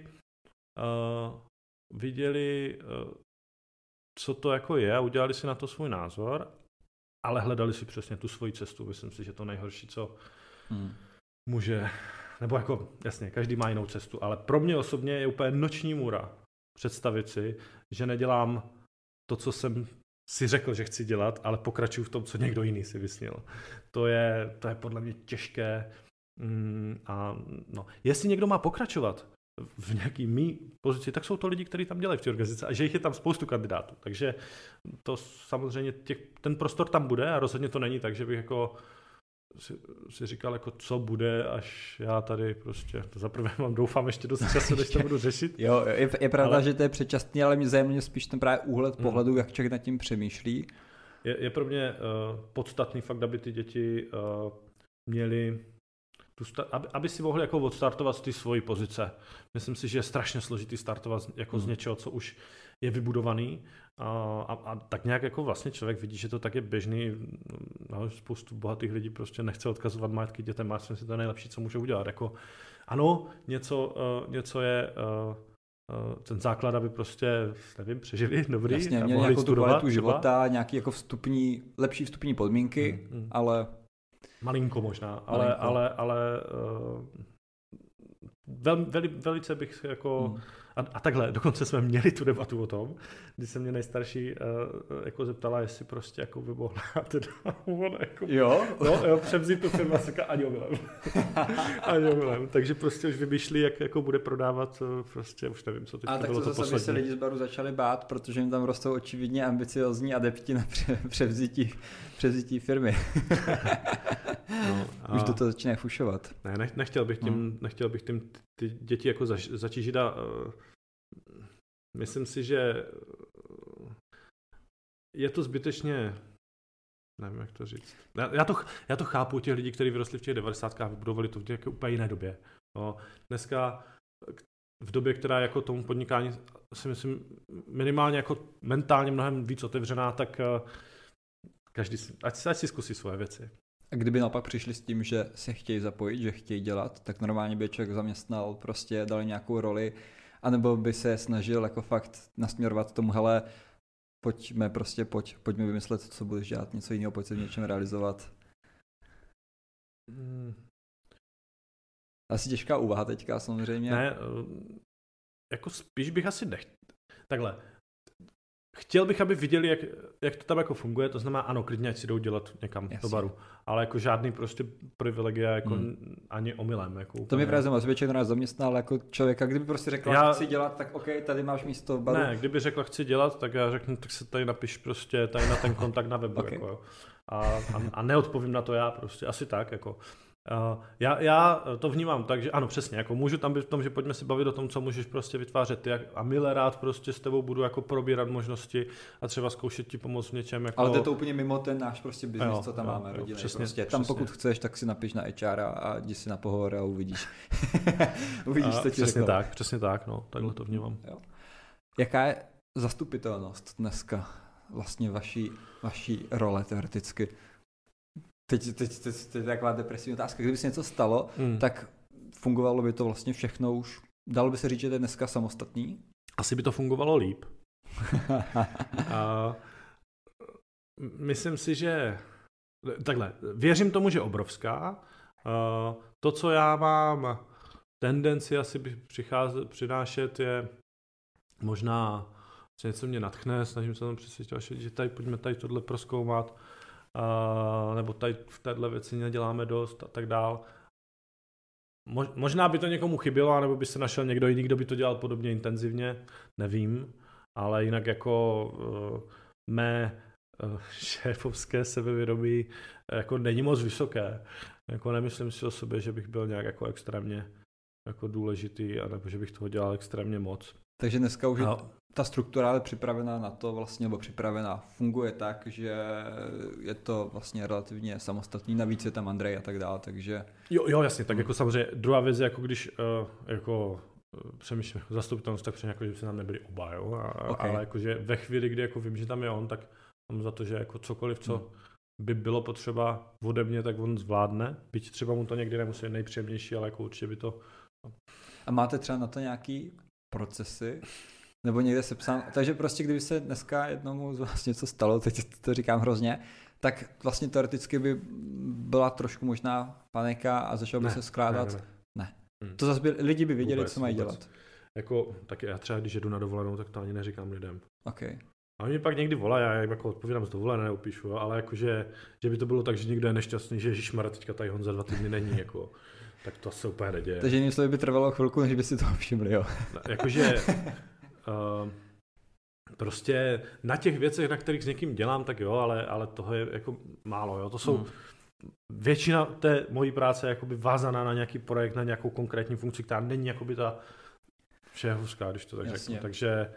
viděli co to jako je a udělali si na to svůj názor, ale hledali si přesně tu svoji cestu. Myslím si, že to nejhorší, co může... Nebo jako, jasně, každý má jinou cestu, ale pro mě osobně je úplně noční můra představit si, že nedělám to, co jsem si řekl, že chci dělat, ale pokračuju v tom, co někdo jiný si vysnil. To je podle mě těžké. A no, jestli někdo má pokračovat v nějaký mý pozici, tak jsou to lidi, kteří tam dělají v té organizaci a že jich je tam spoustu kandidátů. Takže to samozřejmě ten prostor tam bude a rozhodně to není tak, že bych jako si říkal, jako co bude, až já tady prostě, to zaprvé mám doufám ještě dost času, než to budu řešit. Jo, je pravda, že to je předčasný, ale mě zajímá spíš ten právě úhled pohledu, jak člověk nad tím přemýšlí. Je pro mě podstatný fakt, aby ty děti měli aby si mohli jako odstartovat z té svojí pozice. Myslím si, že je strašně složitý startovat jako z něčeho, co už je vybudovaný a tak nějak jako vlastně člověk vidí, že to tak je běžný. No, spoustu bohatých lidí prostě nechce odkazovat majetky dětem, myslím si, to je nejlepší, co může udělat. Jako, ano, něco je ten základ, aby prostě, nevím, přežili dobrý. Jasně, měli nějakou tu kvalitu života, nějaký jako lepší vstupní podmínky, ale malinko možná, ale velice bych jako a takhle, dokonce jsme měli tu debatu o tom, když se mě nejstarší jako zeptala, jestli prostě jako by mohla teda jako, jo, převzít tu firmu a říká ani omylem. Takže prostě už vymýšlí, jak jako bude prodávat prostě, už nevím, co teď bylo to poslední. A tak to zase by se lidi z baru začali bát, protože jim tam rostou očividně ambiciozní adepti na převzítí firmy. Už to začíná fušovat. Ne, nechtěl bych tím ty děti jako zatížit a myslím si, že je to zbytečně, nevím, jak to říct. Já to chápu těch lidí, kteří vyrostli v těch 90kách, vybudovali to v těch úplně jiné době. No, dneska v době, která je jako tomu podnikání si myslím minimálně jako mentálně mnohem víc otevřená, tak každý ať si zkusí svoje věci. A kdyby naopak přišli s tím, že se chtějí zapojit, že chtějí dělat, tak normálně by člověk zaměstnal, prostě dali nějakou roli, anebo by se snažil jako fakt nasměrovat tomu, hele, pojďme vymyslet, co budeš dělat, něco jiného, pojď se v něčem realizovat. Asi těžká úvaha teďka samozřejmě. Ne, jako spíš bych asi takhle. Chtěl bych, aby viděli, jak to tam jako funguje, to znamená, ano, klidně ať si jdou dělat někam do baru, ale jako žádný prostě privilegia jako ani omylem. Jako to mi právě zajímavé, že člověk nás zaměstnal jako člověka, kdyby prostě řekl, chci dělat, tak OK, tady máš místo v baru. Ne, kdyby řekla, chci dělat, tak já řeknu, tak se tady napiš prostě tady na ten kontakt na webu. Okay. Jako, a neodpovím na to já prostě, asi tak, jako. Já to vnímám tak, že ano, přesně, jako můžu tam být v tom, že pojďme si bavit o tom, co můžeš prostě vytvářet ty a mile rád prostě s tebou budu jako probírat možnosti a třeba zkoušet ti pomoct v něčem. Jako... Ale to je to úplně mimo ten náš prostě biznis, co tam máme, rodinný. Přesně, prostě. Tam pokud chceš, tak si napiš na HR a jdi si na pohovor a uvidíš. Uvidíš, co ti řeknou. Přesně tak, no, takhle to vnímám. Jo. Jaká je zastupitelnost dneska vlastně vaší role teoreticky? Teď je taková depresivní otázka. Kdyby se něco stalo, tak fungovalo by to vlastně všechno už. Dalo by se říct, že to je dneska samostatný? Asi by to fungovalo líp. Myslím si, že takhle, věřím tomu, že obrovská. To, co já mám tendenci asi přinášet, je možná něco mě nadchne, snažím se tam přesvědčovat, že tady pojďme tady tohle prozkoumat, nebo tady v téhle věci neděláme dost a tak dál. Možná by to někomu chybělo, nebo by se našel někdo jiný, kdo by to dělal podobně intenzivně, nevím, ale jinak jako mé šéfovské sebevědomí jako není moc vysoké. Jako nemyslím si o sobě, že bych byl nějak jako extrémně jako důležitý, anebo že bych toho dělal extrémně moc. Takže dneska už ta struktura je připravená na to vlastně, nebo připravená, funguje tak, že je to vlastně relativně samostatný, navíc je tam Andrej a tak dále, takže... Jo, jasně, tak jako samozřejmě druhá věc je, jako když přemýšlím zastupitelnost, tak přemýšlím, jako, že se tam nebyli oba, jo, okay. Ale jakože ve chvíli, kdy jako vím, že tam je on, tak mám za to, že jako cokoliv, co by bylo potřeba ode mě, tak on zvládne, byť třeba mu to někdy nemusí být nejpříjemnější, ale jako určitě by to... A máte třeba na to nějaký procesy? Nebo někde se psám, takže prostě kdyby se dneska jednomu z vás něco stalo, teď to říkám hrozně, tak vlastně teoreticky by byla trošku možná panika a začal by se skládat. Ne. To zase lidi by věděli, co mají dělat. Jako, tak já třeba, když jedu na dovolenou, tak to ani neříkám lidem. Okay. A oni pak někdy volají, já jako odpovídám z dovolené, neupíšu, ale jakože, že by to bylo tak, že někdo je nešťastný, že ježišmarja, teďka tady Honza 2 týdny není, jako, tak to se úplně neděje. Takže jiným slovy by trvalo chvilku, než by si toho všimli, jo. Jakože prostě na těch věcech, na kterých s někým dělám, tak jo, ale toho je jako málo, jo. To jsou většina té mojí práce je jakoby vázaná na nějaký projekt, na nějakou konkrétní funkci, která není jakoby ta všehovská, když to tak řeknu. Takže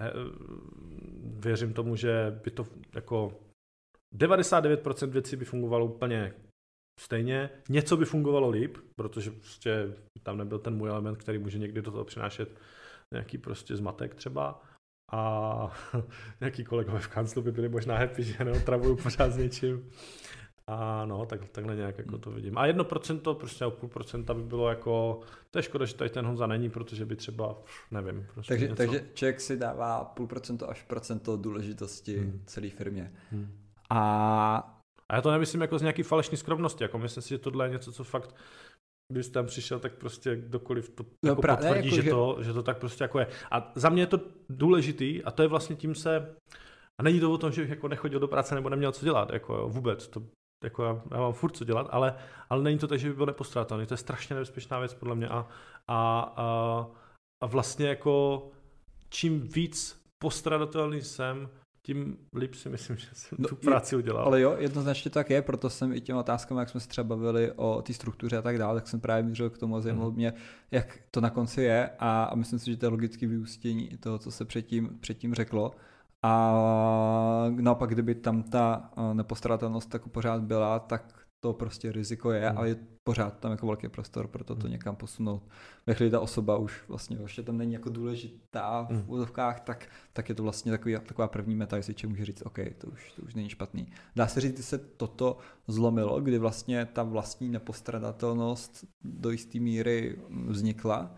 věřím tomu, že by to jako 99% věcí by fungovalo úplně stejně. Něco by fungovalo líp, protože prostě tam nebyl ten můj element, který může někdy do toho přinášet nějaký prostě zmatek třeba. A nějaký kolegové v kanclu by byli možná happy, že neotravuju pořád s něčím. A no, takhle nějak jako to vidím. A 1%, prostě o 0,5% by bylo jako, to je škoda, že tady ten Honza není, protože by třeba, nevím. Prostě takže člověk si dává 0,5% až procento důležitosti celé firmě. A já to nemyslím jako z nějaký falešný skromnosti, jako myslím si, že tohle je něco, co fakt, když jsi tam přišel, tak prostě kdokoliv to jako potvrdí, jako, že to tak prostě jako je. A za mě je to důležitý a to je vlastně tím se, a není to o tom, že bych jako nechodil do práce nebo neměl co dělat, jako jo, vůbec, to jako já mám furt co dělat, ale není to tak, že by byl nepostradatelný. To je strašně nebezpečná věc podle mě a vlastně jako čím víc postradatelný jsem, tím líp si myslím, že jsem tu práci udělal. Ale jo, jednoznačně tak je, proto jsem i těm otázkami, jak jsme se třeba bavili o té struktuře a tak dále, tak jsem právě mířil k tomu a zajímalo mě, jak to na konci je a myslím si, že to je logické vyústění toho, co se předtím řeklo. A naopak, kdyby tam ta nepostradatelnost tak pořád byla, tak to prostě riziko je, ale je pořád tam jako velký prostor pro to někam posunout. Ve chvíli ta osoba už vlastně ještě tam není jako důležitá v úzovkách, tak je to vlastně taková první meta, jestli může říct, OK, to už není špatný. Dá se říct, že se toto zlomilo, kdy vlastně ta vlastní nepostradatelnost do jisté míry vznikla?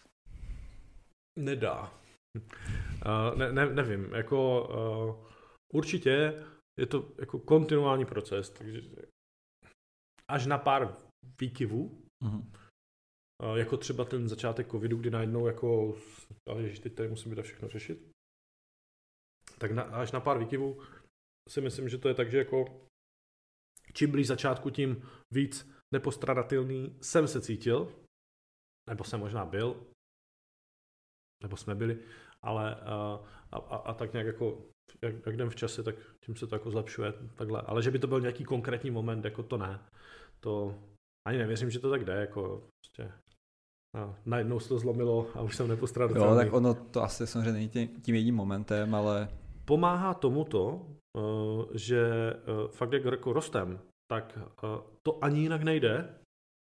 Nedá. Nevím, jako určitě je to jako kontinuální proces, takže až na pár výkyvů, jako třeba ten začátek covidu, kdy najednou jako, ježiš, teď tady musím být všechno řešit, tak až na pár výkyvů si myslím, že to je tak, že jako čím blíž začátku, tím víc nepostradatelný jsem se cítil, nebo jsem možná byl, nebo jsme byli, ale a tak nějak jako, jak jdem v čase, tak tím se to jako zlepšuje, takhle. Ale že by to byl nějaký konkrétní moment, jako to ne. To ani nevěřím, že to tak jde, jako prostě. Najednou se to zlomilo a už jsem nepostradatelný. Jo, tak ono to asi samozřejmě není tím jedním momentem, ale... Pomáhá tomuto, že fakt jak jako rostem, tak to ani jinak nejde,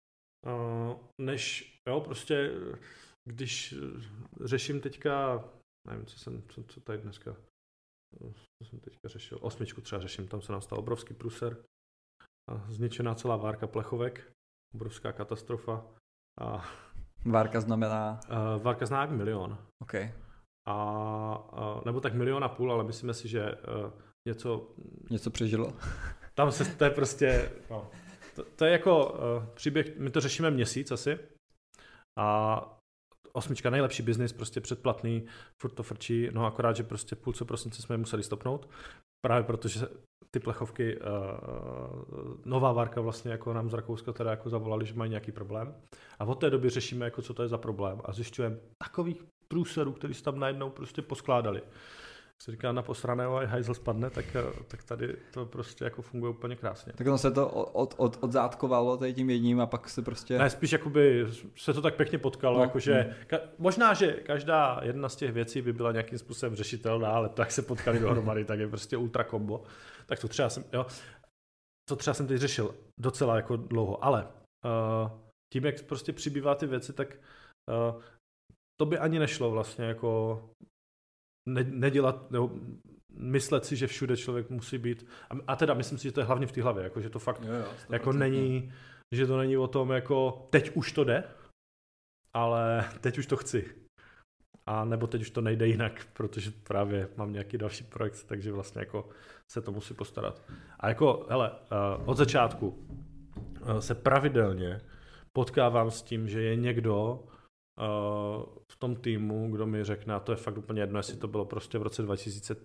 než, jo, prostě, když řeším teďka, nevím, co tady dneska, co jsem teďka řešil, 8 třeba řeším, tam se nám stal obrovský průser, zničená celá várka plechovek, obrovská katastrofa. Várka znamená? Várka znamená 1 milion. Okay. Nebo tak 1,5 milionu, ale myslíme si, že něco přežilo. Tam to je prostě, no, to je jako příběh, my to řešíme měsíc asi a 8 nejlepší biznis, prostě předplatný, furt to frčí, no akorát, že prostě v půlce prosince jsme je museli stopnout, právě protože ty plechovky, nová várka vlastně jako nám z Rakouska teda jako zavolali, že mají nějaký problém a od té doby řešíme, jako co to je za problém a zjišťujeme takových průserů, který se tam najednou prostě poskládali. Se říká na posraného a hajzl spadne, tak tady to prostě jako funguje úplně krásně. Tak ono se to odzátkovalo tady tím jedním a pak se prostě... Ne, spíš jakoby se to tak pěkně potkalo, jakože možná, že každá jedna z těch věcí by byla nějakým způsobem řešitelná, ale to, jak se potkali dohromady, tak je prostě ultra kombo. Tak to třeba jsem teď řešil docela jako dlouho, ale tím, jak prostě přibývá ty věci, tak to by ani nešlo vlastně jako nedělat, nebo myslet si, že všude člověk musí být. A teda myslím si, že to je hlavně v té hlavě, jako, že to fakt jako není, že to není o tom, jako teď už to jde, ale teď už to chci. A nebo teď už to nejde jinak, protože právě mám nějaký další projekt, takže vlastně jako se to musí postarat. A jako, hele, od začátku se pravidelně potkávám s tím, že je někdo v tom týmu, kdo mi řekne, a to je fakt úplně jedno, jestli to bylo prostě v roce 2013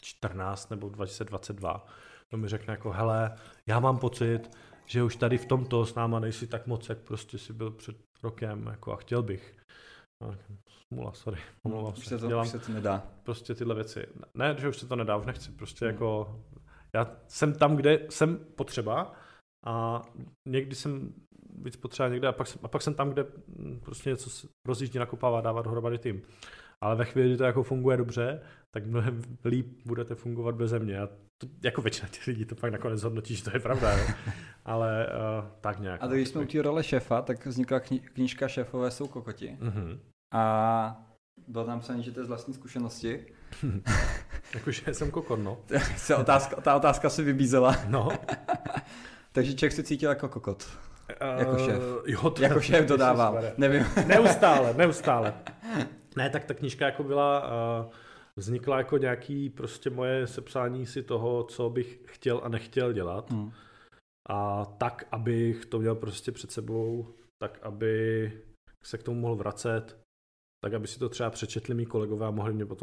2014 nebo 2022, to mi řekne jako, hele, já mám pocit, že už tady v tomto s náma nejsi tak moc, jak prostě si byl před rokem, jako a chtěl bych. Smula, sorry, omlouvám se. Už se to nedá. Prostě tyhle věci. Ne, že už se to nedá, už nechci. Prostě jako, já jsem tam, kde jsem potřeba a někdy jsem víc potřeba někde a pak jsem tam, kde prostě něco rozjíždí, nakopává, dává dohromady tým. Ale ve chvíli, kdy to jako funguje dobře, tak mnohem líp budete fungovat beze mě. A to, jako většina těch lidí to pak nakonec hodnotí, že to je pravda. Jo? Ale tak nějak. A když jsme u té role šéfa, tak vznikla knížka Šéfové jsou kokoti. Mm-hmm. A bylo tam psaný, že to je z vlastní zkušenosti. Jakože jsem kokot, no. Ta otázka se vybízela. No. Takže člověk se cítil jako kokot. Jako šéf. Jo, jako šéf dodávám. Nevím. Neustále. Ne, tak ta knížka jako byla, vznikla jako nějaký prostě moje sepsání si toho, co bych chtěl a nechtěl dělat. A tak, abych to měl prostě před sebou, tak, aby se k tomu mohl vracet, tak, aby si to třeba přečetli mý kolegové a mohli mě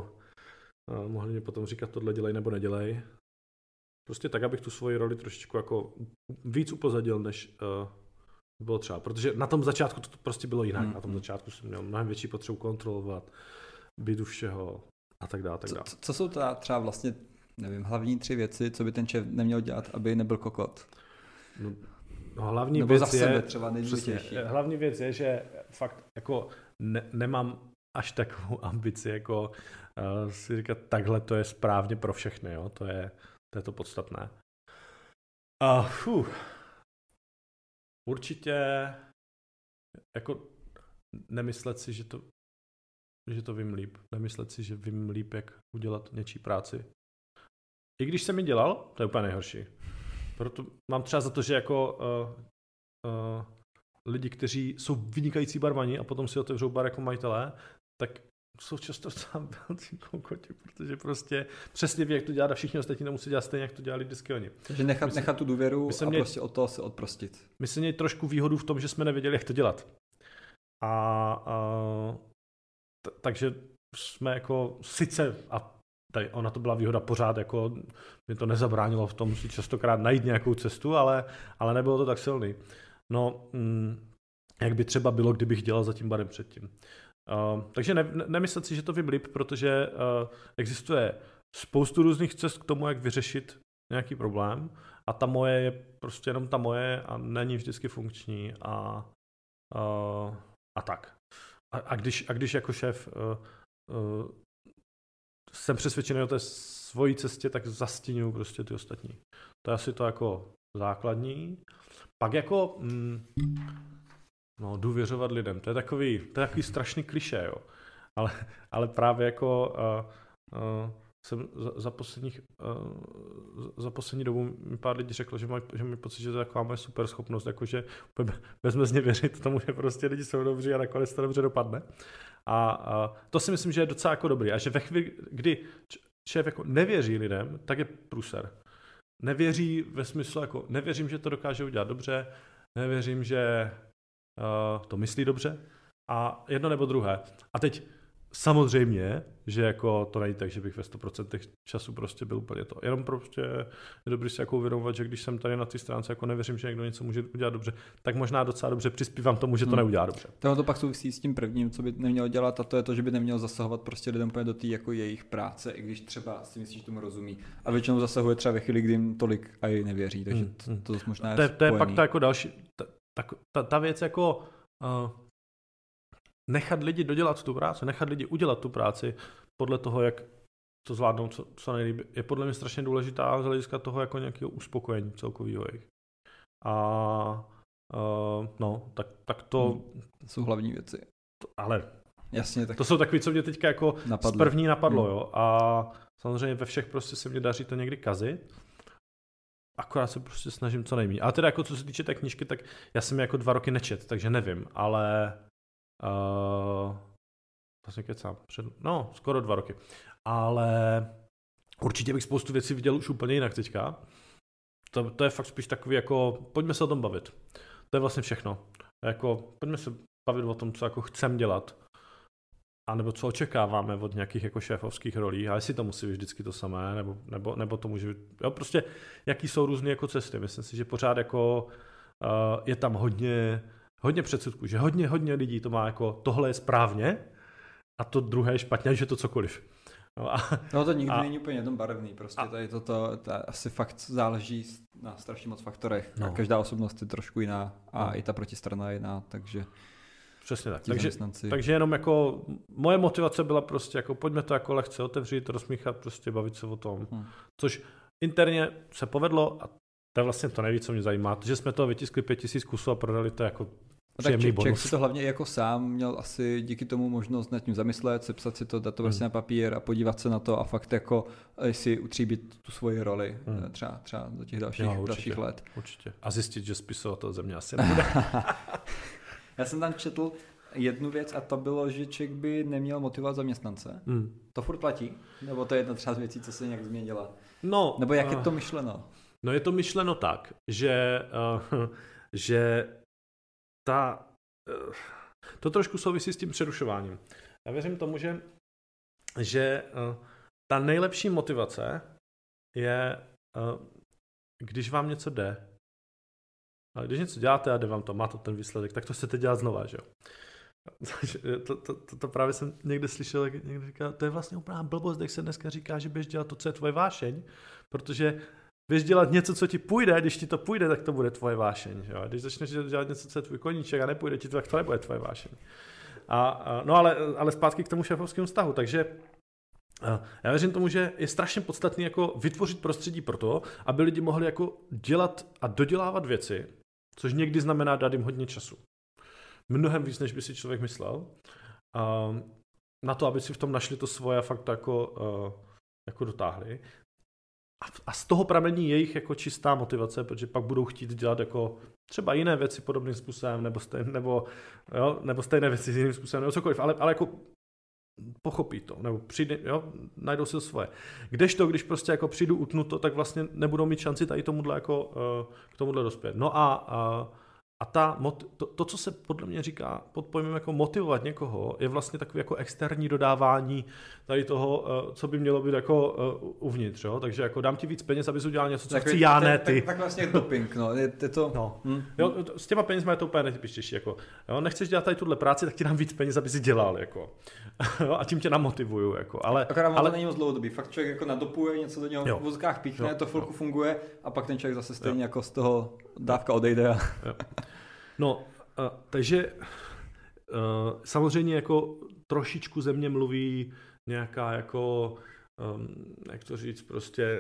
potom říkat, tohle dělej nebo nedělej. Prostě tak, abych tu svoji roli trošičku jako víc upozadil, než bylo třeba. Protože na tom začátku to prostě bylo jinak. Na tom začátku jsem měl mnohem větší potřebu kontrolovat, být u všeho a tak dále. Co jsou třeba vlastně, nevím, hlavní 3 věci, co by ten šéf neměl dělat, aby nebyl kokot? No, hlavní nebo věc za sebe je, třeba nejdůležitější. Hlavní věc je, že fakt jako nemám až takovou ambici, jako si říkat, takhle to je správně pro všechny, jo? To je to podstatné. Určitě jako nemyslet si, že to vím líp. Nemyslet si, že vím líp, jak udělat něčí práci. I když jsem ji dělal, to je úplně nejhorší. Proto mám třeba za to, že jako lidi, kteří jsou vynikající barmani a potom si otevřou bar jako majitelé, tak jsou často tam velcí kokoti, protože prostě přesně ví, jak to dělat a všichni ostatní to musí dělat stejně, jak to dělali vždycky oni. Takže nechat tu důvěru a prostě od toho se odprostit. My jsme měli trošku výhodu v tom, že jsme nevěděli, jak to dělat. Takže jsme jako sice, a tady ona to byla výhoda pořád, jako mi to nezabránilo v tom si častokrát najít nějakou cestu, ale nebylo to tak silný. No, jak by třeba bylo, kdybych dělal za tím barem předtím. Takže nemyslet si, že to vím líp, protože existuje spoustu různých cest k tomu, jak vyřešit nějaký problém a ta moje je prostě jenom ta moje a není vždycky funkční a tak. A když jako šéf jsem přesvědčený o té svojí cestě, tak zastíňuji prostě ty ostatní. To je asi to jako základní. Pak jako důvěřovat lidem. To je takový strašný klišé, jo. Ale právě jako jsem za poslední dobu mi pár lidí řeklo, že mají pocit, že to je taková moje super schopnost, jakože bezmezně věřit tomu, že prostě lidi jsou dobří a nakonec to dobře dopadne. A to si myslím, že je docela jako dobrý. A že ve chvíli, kdy šéf jako nevěří lidem, tak je průser. Nevěří ve smyslu jako nevěřím, že to dokáže udělat dobře, nevěřím, že to myslí dobře a jedno nebo druhé. A teď samozřejmě, že jako to není tak, že bych ve 100% času prostě byl úplně to. Jenom prostě je dobrý si jako uvědomovat, že když jsem tady na té stránce jako nevěřím, že někdo něco může udělat dobře, tak možná docela dobře přispívám tomu, že to neudělá dobře. Tohle to pak souvisí s tím prvním, co by neměl dělat, a to je to, že by neměl zasahovat prostě lidem úplně do té jako jejich práce, i když třeba si myslíš, že tomu rozumí. A většinou zasahuje třeba ve chvíli, kdy jim tolik a nevěří, takže to možná je to je pak to jako další ta věc jako nechat lidi dodělat tu práci, nechat lidi udělat tu práci podle toho, jak to zvládnou co nejlíp, je podle mě strašně důležitá z hlediska toho jako nějakého uspokojení celkového jejich. Tak to jsou hlavní věci. Ale jasně, tak to jsou takový, co mě teďka jako z první napadlo, jo. A samozřejmě ve všech prostě se mě daří to někdy kazit. Akorát se prostě snažím co nejméně. Ale teda jako co se týče té knížky, tak já jsem jako 2 roky nečet, takže nevím, ale vlastně kecám, skoro 2 roky. Ale určitě bych spoustu věcí viděl už úplně jinak teďka. To je fakt spíš takový jako, pojďme se o tom bavit. To je vlastně všechno. Jako, pojďme se bavit o tom, co jako chcem dělat. a nebo co očekáváme od nějakých jako šéfovských rolí, a jestli to musí být vždycky to samé, nebo to může být, jo, prostě jaký jsou různé jako cesty. Myslím si, že pořád jako je tam hodně předsudků, že hodně lidí to má jako tohle je správně a to druhé je špatně, že to cokoliv. No to nikdy není úplně jednobarevný, prostě tady toto asi fakt záleží na strašně moc faktorech. No. A každá osobnost je trošku jiná a i ta protistrana je jiná, takže... Přesně tak. Takže jenom jako moje motivace byla prostě jako pojďme to jako lehce otevřít, rozmíchat, prostě bavit se o tom. Což interně se povedlo a to je vlastně to nejvíc, co mě zajímá, že jsme to vytiskli 5000 kusů a prodali to jako příjemný bonus. Člověk si to hlavně jako sám měl asi díky tomu možnost nad tím zamyslet, sepsat si to, dát to vlastně na papír a podívat se na to a fakt jako si utříbit tu svoji roli třeba do těch dalších let. Určitě. A zjistit, že spisovatel země asi nebude. Já jsem tam četl jednu věc a to bylo, že člověk by neměl motivovat zaměstnance. To furt platí? Nebo to je jedna třeba z věcí, co se nějak změnila? No, nebo jak je to myšleno? No je to myšleno tak, že to trošku souvisí s tím přerušováním. Já věřím tomu, že ta nejlepší motivace je, když vám něco jde. Ale když něco děláte a jde vám to, má to ten výsledek, tak to chcete dělat znova, že jo? To právě jsem někde slyšel, jak někdo říká, to je vlastně úplná blbost, jak se dneska říká, že běž dělat to, co je tvoje vášeň, protože běž dělat něco, co ti půjde, a když ti to půjde, tak to bude tvoje vášeň. Jo? Když začneš dělat něco, co je tvůj koníček a nepůjde ti to, tak to nebude tvoje vášeň. No ale zpátky k tomu šéfovskému vztahu. Takže já věřím tomu, že je strašně podstatné jako vytvořit prostředí pro to, aby lidi mohli jako dělat a dodělávat věci, což někdy znamená dát jim hodně času. Mnohem víc, než by si člověk myslel. Na to, aby si v tom našli to svoje a fakt to jako dotáhli. A z toho pramení jejich jako čistá motivace, protože pak budou chtít dělat jako třeba jiné věci podobným způsobem, nebo stejné věci jiným způsobem, nebo cokoliv, ale jako pochopí to, nebo přijde, jo, najdou si to svoje. Kdežto, když prostě jako přijdu utnuto, tak vlastně nebudou mít šanci tady tomuhle jako k tomuhle dospět. No a to, co se podle mě říká pod pojmem jako motivovat někoho, je vlastně takový jako externí dodávání tady toho, co by mělo být jako uvnitř, jo? Takže jako dám ti víc peněz, abys udělal něco, co chci já, ne ty. Tak vlastně doping, no. Je to... No. Jo, s těma penězma je to úplně nejtypičtější, jako, jo? Nechceš dělat tady tuhle práci, tak ti dám víc peněz, aby si dělal, jako. A tím tě namotivuju, jako. Ale to není moc dlouhodobý. Fakt člověk jako nadopuje, něco do něho v vozkách píchne, to chvilku funguje a pak ten člověk zase stejně jako z toho dávka odejde. No, takže samozřejmě jako trošičku ze mě mluví nějaká jako, jak to říct, prostě,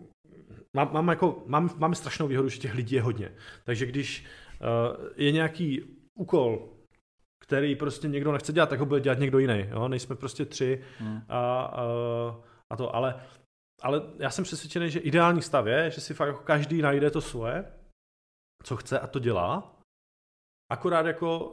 máme strašnou výhodu, že těch lidí je hodně. Takže když je nějaký úkol, který prostě někdo nechce dělat, tak ho bude dělat někdo jiný. Jo? Nejsme prostě 3 a to, ale já jsem přesvědčený, že ideální stav je, že si fakt jako každý najde to svoje, co chce a to dělá. Akorát jako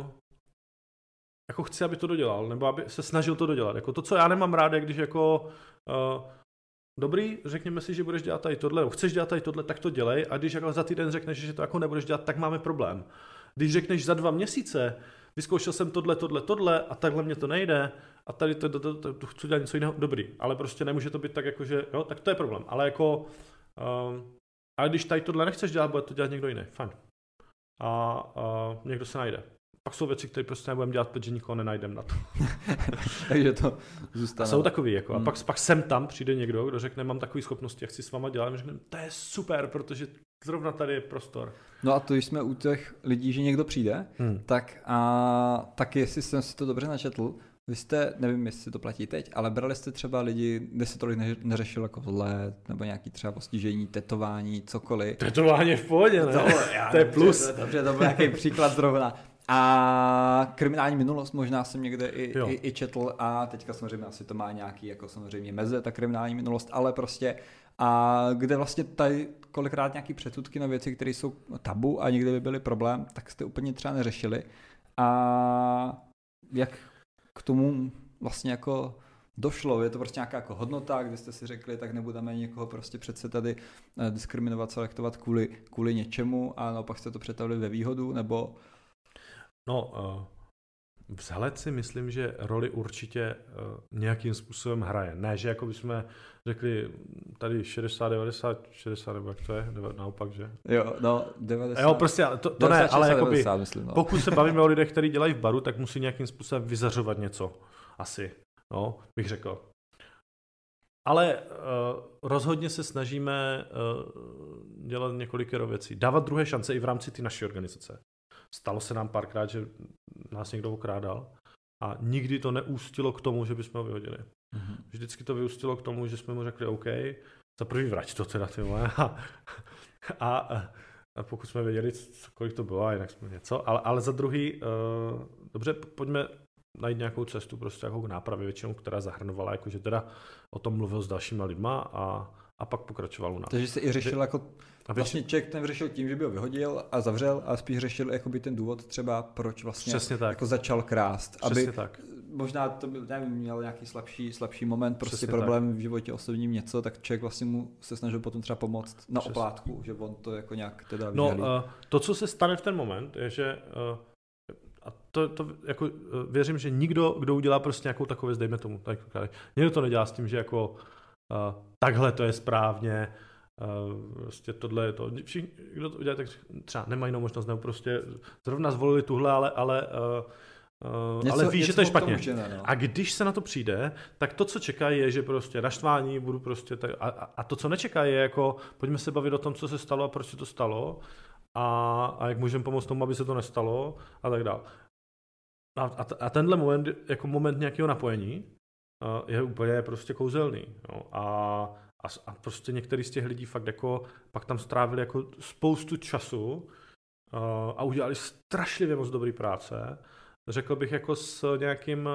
chci, aby to dodělal, nebo aby se snažil to dodělat. Jako to, co já nemám rád, je když jako dobrý, řekněme si, že budeš dělat tady tohle, nebo chceš dělat tady tohle, tak to dělej, a když jako za týden řekneš, že to jako nebudeš dělat, tak máme problém. Když řekneš za 2 měsíce, vyzkoušel jsem tohle a takhle mě to nejde a tady to chci dělat něco jiného, dobrý, ale prostě nemůže to být tak jako, že jo, tak to je problém. Ale jako, ale když tady tohle nechceš dělat, bude to dělat někdo jiný, fajn. A někdo se najde. Pak jsou věci, které prostě nebudeme dělat, protože nikoho nenajdeme na to. Takže to zůstane. A jsou takový, jako. A pak sem tam přijde někdo, kdo řekne, mám takové schopnosti, jak chci s váma dělat, a my řekneme, to je super, protože zrovna tady je prostor. No a to, když jsme u těch lidí, že někdo přijde, tak jestli jsem si to dobře načetl, vy jste, nevím, jestli to platí teď, ale brali jste třeba lidi, kde se tolik neřešilo jako vzhled, nebo nějaký třeba postižení, tetování, cokoliv. Tetování je v pohodě, ne? To je plus. Dobře, to byl nějaký příklad zrovna. A kriminální minulost možná jsem někde i četl a teďka samozřejmě asi to má nějaký jako samozřejmě meze, ta kriminální minulost, ale prostě a kde vlastně tady kolikrát nějaký předsudky na věci, které jsou tabu a někde by byly problém, tak jste úplně třeba neřešili. A jak k tomu vlastně jako došlo? Je to prostě nějaká jako hodnota, kde jste si řekli, tak nebudeme někoho prostě přece tady diskriminovat, selektovat kvůli něčemu a naopak jste to přetavili ve výhodu, nebo... No, Vzhled si myslím, že roli určitě nějakým způsobem hraje. Ne, že jako bychom řekli tady 60, 90, 60, nebo jak to je, naopak, že? Jo, no 90. Jo, prostě to 90, ne, 60, ale jakoby, 90, myslím, no. Pokud se bavíme o lidech, kteří dělají v baru, tak musí nějakým způsobem vyzařovat něco. Asi, no, bych řekl. Ale rozhodně se snažíme dělat několikero věcí. Dávat druhé šance i v rámci ty naší organizace. Stalo se nám párkrát, že nás někdo okrádal a nikdy to neústilo k tomu, že bychom ho vyhodili. Mm-hmm. Vždycky to vyústilo k tomu, že jsme mu řekli OK, za první vrať to teda, ty vole. A pokud jsme věděli, kolik to bylo, a jinak jsme něco, ale za druhý, dobře, pojďme najít nějakou cestu, prostě nějakou nápravy většinou, která zahrnovala, jakože teda o tom mluvil s dalšíma lidma a pak pokračoval u nás. Takže se i řešil jako, vlastně člověk ten řešil tím, že by ho vyhodil a zavřel, a spíš řešil jakoby ten důvod třeba, proč vlastně jako začal krást. Přesně aby tak. Možná to byl, nevím, měl nějaký slabší moment, prostě přesně problém tak. V životě osobním něco, tak člověk vlastně mu se snažil potom třeba pomoct na oplátku, že on to jako nějak teda vyžalí. To, co se stane v ten moment, je, že a to jako věřím, že nikdo, kdo udělá prostě nějakou takovou věc, dejme tomu, tak někdo to nedělá s tím, že jako takhle to je správně, prostě tohle je to. Všichni, kdo to udělá, tak třeba nemají jinou možnost, nebo prostě zrovna zvolili tuhle, ale ví, že to je špatně. A když se na to přijde, tak to, co čekají, je, že prostě naštvání budu prostě a to, co nečekají, je jako pojďme se bavit o tom, co se stalo a proč se to stalo. A jak můžeme pomoct tomu, aby se to nestalo a tak dále. A tenhle moment, jako moment nějakého napojení, je úplně prostě kouzelný. Jo. A prostě některý z těch lidí fakt jako pak tam strávili jako spoustu času a udělali strašlivě moc dobrý práce. Řekl bych jako s nějakým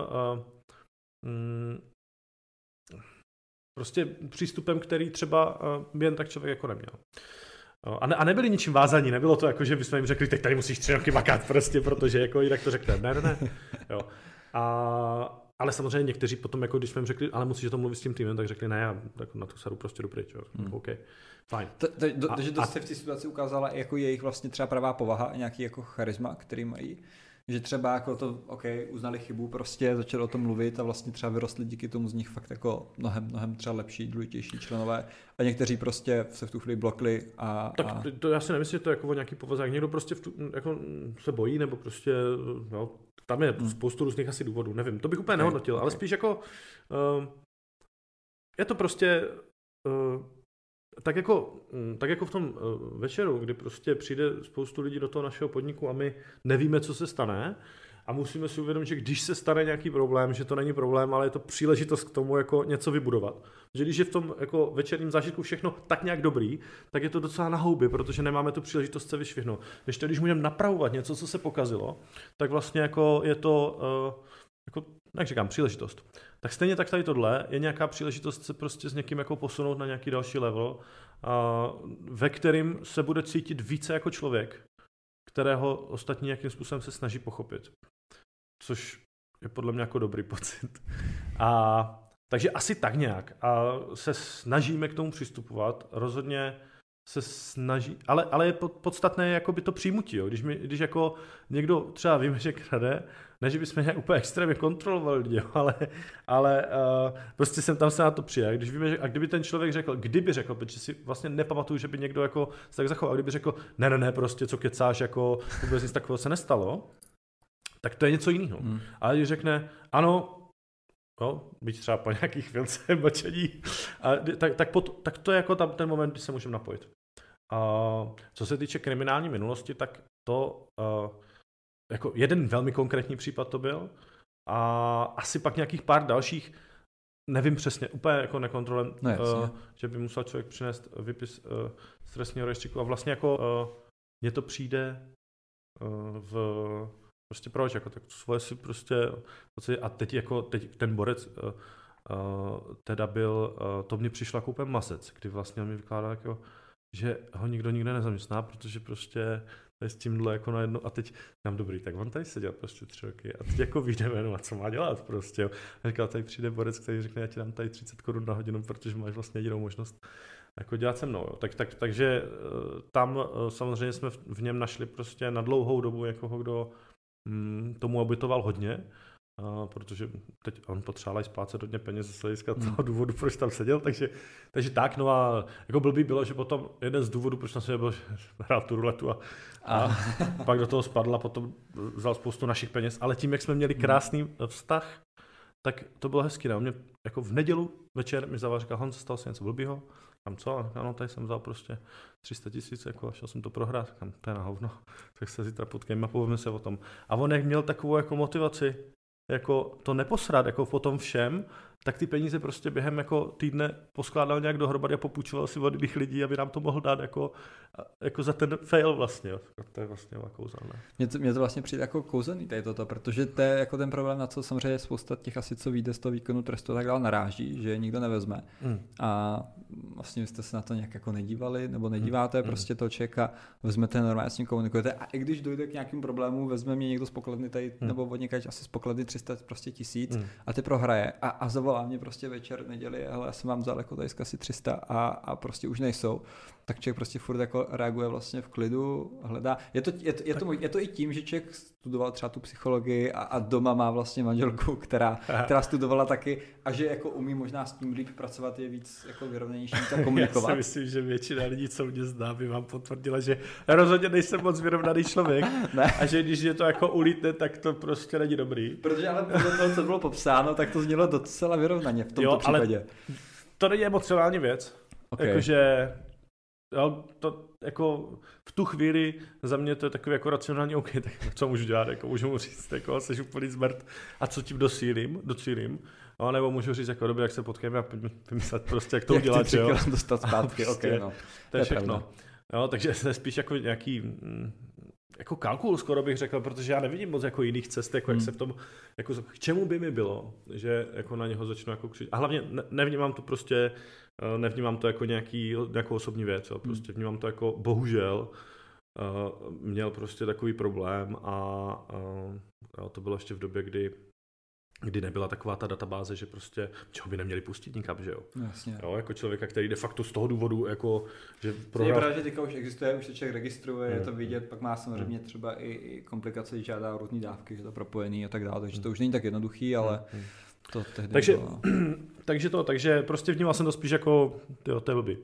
prostě přístupem, který třeba jen tak člověk jako neměl. A nebyli ničím vázaní, nebylo to jako, že bychom jim řekli, teď tady musíš 3 roky makat prostě, protože jako jinak to řekne. Ne. Jo. Ale samozřejmě někteří potom, jako když jsme jim řekli, ale musíš o tom mluvit s tím týmem, tak řekli, ne, já tak na tu saru prostě jdu pryč. OK, fajn. Takže to se v té situaci ukázala jako jejich vlastně třeba pravá povaha a nějaký jako charisma, který mají. Že třeba jako to, uznali chybu, prostě začali o tom mluvit a vlastně třeba vyrostli díky tomu z nich fakt jako mnohem třeba lepší, důležitější členové a někteří prostě se v tu chvíli blokli Tak to já si nemyslím, že to je jako o nějaký povaze, někdo prostě jako se bojí nebo prostě, no, tam je spoustu různých asi důvodů, nevím, to bych úplně nehodnotil, ale spíš jako je to prostě tak jako v tom večeru, kdy prostě přijde spoustu lidí do toho našeho podniku a my nevíme, co se stane a musíme si uvědomit, že když se stane nějaký problém, že to není problém, ale je to příležitost k tomu jako něco vybudovat. Že když je v tom jako večerním zážitku všechno tak nějak dobrý, tak je to docela na houby, protože nemáme tu příležitost se vyšvihnout. Když můžeme napravovat něco, co se pokazilo, tak vlastně jako je to jako, jak říkám, příležitost. Tak stejně tak tady tohle je nějaká příležitost se prostě s někým jako posunout na nějaký další level, ve kterým se bude cítit více jako člověk, kterého ostatní nějakým způsobem se snaží pochopit. Což je podle mě jako dobrý pocit. Takže asi tak nějak. A se snažíme k tomu přistupovat. Rozhodně se snaží, ale je podstatné jakoby to přijmutí. Jo. Když jako někdo třeba víme, že krade, ne, že bychom nějak úplně extrémně kontrolovali lidi, ale prostě jsem tam se na to přijel. Když víme, a kdyby ten člověk kdyby řekl, protože si vlastně nepamatuju, že by někdo jako se tak zachoval, kdyby řekl, ne, prostě co kecáš, jako vůbec nic takového se nestalo, tak to je něco jiného. Ale když řekne, ano, no, byť třeba po nějakých chvilce mlčení, tak to je jako tam ten moment, kdy se můžeme napojit. Co se týče kriminální minulosti, tak to jako jeden velmi konkrétní případ to byl a asi pak nějakých pár dalších, nevím přesně, úplně jako nekontrolem, že by musel člověk přinést výpis z trestního rejstříku a vlastně jako mně to přijde prostě proč, jako tak svoje si prostě a teď ten borec teda byl, to mně přišlo jako úplně masec, kdy vlastně on mi vykládal jako, že ho nikdo nikde nezaměstná, protože prostě tady s tímhle jako najednou a teď nám dobrý, tak on tady seděl prostě 3 roky a teď jako vyjdeme, no a co má dělat prostě. A říkal, tady přijde borec, který řekne, já ti dám tady 30 Kč na hodinu, protože máš vlastně jedinou možnost jako dělat se mnou. Jo. Takže tam samozřejmě jsme v něm našli prostě na dlouhou dobu někoho, kdo tomu obětoval hodně, protože teď on potřeboval splácet hodně peněz z hlediska toho důvodu, proč tam seděl, takže tak, no a jako blbý bylo, že potom jeden z důvodů, proč tam seděl, byl, že hrál tu ruletu a pak do toho spadl a potom vzal spoustu našich peněz, ale tím, jak jsme měli krásný vztah, tak to bylo hezky, ne? On mě jako v nedělu večer mi zavolal, říkal, Honzo, stalo se něco blbýho? Tam co? Ano, tady jsem vzal prostě 300 000, jako a šel jsem to prohrát. Říkám, to je na hovno, tak se zítra potkejme a povíme se o tom. A on jak měl takovou jako motivaci, jako to neposrat, jako po tom všem, tak ty peníze prostě během jako týdne poskládal nějak dohromady a popůjčoval si od jiných lidí, aby nám to mohl dát jako za ten fail vlastně. Jo. To je vlastně kouzelné. Mně to vlastně přijde jako kouzelný tady toto, protože to je jako ten problém, na co samozřejmě spousta těch asi, co vyjde z toho výkonu trestu, tak dál naráží, že je nikdo nevezme. A vlastně jste se na to nějak jako nedívali, nebo nedíváte, prostě toho člověka vezmete normálně, s ním komunikujete a i když dojde k nějakým problémům, vezme mě někdo z pokladny tady, nebo od někač asi z pokladny 300 prostě 1000 a ty prohraje a zavolá mě prostě večer neděli, hele, já jsem vám vzal jako tady asi 300 a prostě už nejsou. Tak člověk prostě furt jako reaguje vlastně v klidu, hledá. Je to i tím, že člověk studoval třeba tu psychologii a doma má vlastně manželku, která studovala taky a že jako umí možná s tím líp pracovat, je víc jako vyrovnanější a komunikovat. Já si myslím, že většina lidí, co mě zná, by vám potvrdila, že rozhodně nejsem moc vyrovnaný člověk a že když je to jako ulítne, tak to prostě není dobrý. Protože ale podle toho, co bylo popsáno, tak to znělo docela vyrovnaně v tomto případě. Ale to není emocionální věc. Okay. Jakože to jako v tu chvíli za mě to je takový jako racionální, OK, tak co můžu dělat, jako můžu mu říct, jako seš úplný zmrt a co tím docílím, a nebo můžu říct, jako dobře, jak se potkejme a vymyslet prostě, jak to udělat, jo. Jak dostat zpátky, prostě, no. To je všechno. Jo, takže se spíš jako nějaký jako kalkul skoro bych řekl, protože já nevidím moc jako jiných cest, jako jak se v tom, jako k čemu by mi bylo, že jako na něho začnu jako křičet. A hlavně nevnímám to jako nějakou osobní věc, jo. Prostě vnímám to jako bohužel měl prostě takový problém a to bylo ještě v době, kdy nebyla taková ta databáze, že prostě čeho by neměli pustit nikam, že jo. Jasně. Jo, jako člověka, který de facto z toho důvodu, jako, že prohrál... Je pravda, že teďka už existuje, už se člověk registruje, je to vidět, pak má samozřejmě třeba i komplikace, když žádá různý dávky, že to propojený a tak dále, takže to už není tak jednoduchý, ale to tehdy bylo. Takže prostě vnímal jsem to spíš jako, jo, to je blbý.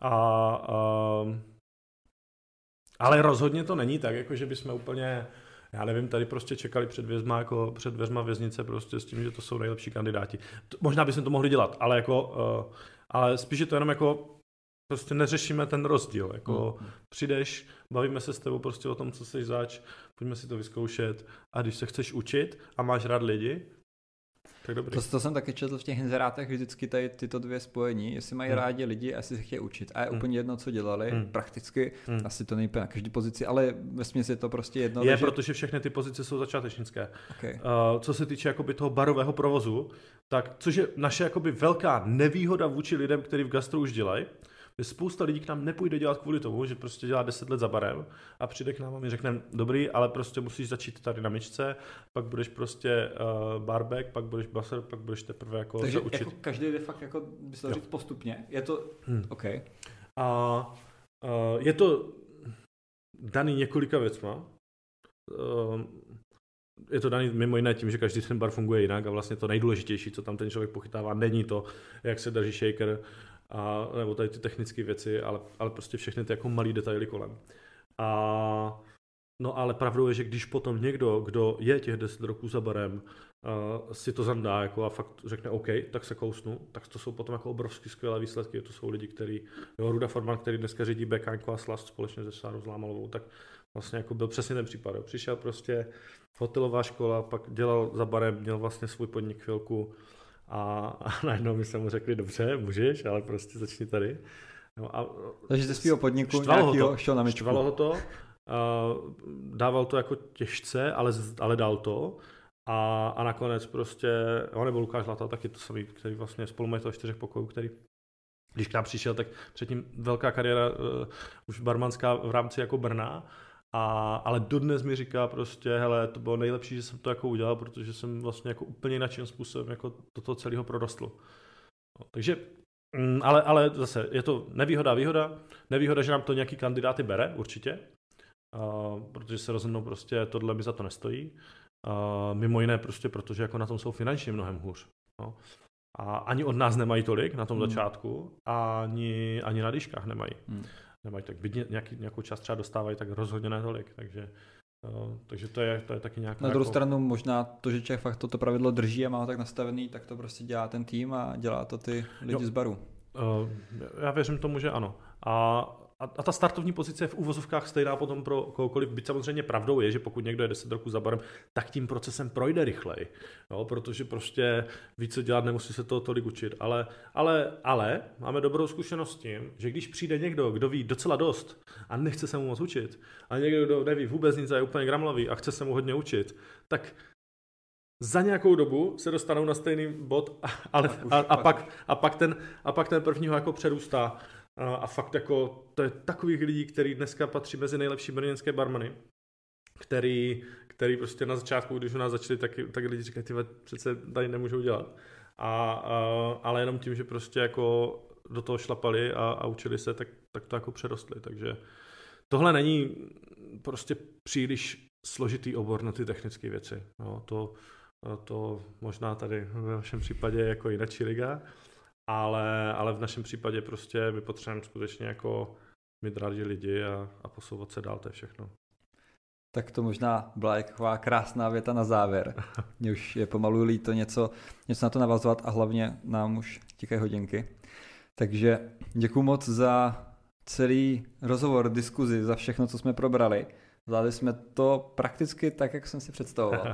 Ale rozhodně to není tak, jako že bychom úplně... Já nevím, tady prostě čekali před dveřma věznice prostě s tím, že to jsou nejlepší kandidáti. Možná bychom to mohli dělat, ale spíš je to jenom jako prostě neřešíme ten rozdíl. Jako přijdeš, bavíme se s tebou prostě o tom, co jsi zač, pojďme si to vyzkoušet a když se chceš učit a máš rád lidi, tak dobrý. To jsem taky četl v těch inzerátech vždycky tady tyto dvě spojení, jestli mají rádi lidi a jestli se chtějí učit. A je úplně jedno, co dělali, prakticky, asi to nejde na každý pozici, ale vesměs je to prostě jedno. Protože všechny ty pozice jsou začátečnické. Okay. Co se týče jakoby toho barového provozu, tak což je naše jakoby velká nevýhoda vůči lidem, kteří v gastru už dělají, je spousta lidí k nám nepůjde dělat kvůli tomu, že prostě dělá 10 let za barem a přijde k nám a mi řekne, dobrý, ale prostě musíš začít tady na myčce, pak budeš prostě barback, pak budeš baser, pak budeš teprve jako takže se učit. Jako každý jde fakt jako, by se říct postupně, je to, OK. A je to daný několika věcma. Je to daný mimo jiné tím, že každý ten bar funguje jinak a vlastně to nejdůležitější, co tam ten člověk pochytává, není to, jak se drží shaker, nebo tady ty technické věci, ale prostě všechny ty jako malý detaily kolem. No ale pravdou je, že když potom někdo, kdo je těch 10 roků za barem, si to zandá jako a fakt řekne OK, tak se kousnu, tak to jsou potom jako obrovsky skvělé výsledky. To jsou lidi, Ruda Forman, který dneska řídí Bekáňko a Slast společně se Sárou Zlámalovou, tak vlastně jako byl přesně ten případ. Jo. Přišel prostě hotelová škola, pak dělal za barem, měl vlastně svůj podnik chvilku a najednou mi se mu řekli, dobře, můžeš, ale prostě začni tady. No takže ze svého podniku nějakýho šel na myčku. Štvalo ho to, dával to jako těžce, ale dal to. A nakonec prostě, nebo Lukáš Lata, taky to samý, který vlastně spolumajitel 4 pokojů, který když k nám přišel, tak předtím velká kariéra už barmanská v rámci jako Brna, ale dodnes mi říká prostě, hele, to bylo nejlepší, že jsem to jako udělal, protože jsem vlastně jako úplně jiným způsobem jako do toho celého prorostl. No, takže, ale zase je to nevýhoda, že nám to nějaký kandidáty bere, určitě, protože se rozhodnou prostě tohle mi za to nestojí. Mimo jiné prostě, protože jako na tom jsou finančně mnohem hůř. No. A ani od nás nemají tolik na tom začátku, ani na dýškách nemají. Nemají tak, byť nějakou část třeba dostávají, tak rozhodně ne tolik, takže to je taky nějaká... Na druhou stranu možná to, že člověk fakt toto pravidlo drží a má ho tak nastavený, tak to prostě dělá ten tým a dělá to ty lidi z baru. Já věřím tomu, že ano. A ta startovní pozice je v uvozovkách stejná potom pro kohokoliv, byť samozřejmě pravdou je, že pokud někdo je 10 roků za barem, tak tím procesem projde rychleji, jo, protože prostě ví, co dělat, nemusí se toho tolik učit, ale máme dobrou zkušenost s tím, že když přijde někdo, kdo ví docela dost a nechce se mu moc učit, a někdo, kdo neví vůbec nic a je úplně gramlavý a chce se mu hodně učit, tak za nějakou dobu se dostanou na stejný bod, a pak ten první ho jako přerůstá. A fakt jako to je takových lidí, který dneska patří mezi nejlepší brněnské barmany, který prostě na začátku, když u nás začali, tak lidi říkají, ty přece tady nemůžou dělat. Ale jenom tím, že prostě jako do toho šlapali a učili se, tak to jako přerostli. Takže tohle není prostě příliš složitý obor na ty technické věci. No, to možná tady ve vašem případě je jako jináčí liga, ale v našem případě prostě my potřebujeme skutečně jako mít rádi lidi a posouvat se dál, to je všechno. Tak to možná byla taková krásná věta na závěr. Mně už je pomalu líto něco na to navazovat a hlavně nám už tikají hodinky. Takže děkuju moc za celý rozhovor, diskuzi, za všechno, co jsme Zvládli jsme to prakticky tak, jak jsem si představoval,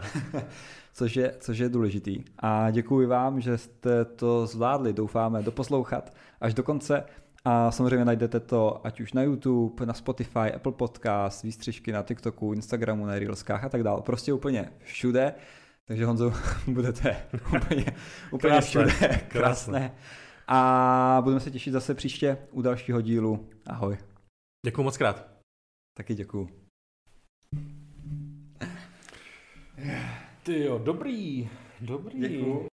což je důležitý. A děkuji vám, že jste to zvládli, doufáme, doposlouchat až do konce. A samozřejmě najdete to ať už na YouTube, na Spotify, Apple Podcast, výstřižky na TikToku, Instagramu, na Reelskách a tak dále. Prostě úplně všude. Takže Honzo, budete úplně všude. Krásné. A budeme se těšit zase příště u dalšího dílu. Ahoj. Děkuji moc krát. Taky děkuju. Ty jo, dobrý. Děkuju.